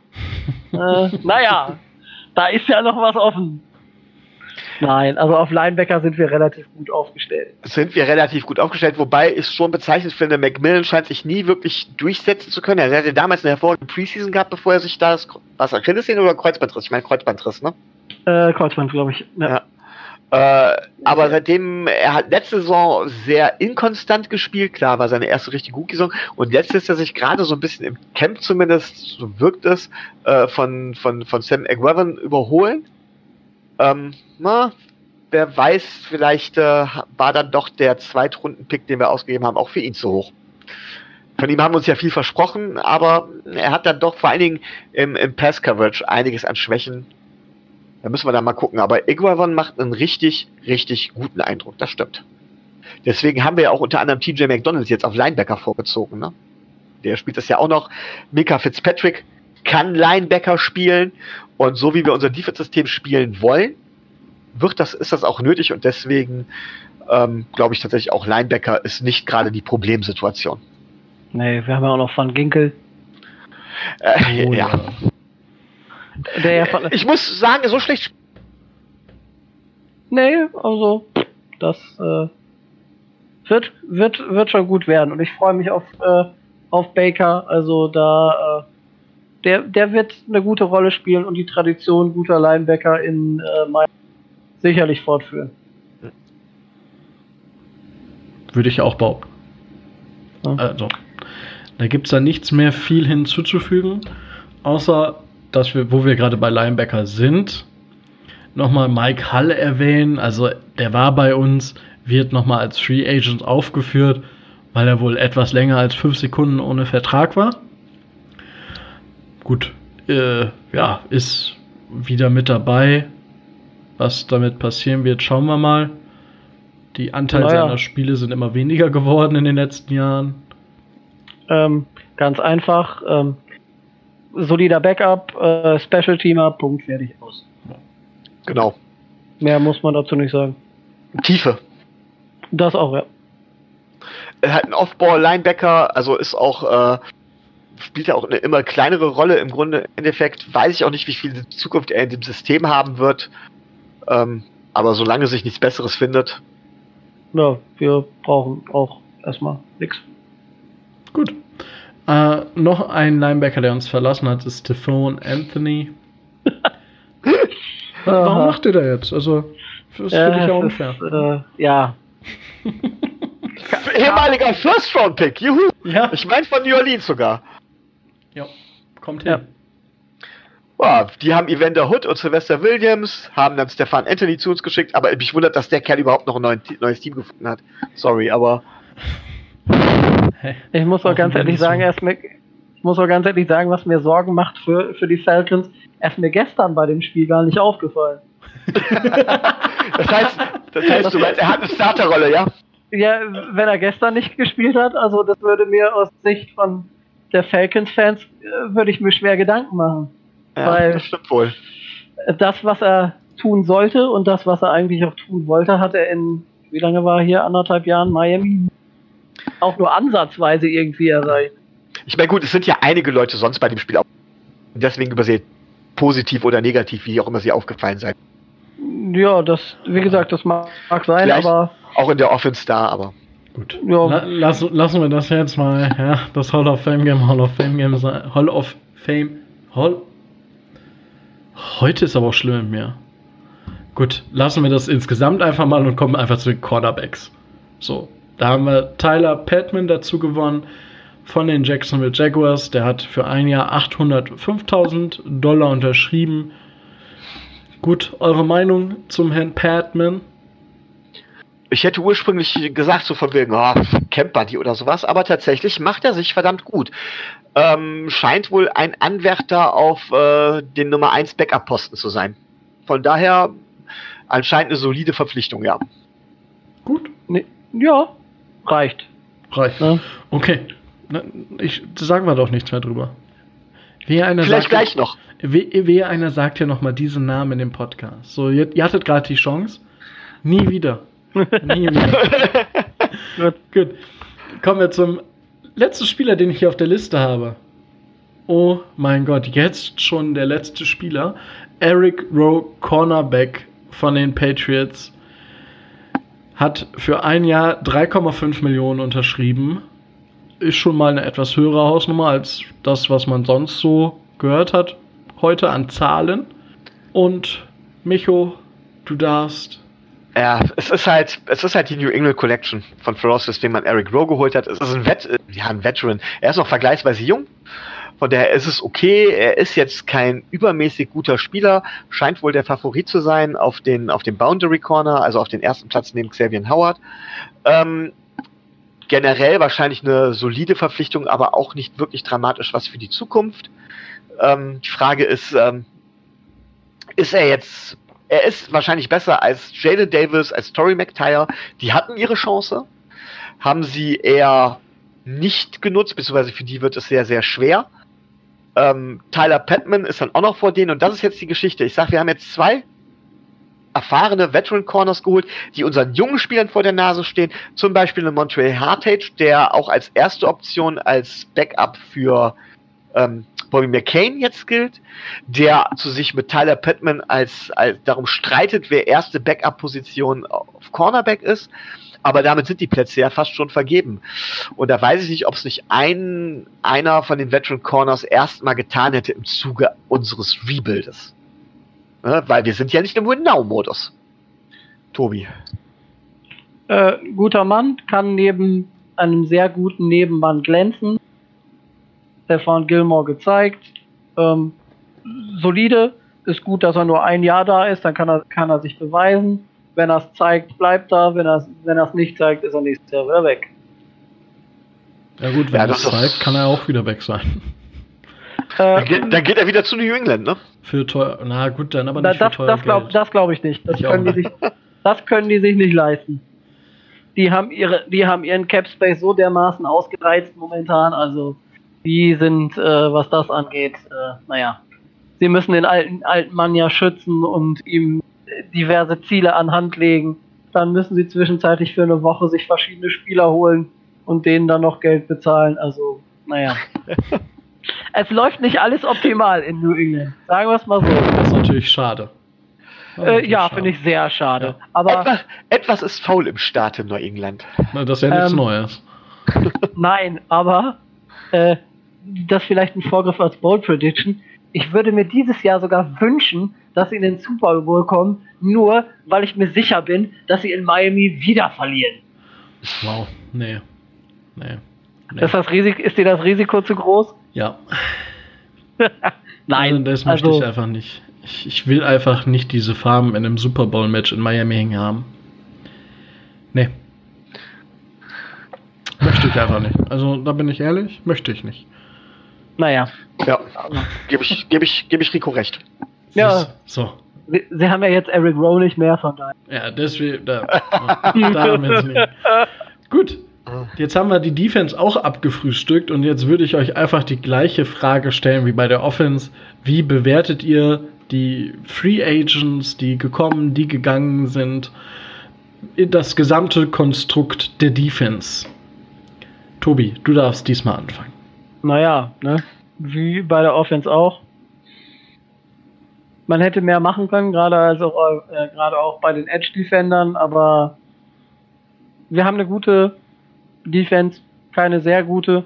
da ist ja noch was offen. Nein, also auf Linebacker sind wir relativ gut aufgestellt. Wobei ich schon bezeichnet finde, McMillan scheint sich nie wirklich durchsetzen zu können. Er hatte damals eine hervorragende Preseason gehabt, bevor er sich was Achillessehne oder Kreuzbandriss? Ich meine Kreuzbandriss, ne? Kreuzband, glaube ich. Ja. Aber seitdem, er hat letzte Saison sehr inkonstant gespielt, klar, war seine erste richtig gute Saison und jetzt ist er sich gerade so ein bisschen im Camp zumindest, so wirkt es, von Sam Iguavone überholen. Wer weiß, vielleicht war dann doch der Zweitrunden-Pick, den wir ausgegeben haben, auch für ihn zu hoch. Von ihm haben wir uns ja viel versprochen, aber er hat dann doch vor allen Dingen im Pass-Coverage einiges an Schwächen. Da müssen wir dann mal gucken. Aber Iguavone macht einen richtig, richtig guten Eindruck. Das stimmt. Deswegen haben wir ja auch unter anderem TJ McDonald jetzt auf Linebacker vorgezogen. Ne? Der spielt das ja auch noch. Micah Fitzpatrick kann Linebacker spielen. Und so wie wir unser Defense-System spielen wollen, ist das auch nötig. Und deswegen glaube ich tatsächlich auch, Linebacker ist nicht gerade die Problemsituation. Nee, wir haben ja auch noch Van Ginkel. Ja. Ich muss sagen, so schlecht. Nee, also das wird schon gut werden und ich freue mich auf Baker. Also da der wird eine gute Rolle spielen und die Tradition guter Linebacker in Miami sicherlich fortführen. Würde ich auch behaupten. Ja. Also, da gibt es da nichts mehr viel hinzuzufügen, außer dass wo wir gerade bei Linebacker sind, nochmal Mike Hull erwähnen. Also der war bei uns, wird nochmal als Free Agent aufgeführt, weil er wohl etwas länger als 5 Sekunden ohne Vertrag war. Gut, ist wieder mit dabei. Was damit passieren wird, schauen wir mal. Die Anteil seiner Spiele sind immer weniger geworden in den letzten Jahren. Ganz einfach. Solider Backup, Special-Teamer, Punkt, fertig, aus. Genau. Mehr muss man dazu nicht sagen. Tiefe. Das auch, ja. Er hat einen Off-Ball-Linebacker, also ist auch, spielt ja auch eine immer kleinere Rolle im Grunde. Im Endeffekt weiß ich auch nicht, wie viel Zukunft er in dem System haben wird. Aber solange sich nichts Besseres findet. Ja, wir brauchen auch erstmal nichts. Gut. Noch ein Linebacker, der uns verlassen hat, ist Stephon Anthony. Warum macht ihr da jetzt? Also, das finde ich ja unfair. Ja. Ehemaliger First-Round-Pick, juhu! Ja. Ich meine von New Orleans sogar. Ja, kommt hin. Ja, die haben Evander Hood und Sylvester Williams, haben dann Stefan Anthony zu uns geschickt, aber mich wundert, dass der Kerl überhaupt noch ein neues Team gefunden hat. Sorry, aber... Hey, Ich muss auch ganz ehrlich sagen, was mir Sorgen macht für die Falcons, er ist mir gestern bei dem Spiel gar nicht aufgefallen. Das heißt, du meinst, er hat eine Starterrolle, ja? Ja, wenn er gestern nicht gespielt hat, also das würde mir aus Sicht von der Falcons-Fans, würde ich mir schwer Gedanken machen. Ja, Weil das stimmt wohl. das, was er tun sollte und das, was er eigentlich auch tun wollte, hat er wie lange war er hier? 1,5 Jahren Miami? Auch nur ansatzweise irgendwie erreicht. Ich meine, gut, es sind ja einige Leute sonst bei dem Spiel auch deswegen übersehen, positiv oder negativ, wie auch immer sie aufgefallen sein. Ja, wie gesagt, das mag sein, Vielleicht aber... auch in der Offense da, aber... gut. Ja. Lassen wir das jetzt mal, ja, das Hall of Fame Game sein. Heute ist aber auch schlimm mit mir. Gut, lassen wir das insgesamt einfach mal und kommen einfach zu den Quarterbacks. So, da haben wir Tyler Patman dazu gewonnen von den Jacksonville Jaguars. Der hat für ein Jahr $805.000 unterschrieben. Gut, eure Meinung zum Herrn Patman? Ich hätte ursprünglich gesagt, so von wegen, Camp Buddy oder sowas, aber tatsächlich macht er sich verdammt gut. Scheint wohl ein Anwärter auf den Nummer 1 Backup-Posten zu sein. Von daher anscheinend eine solide Verpflichtung, ja. Gut. Nee, ja, reicht. Reicht. Ja. Okay. Sagen wir doch nichts mehr drüber. Vielleicht gleich noch. Wer einer sagt ja nochmal diesen Namen in dem Podcast. So, ihr hattet gerade die Chance. Nie wieder. Nie wieder. Gut. Kommen wir zum letzten Spieler, den ich hier auf der Liste habe. Oh mein Gott, jetzt schon der letzte Spieler. Eric Rowe, Cornerback von den Patriots, hat für ein Jahr 3,5 Millionen unterschrieben. Ist schon mal eine etwas höhere Hausnummer als das, was man sonst so gehört hat heute an Zahlen. Und Micho, du darfst... Ja, es ist halt die New England Collection von Ferocious, weswegen man Eric Rowe geholt hat. Es ist ein Veteran. Er ist noch vergleichsweise jung. Von daher ist es okay. Er ist jetzt kein übermäßig guter Spieler. Scheint wohl der Favorit zu sein auf den Boundary Corner, also auf den ersten Platz neben Xavier Howard. Generell wahrscheinlich eine solide Verpflichtung, aber auch nicht wirklich dramatisch was für die Zukunft. Die Frage ist er ist wahrscheinlich besser als Jalen Davis, als Torrey McTyer. Die hatten ihre Chance, haben sie eher nicht genutzt, beziehungsweise für die wird es sehr, sehr schwer. Tyler Patman ist dann auch noch vor denen und das ist jetzt die Geschichte. Ich sag, wir haben jetzt 2 erfahrene Veteran Corners geholt, die unseren jungen Spielern vor der Nase stehen. Zum Beispiel eine Montreal Hartage, der auch als erste Option als Backup für Bobby McCain jetzt gilt, der zu sich mit Tyler Patman als darum streitet, wer erste Backup-Position auf Cornerback ist. Aber damit sind die Plätze ja fast schon vergeben. Und da weiß ich nicht, ob es nicht einer von den Veteran Corners erstmal getan hätte im Zuge unseres Rebuildes. Weil wir sind ja nicht im Win-Now-Modus. Tobi. Guter Mann, kann neben einem sehr guten Nebenmann glänzen. Stephon Gilmore gezeigt. Solide. Ist gut, dass er nur ein Jahr da ist, dann kann er sich beweisen. Wenn er es zeigt, bleibt er. Wenn er es nicht zeigt, ist er nächstes Jahr wieder weg. Ja gut, wenn er es zeigt, kann er auch wieder weg sein. Dann geht er wieder zu New England, ne? Für teuer. Na gut, dann aber nicht für teuer Geld. Das glaube ich nicht. Das können die sich nicht leisten. Die haben ihren Cap Space so dermaßen ausgereizt momentan, also die sind, was das angeht, sie müssen den alten Mann ja schützen und ihm diverse Ziele an Hand legen. Dann müssen sie zwischenzeitlich für eine Woche sich verschiedene Spieler holen und denen dann noch Geld bezahlen. Also, es läuft nicht alles optimal in New England. Sagen wir es mal so. Das ist natürlich schade. Finde ich sehr schade. Ja. Aber etwas ist faul im Staat in Neuengland. Das ist ja nichts Neues. Nein, aber das vielleicht ein Vorgriff als Bold Prediction. Ich würde mir dieses Jahr sogar wünschen, dass sie in den Super Bowl kommen, nur weil ich mir sicher bin, dass sie in Miami wieder verlieren. Wow, nee. Ist dir das Risiko zu groß? Ja. Nein, Also das möchte ich einfach nicht. Ich will einfach nicht diese Farben in einem Super Bowl-Match in Miami hängen haben. Nee. Möchte ich einfach nicht. Also da bin ich ehrlich, möchte ich nicht. Naja. Ja, gebe ich Rico recht. Ja, So. sie haben ja jetzt Eric Rowe nicht mehr, von daher. Ja, deswegen, da haben wir es nicht. Gut, jetzt haben wir die Defense auch abgefrühstückt und jetzt würde ich euch einfach die gleiche Frage stellen wie bei der Offense. Wie bewertet ihr die Free Agents, die gekommen, die gegangen sind, das gesamte Konstrukt der Defense? Tobi, du darfst diesmal anfangen. Naja, ne? Wie bei der Offense auch. Man hätte mehr machen können, gerade auch bei den Edge-Defendern, aber wir haben eine gute Defense, keine sehr gute.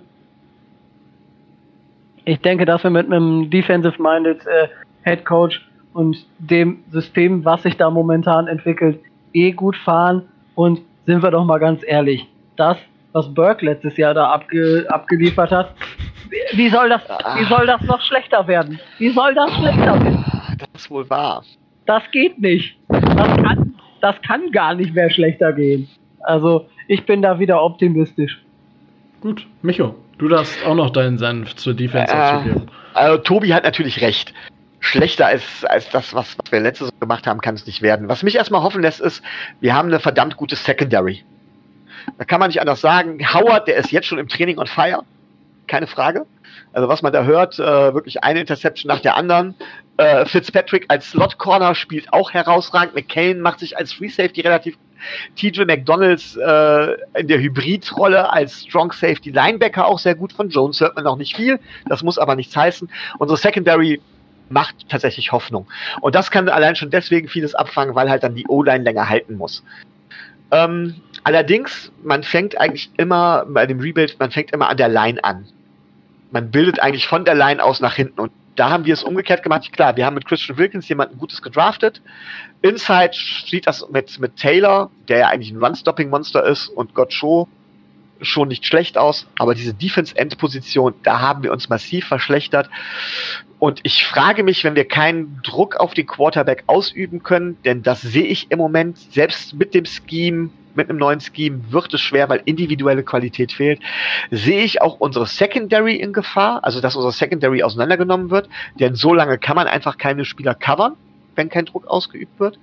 Ich denke, dass wir mit einem Defensive-Minded Head Coach und dem System, was sich da momentan entwickelt, gut fahren. Und sind wir doch mal ganz ehrlich, das, was Burke letztes Jahr da abgeliefert hat, wie soll das noch schlechter werden? Wie soll das schlechter werden? Das ist wohl wahr. Das geht nicht. Das kann gar nicht mehr schlechter gehen. Also, ich bin da wieder optimistisch. Gut, Micho, du darfst auch noch deinen Senf zur Defense dazugeben. Also, Tobi hat natürlich recht. Schlechter als das, was wir letztes Jahr gemacht haben, kann es nicht werden. Was mich erstmal hoffen lässt, ist, wir haben eine verdammt gute Secondary. Da kann man nicht anders sagen. Howard, der ist jetzt schon im Training on fire. Keine Frage. Also was man da hört, wirklich eine Interception nach der anderen. Fitzpatrick als Slot-Corner spielt auch herausragend. McCain macht sich als Free Safety relativ. TJ McDonalds in der Hybrid-Rolle als Strong Safety Linebacker auch sehr gut. Von Jones hört man noch nicht viel. Das muss aber nichts heißen. Unsere Secondary macht tatsächlich Hoffnung. Und das kann allein schon deswegen vieles abfangen, weil halt dann die O-Line länger halten muss. Allerdings, man fängt eigentlich immer bei dem Rebuild, man fängt immer an der Line an. Man bildet eigentlich von der Line aus nach hinten und da haben wir es umgekehrt gemacht. Klar, wir haben mit Christian Wilkins jemanden Gutes gedraftet. Inside sieht das mit Taylor, der ja eigentlich ein Run-Stopping-Monster ist, und Gottschow schon nicht schlecht aus, aber diese Defense-End-Position, da haben wir uns massiv verschlechtert. Und ich frage mich, wenn wir keinen Druck auf den Quarterback ausüben können, denn das sehe ich im Moment, selbst mit dem Scheme, mit einem neuen Scheme wird es schwer, weil individuelle Qualität fehlt, sehe ich auch unsere Secondary in Gefahr, also dass unsere Secondary auseinandergenommen wird, denn so lange kann man einfach keine Spieler covern, wenn kein Druck ausgeübt wird.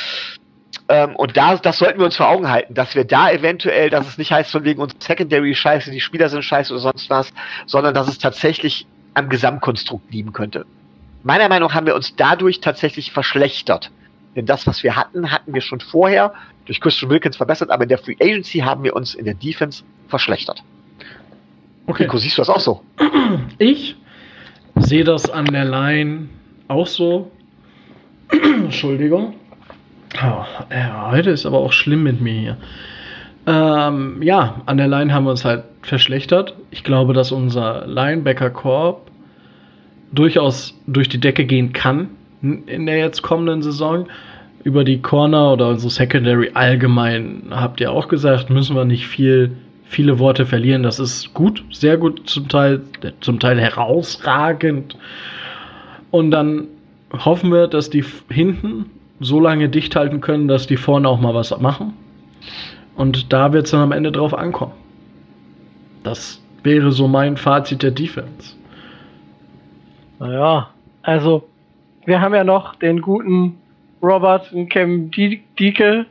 Und das sollten wir uns vor Augen halten, dass wir da eventuell, dass es nicht heißt von wegen unsere Secondary scheiße, die Spieler sind scheiße oder sonst was, sondern dass es tatsächlich am Gesamtkonstrukt liegen könnte. Meiner Meinung nach haben wir uns dadurch tatsächlich verschlechtert. Denn das, was wir hatten wir schon vorher durch Christian Wilkins verbessert, aber in der Free Agency haben wir uns in der Defense verschlechtert. Okay. Nico, siehst du das auch so? Ich sehe das an der Line auch so. Entschuldigung. Heute ist aber auch schlimm mit mir hier. Ja, an der Line haben wir uns halt verschlechtert. Ich glaube, dass unser Linebacker-Korb durchaus durch die Decke gehen kann in der jetzt kommenden Saison. Über die Corner oder unsere Secondary allgemein, habt ihr auch gesagt, müssen wir nicht viele Worte verlieren. Das ist gut, sehr gut, zum Teil herausragend. Und dann hoffen wir, dass die hinten so lange dicht halten können, dass die vorne auch mal was machen. Und da wird es dann am Ende drauf ankommen. Das wäre so mein Fazit der Defense. Naja, also wir haben ja noch den guten Robert Cam Dieke,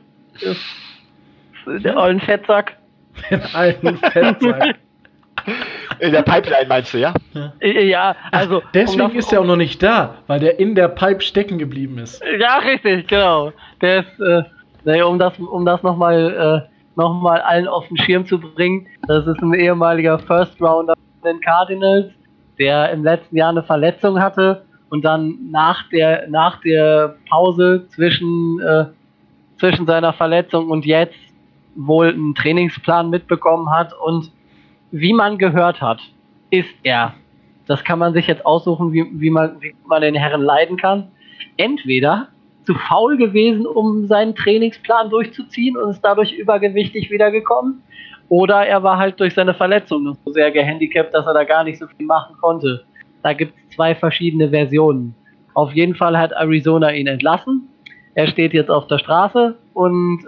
der ollen Fettsack. Den alten Fettsack. In der Pipeline meinst du, ja? Ja, also... Deswegen ist er auch noch nicht da, weil der in der Pipe stecken geblieben ist. Ja, richtig, genau. Der ist, um das nochmal allen auf den Schirm zu bringen, das ist ein ehemaliger First Rounder von den Cardinals, der im letzten Jahr eine Verletzung hatte und dann nach der Pause zwischen seiner Verletzung und jetzt wohl einen Trainingsplan mitbekommen hat, und wie man gehört hat, ist er, das kann man sich jetzt aussuchen, wie man den Herren leiden kann, entweder zu faul gewesen, um seinen Trainingsplan durchzuziehen und ist dadurch übergewichtig wiedergekommen, oder er war halt durch seine Verletzung noch so sehr gehandicapt, dass er da gar nicht so viel machen konnte. Da gibt es 2 verschiedene Versionen. Auf jeden Fall hat Arizona ihn entlassen. Er steht jetzt auf der Straße und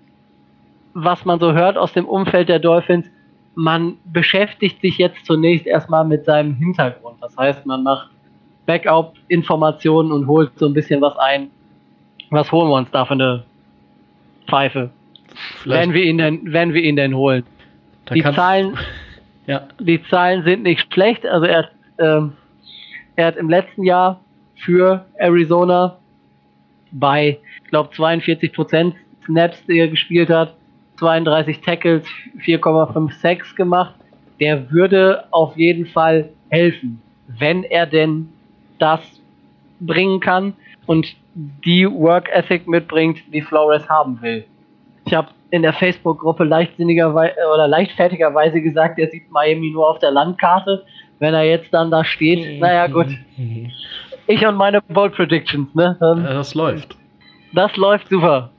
was man so hört aus dem Umfeld der Dolphins, man beschäftigt sich jetzt zunächst erstmal mit seinem Hintergrund. Das heißt, man macht Backup-Informationen und holt so ein bisschen was ein. Was holen wir uns da für eine Pfeife? Wenn wir ihn denn holen. Die Zahlen sind nicht schlecht. Also er hat im letzten Jahr für Arizona bei, ich glaube, 42% Snaps, die er gespielt hat, 32 Tackles, 4,5 Sacks gemacht. Der würde auf jeden Fall helfen, wenn er denn das bringen kann und die Work Ethic mitbringt, die Flores haben will. Ich habe in der Facebook-Gruppe leichtfertigerweise gesagt, er sieht Miami nur auf der Landkarte. Wenn er jetzt dann da steht, naja gut. Ich und meine Bold Predictions, ne? Das läuft. Das läuft super.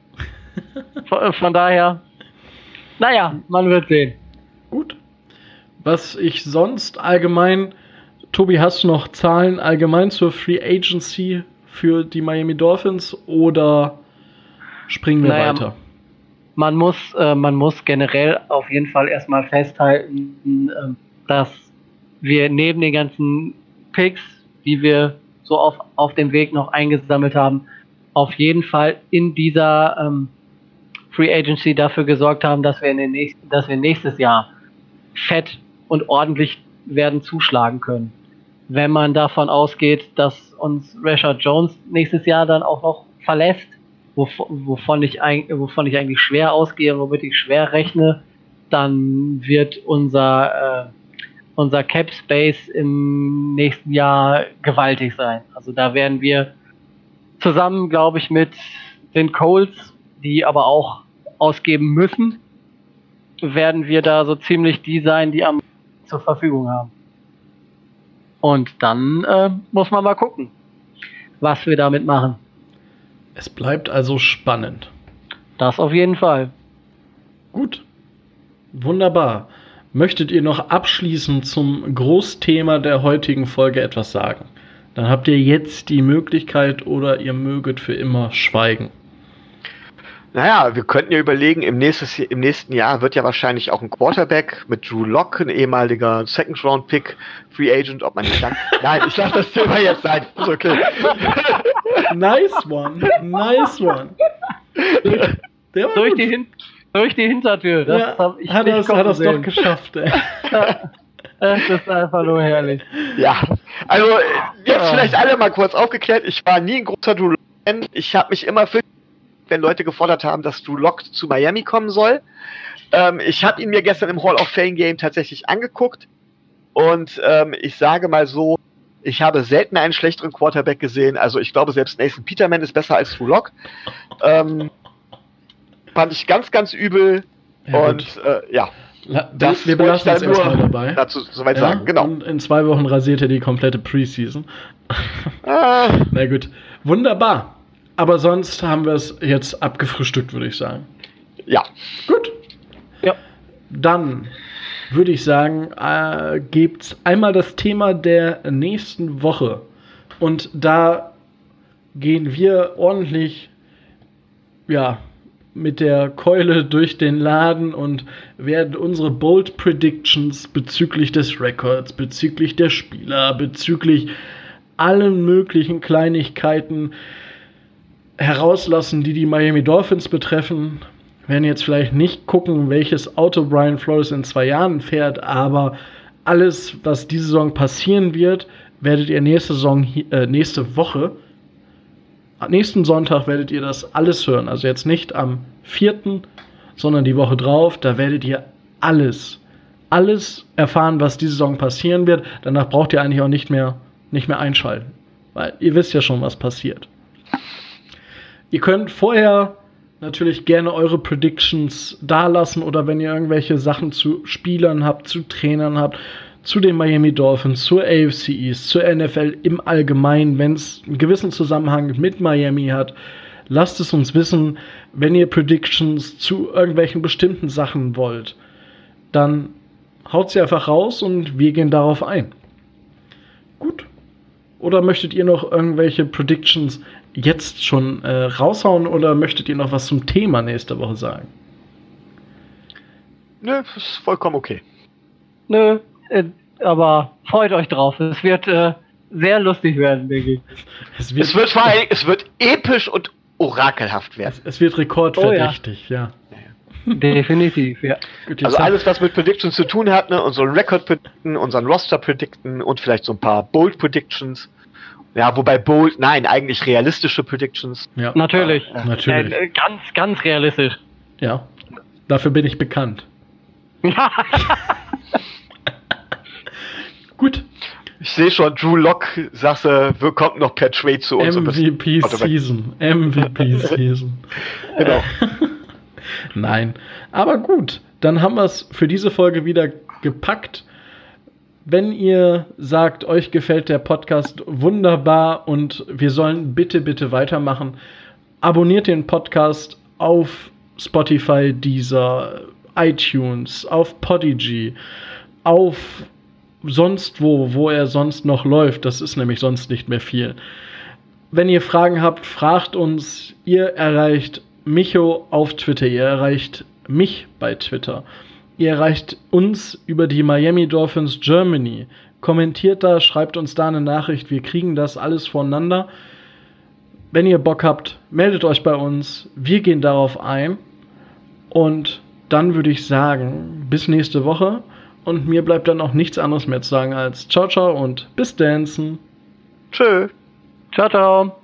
Von daher, naja, man wird sehen. Gut. Was ich sonst allgemein, Tobi, hast du noch Zahlen allgemein zur Free Agency für die Miami Dolphins oder springen wir weiter? Man muss generell auf jeden Fall erstmal festhalten, dass wir neben den ganzen Picks, die wir so auf dem Weg noch eingesammelt haben, auf jeden Fall in dieser Free Agency dafür gesorgt haben, dass wir nächstes Jahr fett und ordentlich werden zuschlagen können. Wenn man davon ausgeht, dass uns Rashad Jones nächstes Jahr dann auch noch verlässt, wovon ich eigentlich schwer ausgehe, womit ich schwer rechne, dann wird unser Cap Space im nächsten Jahr gewaltig sein. Also da werden wir zusammen, glaube ich, mit den Colts, die aber auch ausgeben müssen, werden wir da so ziemlich die sein, die am zur Verfügung haben. Und dann muss man mal gucken, was wir damit machen. Es bleibt also spannend. Das auf jeden Fall. Gut. Wunderbar. Möchtet ihr noch abschließend zum Großthema der heutigen Folge etwas sagen? Dann habt ihr jetzt die Möglichkeit oder ihr möget für immer schweigen. Naja, wir könnten ja überlegen, im nächsten Jahr wird ja wahrscheinlich auch ein Quarterback mit Drew Lock, ein ehemaliger Second-Round-Pick, Free Agent, ob man nicht sagt. Nein, ich lasse das Thema jetzt sein. Ist okay. Nice one. Der war durch die Hintertür. Das ja, hat er es doch geschafft, ey. Das ist einfach nur herrlich. Ja, also jetzt vielleicht alle mal kurz aufgeklärt. Ich war nie ein großer Drew Lock-Fan. Ich habe mich immer wenn Leute gefordert haben, dass Drew Lock zu Miami kommen soll. Ich habe ihn mir gestern im Hall of Fame Game tatsächlich angeguckt und ich sage mal so, ich habe selten einen schlechteren Quarterback gesehen. Also ich glaube, selbst Nathan Peterman ist besser als Drew Lock. Fand ich ganz, ganz übel. Ja, und ja. Wir belassen es erstmal dabei. Dazu soweit sagen, genau. Und in 2 Wochen rasiert er die komplette Preseason. Na gut, wunderbar. Aber sonst haben wir es jetzt abgefrühstückt, würde ich sagen. Ja. Gut. Ja. Dann würde ich sagen, gibt's einmal das Thema der nächsten Woche. Und da gehen wir ordentlich, mit der Keule durch den Laden und werden unsere Bold Predictions bezüglich des Records, bezüglich der Spieler, bezüglich allen möglichen Kleinigkeiten herauslassen, die Miami Dolphins betreffen. Wir werden jetzt vielleicht nicht gucken, welches Auto Brian Flores in 2 Jahren fährt, aber alles, was diese Saison passieren wird, werdet ihr nächste Woche, nächsten Sonntag werdet ihr das alles hören. Also jetzt nicht am 4., sondern die Woche drauf, da werdet ihr alles erfahren, was diese Saison passieren wird. Danach braucht ihr eigentlich auch nicht mehr einschalten, weil ihr wisst ja schon, was passiert. Ihr könnt vorher natürlich gerne eure Predictions dalassen oder wenn ihr irgendwelche Sachen zu Spielern habt, zu Trainern habt, zu den Miami Dolphins, zur AFC East, zur NFL im Allgemeinen, wenn es einen gewissen Zusammenhang mit Miami hat, lasst es uns wissen. Wenn ihr Predictions zu irgendwelchen bestimmten Sachen wollt, dann haut sie einfach raus und wir gehen darauf ein. Gut. Oder möchtet ihr noch irgendwelche Predictions jetzt schon raushauen oder möchtet ihr noch was zum Thema nächste Woche sagen? Nö, das ist vollkommen okay. Nö, aber freut euch drauf. Es wird sehr lustig werden, denke ich. Es wird episch und orakelhaft werden. Es wird rekordverdächtig, ja. Definitiv, ja. Gut, Also alles, was mit Predictions zu tun hat, ne, unseren Record predikten, unseren Roster predikten und vielleicht so ein paar Bold Predictions. Ja, wobei Bold, nein, eigentlich realistische Predictions. Ja. Natürlich. Natürlich. Ganz, ganz realistisch. Ja, dafür bin ich bekannt. Gut. Ich sehe schon, Drew Lock, sagst du, kommt noch per Trade zu uns. MVP Season. Genau. Nein. Aber gut, dann haben wir es für diese Folge wieder gepackt. Wenn ihr sagt, euch gefällt der Podcast wunderbar und wir sollen bitte weitermachen, abonniert den Podcast auf Spotify, Deezer, iTunes, auf Podigy, auf sonst wo er sonst noch läuft. Das ist nämlich sonst nicht mehr viel. Wenn ihr Fragen habt, fragt uns. Ihr erreicht Micho auf Twitter, ihr erreicht mich bei Twitter. Ihr erreicht uns über die Miami Dolphins Germany. Kommentiert da, schreibt uns da eine Nachricht. Wir kriegen das alles voneinander. Wenn ihr Bock habt, meldet euch bei uns. Wir gehen darauf ein. Und dann würde ich sagen, bis nächste Woche. Und mir bleibt dann auch nichts anderes mehr zu sagen als ciao, ciao und bis Dancen. Tschö. Ciao, ciao.